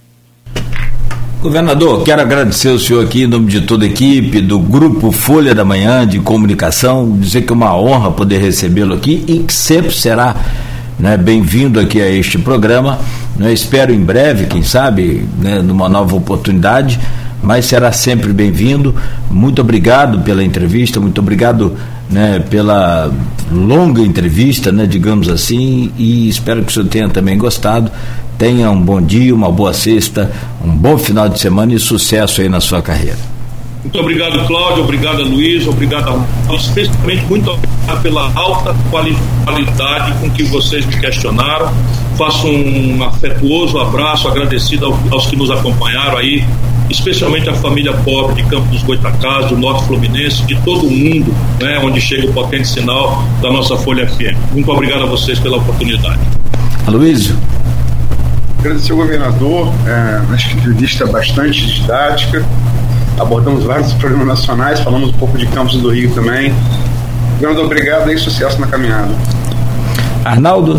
Governador, quero agradecer ao senhor aqui em nome de toda a equipe do Grupo Folha da Manhã de Comunicação, dizer que é uma honra poder recebê-lo aqui e que sempre será, né, bem-vindo aqui a este programa, né, espero em breve, quem sabe, né, numa nova oportunidade, mas será sempre bem-vindo. Muito obrigado pela entrevista, muito obrigado, né, pela longa entrevista, né, digamos assim, e espero que o senhor tenha também gostado. Tenha um bom dia, uma boa sexta, um bom final de semana e sucesso aí na sua carreira.
Muito obrigado, Cláudio, obrigado, Luiz, obrigado, especialmente muito obrigado pela alta qualidade com que vocês me questionaram. Faço um afetuoso abraço, agradecido aos que nos acompanharam aí, especialmente a família pobre de Campos dos Goitacazes, do Norte Fluminense, de todo mundo, né, onde chega o potente sinal da nossa Folha F M. Muito obrigado a vocês pela oportunidade.
Aloysio.
Agradecer ao governador, é, acho que a entrevista é bastante didática, abordamos vários problemas nacionais, falamos um pouco de Campos do Rio também. Governador, obrigado e sucesso na caminhada.
Arnaldo.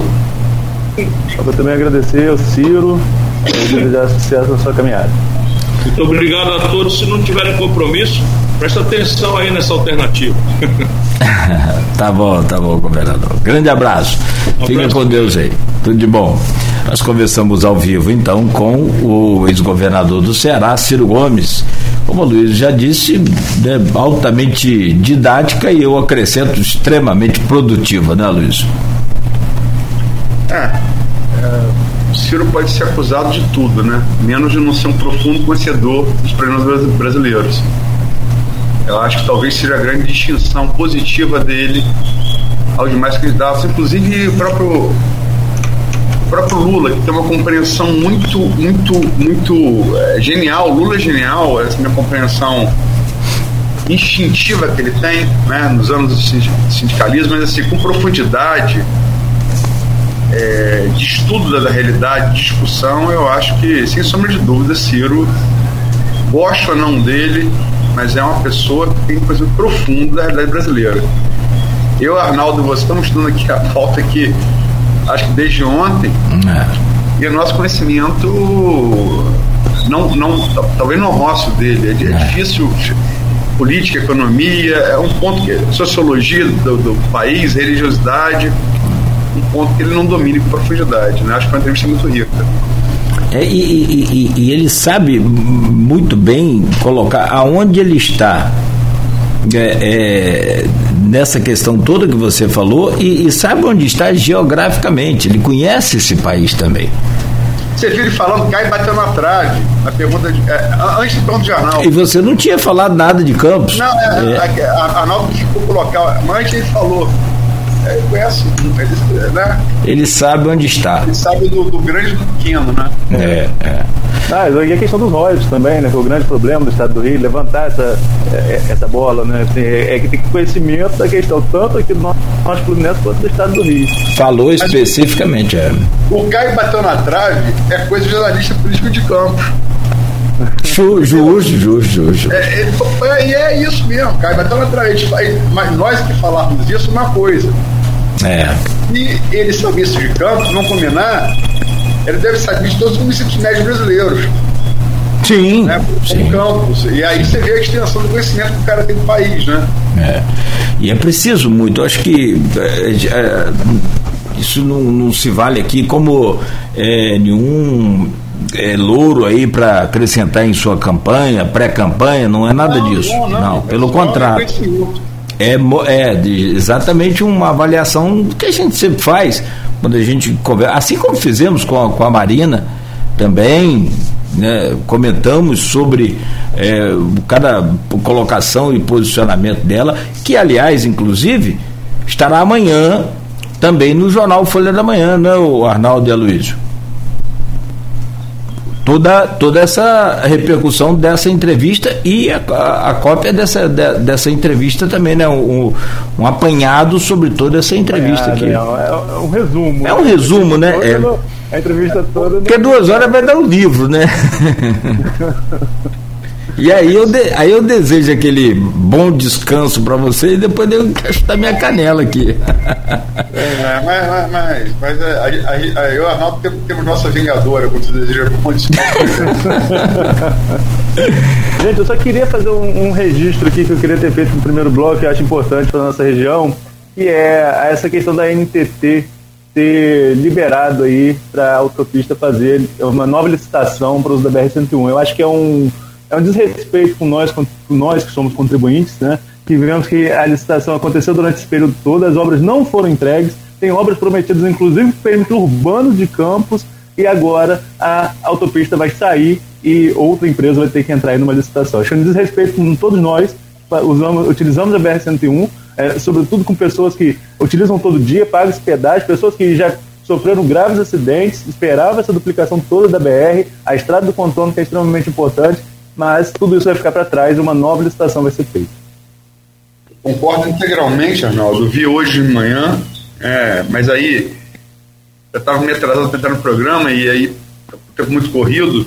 Eu também agradecer ao Ciro e desejar sucesso na sua caminhada.
Muito obrigado a todos. Se não tiverem compromisso, presta atenção aí nessa alternativa.
Tá bom, tá bom, governador. Grande abraço. Um Fica abraço. Com Deus aí. Tudo de bom. Nós conversamos ao vivo, então, com o ex-governador do Ceará, Ciro Gomes. Como o Luiz já disse, né, altamente didática e eu acrescento extremamente produtiva, né, Luiz?
É, é, o Ciro pode ser acusado de tudo, né? Menos de não ser um profundo conhecedor dos problemas brasileiros. Eu acho que talvez seja a grande distinção positiva dele aos demais candidatos, inclusive o próprio, o próprio Lula, que tem uma compreensão muito, muito, muito é, genial. O Lula é genial, essa minha compreensão instintiva que ele tem, né, nos anos do sindicalismo, mas assim, com profundidade, é, de estudo da, da realidade, de discussão. Eu acho que, sem sombra de dúvida, Ciro, gosto ou não dele, mas é uma pessoa que tem coisa profunda da realidade brasileira. Eu, Arnaldo e você estamos estudando aqui a pauta aqui, acho que desde ontem, é. E o nosso conhecimento não, não, talvez não roço dele, é, é difícil. Política, economia, é um ponto que sociologia do, do país, religiosidade, um ponto que ele não domina com profundidade, né? Acho que é uma entrevista muito rica.
É, e, e, e, e ele sabe muito bem colocar aonde ele está é, é, nessa questão toda que você falou e, e sabe onde está geograficamente. Ele conhece esse país também.
Você viu ele falando, cai batendo na trave, na pergunta de, é, antes do ponto de Arnaldo.
E você não tinha falado nada de Campos.
Não, é, é. A, a, a Arnaldo ficou com o local, mas antes ele falou. É, ele conhece, ele, né?
Ele sabe onde está.
Ele sabe do, do grande e do pequeno, né?
É, é.
Ah, e a questão dos royalties também, né? Que é o grande problema do Estado do Rio, levantar essa, essa bola, né? É que tem conhecimento da questão, tanto aqui do nosso Fluminense quanto do Estado do Rio.
Falou
Mas
especificamente, é.
O Caio bateu na trave é coisa de jornalista político de campo.
Justo, justo, justo.
É, é, e é isso mesmo, Caio bateu na trave. Mas nós que falávamos disso, uma coisa.
É.
E ele sabia isso de Campos, não combinar, ele deve saber de todos os municípios médios brasileiros.
Sim,
né?
sim.
Campos. E aí você vê a extensão do conhecimento que o cara tem no país, né?
É. E é preciso muito, eu acho que é, é, isso não, não se vale aqui como é, nenhum é, louro aí para acrescentar em sua campanha, pré-campanha, não é nada não, disso. Não, não, não pelo contrário. É, é exatamente uma avaliação que a gente sempre faz quando a gente conversa, assim como fizemos com a, com a Marina também, né, comentamos sobre é, cada colocação e posicionamento dela, que aliás, inclusive, estará amanhã também no jornal Folha da Manhã, né, o Arnaldo e Aloysio? toda, toda essa repercussão dessa entrevista e a, a, a cópia dessa, de, dessa entrevista também, né? Um, um apanhado sobre toda essa entrevista aqui.
É, é um resumo.
É um resumo, né? É.
A entrevista toda.
Porque duas horas vai dar um livro, né? E aí eu, de, aí eu desejo aquele bom descanso para você e depois eu quero chutar minha canela aqui.
É, mas, mas, mas, mas a, a, a, eu e a Arnaldo temos, temos nossa vingadora quando você deseja bom descanso.
Gente, eu só queria fazer um, um registro aqui que eu queria ter feito no primeiro bloco, que eu acho importante para nossa região, que é essa questão da N T T ter liberado aí para a autopista fazer uma nova licitação para o uso da B R cento e um. Eu acho que é um É um desrespeito com nós, com nós que somos contribuintes, né? Que vemos que a licitação aconteceu durante esse período todo, as obras não foram entregues, tem obras prometidas, inclusive perímetro urbano de Campos, e agora a autopista vai sair e outra empresa vai ter que entrar aí numa licitação. Acho que é um desrespeito com todos nós, usamos, utilizamos a B R cento e um, é, sobretudo com pessoas que utilizam todo dia, pagam esse pedágio, pessoas que já sofreram graves acidentes, esperavam essa duplicação toda da B R, a estrada do contorno que é extremamente importante, mas tudo isso vai ficar para trás e uma nova licitação vai ser feita.
Concordo integralmente, Arnaldo. Vi hoje de manhã, é, mas aí eu estava me atrasado para entrar no programa e aí o tempo muito corrido,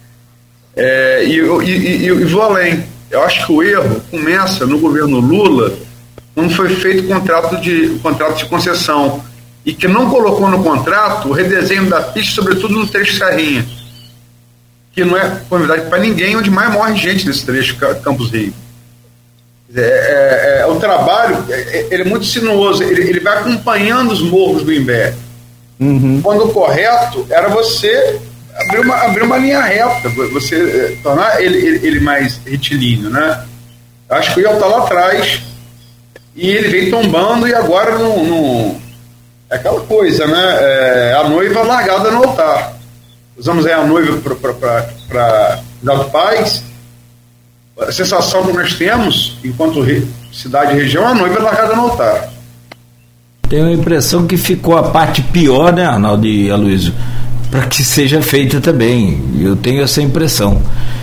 é, e, e, e, e vou além. Eu acho que o erro começa no governo Lula, quando foi feito o contrato de, o contrato de concessão e que não colocou no contrato o redesenho da pista, sobretudo no trecho Serrinha, que não é novidade para ninguém, onde mais morre gente nesse trecho Campos Rio. É, é, é, o trabalho é, ele é muito sinuoso, ele, ele vai acompanhando os morros do Imbé. Uhum. Quando o correto era você abrir uma, abrir uma linha reta, você é, tornar ele, ele, ele mais retilíneo, né? Acho que o Iel está lá atrás e ele vem tombando e agora não, não é aquela coisa, né? É, a noiva largada no altar. Usamos aí a noiva para dar paz. A sensação que nós temos, enquanto re, cidade e região, a noiva é largada no altar.
Tenho a impressão que ficou a parte pior, né, Arnaldo e Aloysio, para que seja feita também. Eu tenho essa impressão.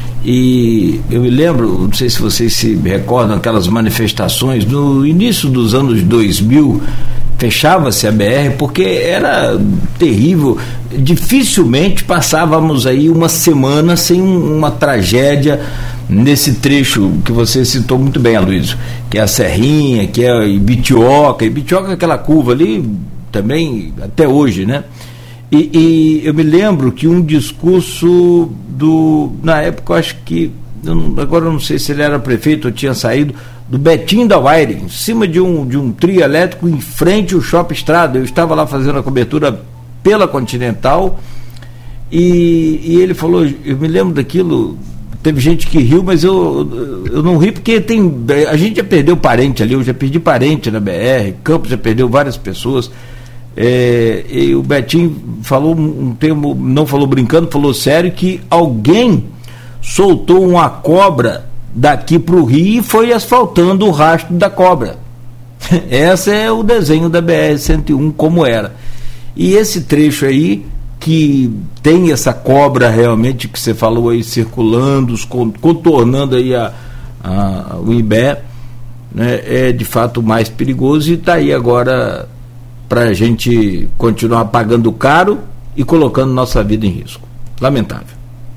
E eu me lembro, não sei se vocês se recordam, aquelas manifestações no início dos anos dois mil, fechava-se a B R porque era terrível, dificilmente passávamos aí uma semana sem uma tragédia nesse trecho que você citou muito bem, Aloysio, que é a Serrinha, que é a Ibitioca, Ibitioca é aquela curva ali também até hoje, né? E, e eu me lembro que um discurso do, na época eu acho que, eu não, agora eu não sei se ele era prefeito ou tinha saído, do Betinho da Waire, em cima de um, de um trio elétrico em frente ao Shopping Estrada. Eu estava lá fazendo a cobertura pela Continental e, e ele falou, eu me lembro daquilo, teve gente que riu, mas eu, eu não ri porque tem, a gente já perdeu parente ali, eu já perdi parente na B R, Campos já perdeu várias pessoas, é, e o Betinho falou um termo, não falou brincando, falou sério, que alguém soltou uma cobra daqui para o Rio e foi asfaltando o rastro da cobra. Esse é o desenho da B R cento e um como era. E esse trecho aí, que tem essa cobra realmente que você falou aí, circulando, contornando aí a, a, o Imbé, né, é de fato mais perigoso e está aí agora para a gente continuar pagando caro e colocando nossa vida em risco. Lamentável.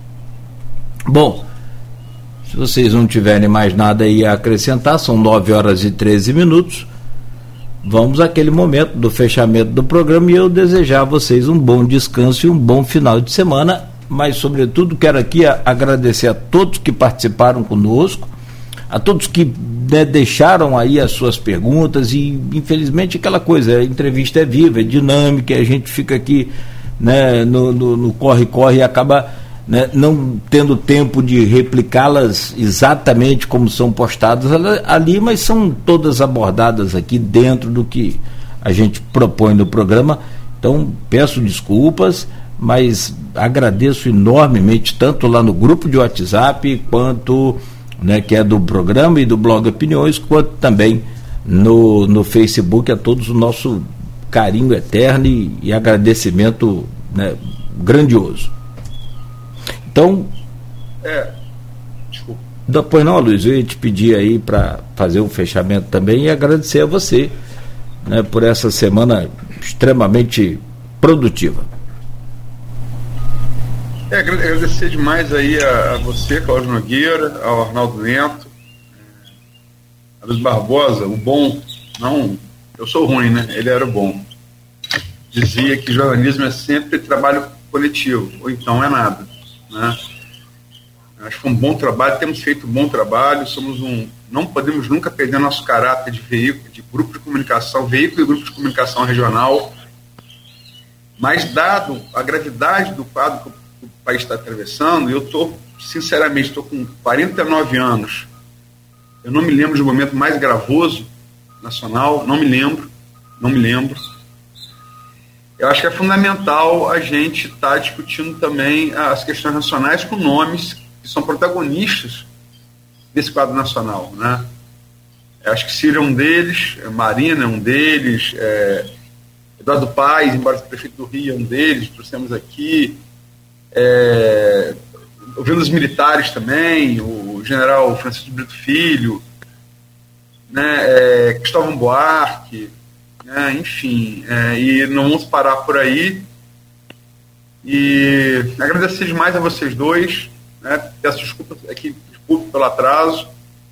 Bom, se vocês não tiverem mais nada aí a acrescentar, são nove horas e treze minutos. Vamos àquele momento do fechamento do programa e eu desejar a vocês um bom descanso e um bom final de semana, mas sobretudo quero aqui a, agradecer a todos que participaram conosco, a todos que, né, deixaram aí as suas perguntas e infelizmente aquela coisa, a entrevista é viva, é dinâmica, a gente fica aqui, né, no, no, no corre-corre e acaba, né, não tendo tempo de replicá-las exatamente como são postadas ali, mas são todas abordadas aqui dentro do que a gente propõe no programa. Então peço desculpas, mas agradeço enormemente, tanto lá no grupo de WhatsApp quanto, né, que é do programa e do blog Opiniões, quanto também no, no Facebook, a todos o nosso carinho eterno e, e agradecimento, né, grandioso. Então.
É. Desculpa.
Depois não, Luiz, eu ia te pedir aí para fazer o fechamento também e agradecer a você, né, por essa semana extremamente produtiva.
É, agradecer demais aí a, a você, Cláudio Nogueira, ao Arnaldo Lento, a Luiz Barbosa, o bom, não, eu sou ruim, né? Ele era o bom. Dizia que jornalismo é sempre trabalho coletivo, ou então é nada, né? Acho que foi um bom trabalho, temos feito um bom trabalho, somos um, não podemos nunca perder nosso caráter de veículo, de grupo de comunicação, veículo e grupo de comunicação regional, mas dado a gravidade do quadro que o país está atravessando, eu estou, sinceramente, estou com quarenta e nove anos, eu não me lembro de um momento mais gravoso nacional, não me lembro, não me lembro. Eu acho que é fundamental a gente estar tá discutindo também as questões nacionais com nomes que são protagonistas desse quadro nacional, né? Eu acho que Ciro é um deles, Marina é um deles, é, Eduardo Paes, embora seja prefeito do Rio, é um deles, trouxemos aqui, é, ouvindo os militares também, o general Francisco Brito Filho, né, é, Cristóvão Buarque, né, enfim, é, e não vamos parar por aí. E agradecer demais a vocês dois, né, peço desculpa aqui desculpa pelo atraso,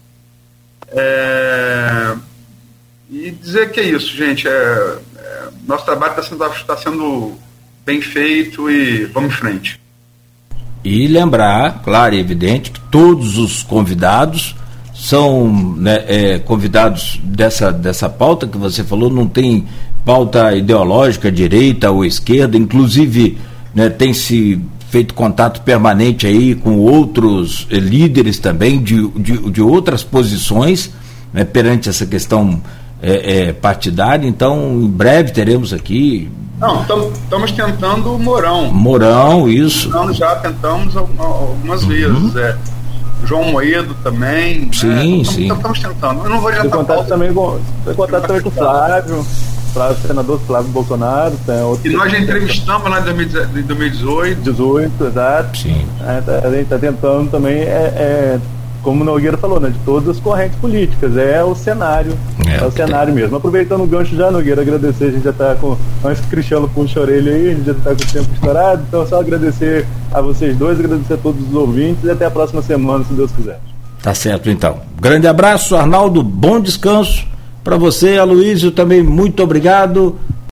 é, e dizer que é isso, gente, é, é, nosso trabalho está sendo, tá sendo bem feito e vamos em frente.
E lembrar, claro e evidente, que todos os convidados são, né, é, convidados dessa, dessa pauta que você falou, não tem pauta ideológica, direita ou esquerda, inclusive, né, tem se feito contato permanente aí com outros eh, líderes também de, de, de outras posições, né, perante essa questão eh, eh, partidária. Então, em breve teremos aqui.
Não, estamos tentando o Mourão.
Mourão, isso.
Nós já tentamos algumas uhum. vezes. É. João Moedo também.
Sim,
né?
sim.
Estamos tentando. Eu não vou já
Tem contato também com, tem contato também com o Flávio. Flávio, senador Flávio Bolsonaro. Tem outro
e nós já entrevistamos lá em dois mil e dezoito.
dezoito, exato.
Sim.
É, a gente está tentando também, é, é, como o Nogueira falou, né, de todas as correntes políticas. É o cenário. É, é o cenário tem. mesmo. Aproveitando o gancho já, Nogueira, agradecer. A gente já está com. Antes que o Cristiano puxa a orelha aí, a gente já está com o tempo estourado. Então, só agradecer a vocês dois, agradecer a todos os ouvintes e até a próxima semana, se Deus quiser.
Tá certo, então. Grande abraço, Arnaldo. Bom descanso. Para você, Aloysio, também muito obrigado.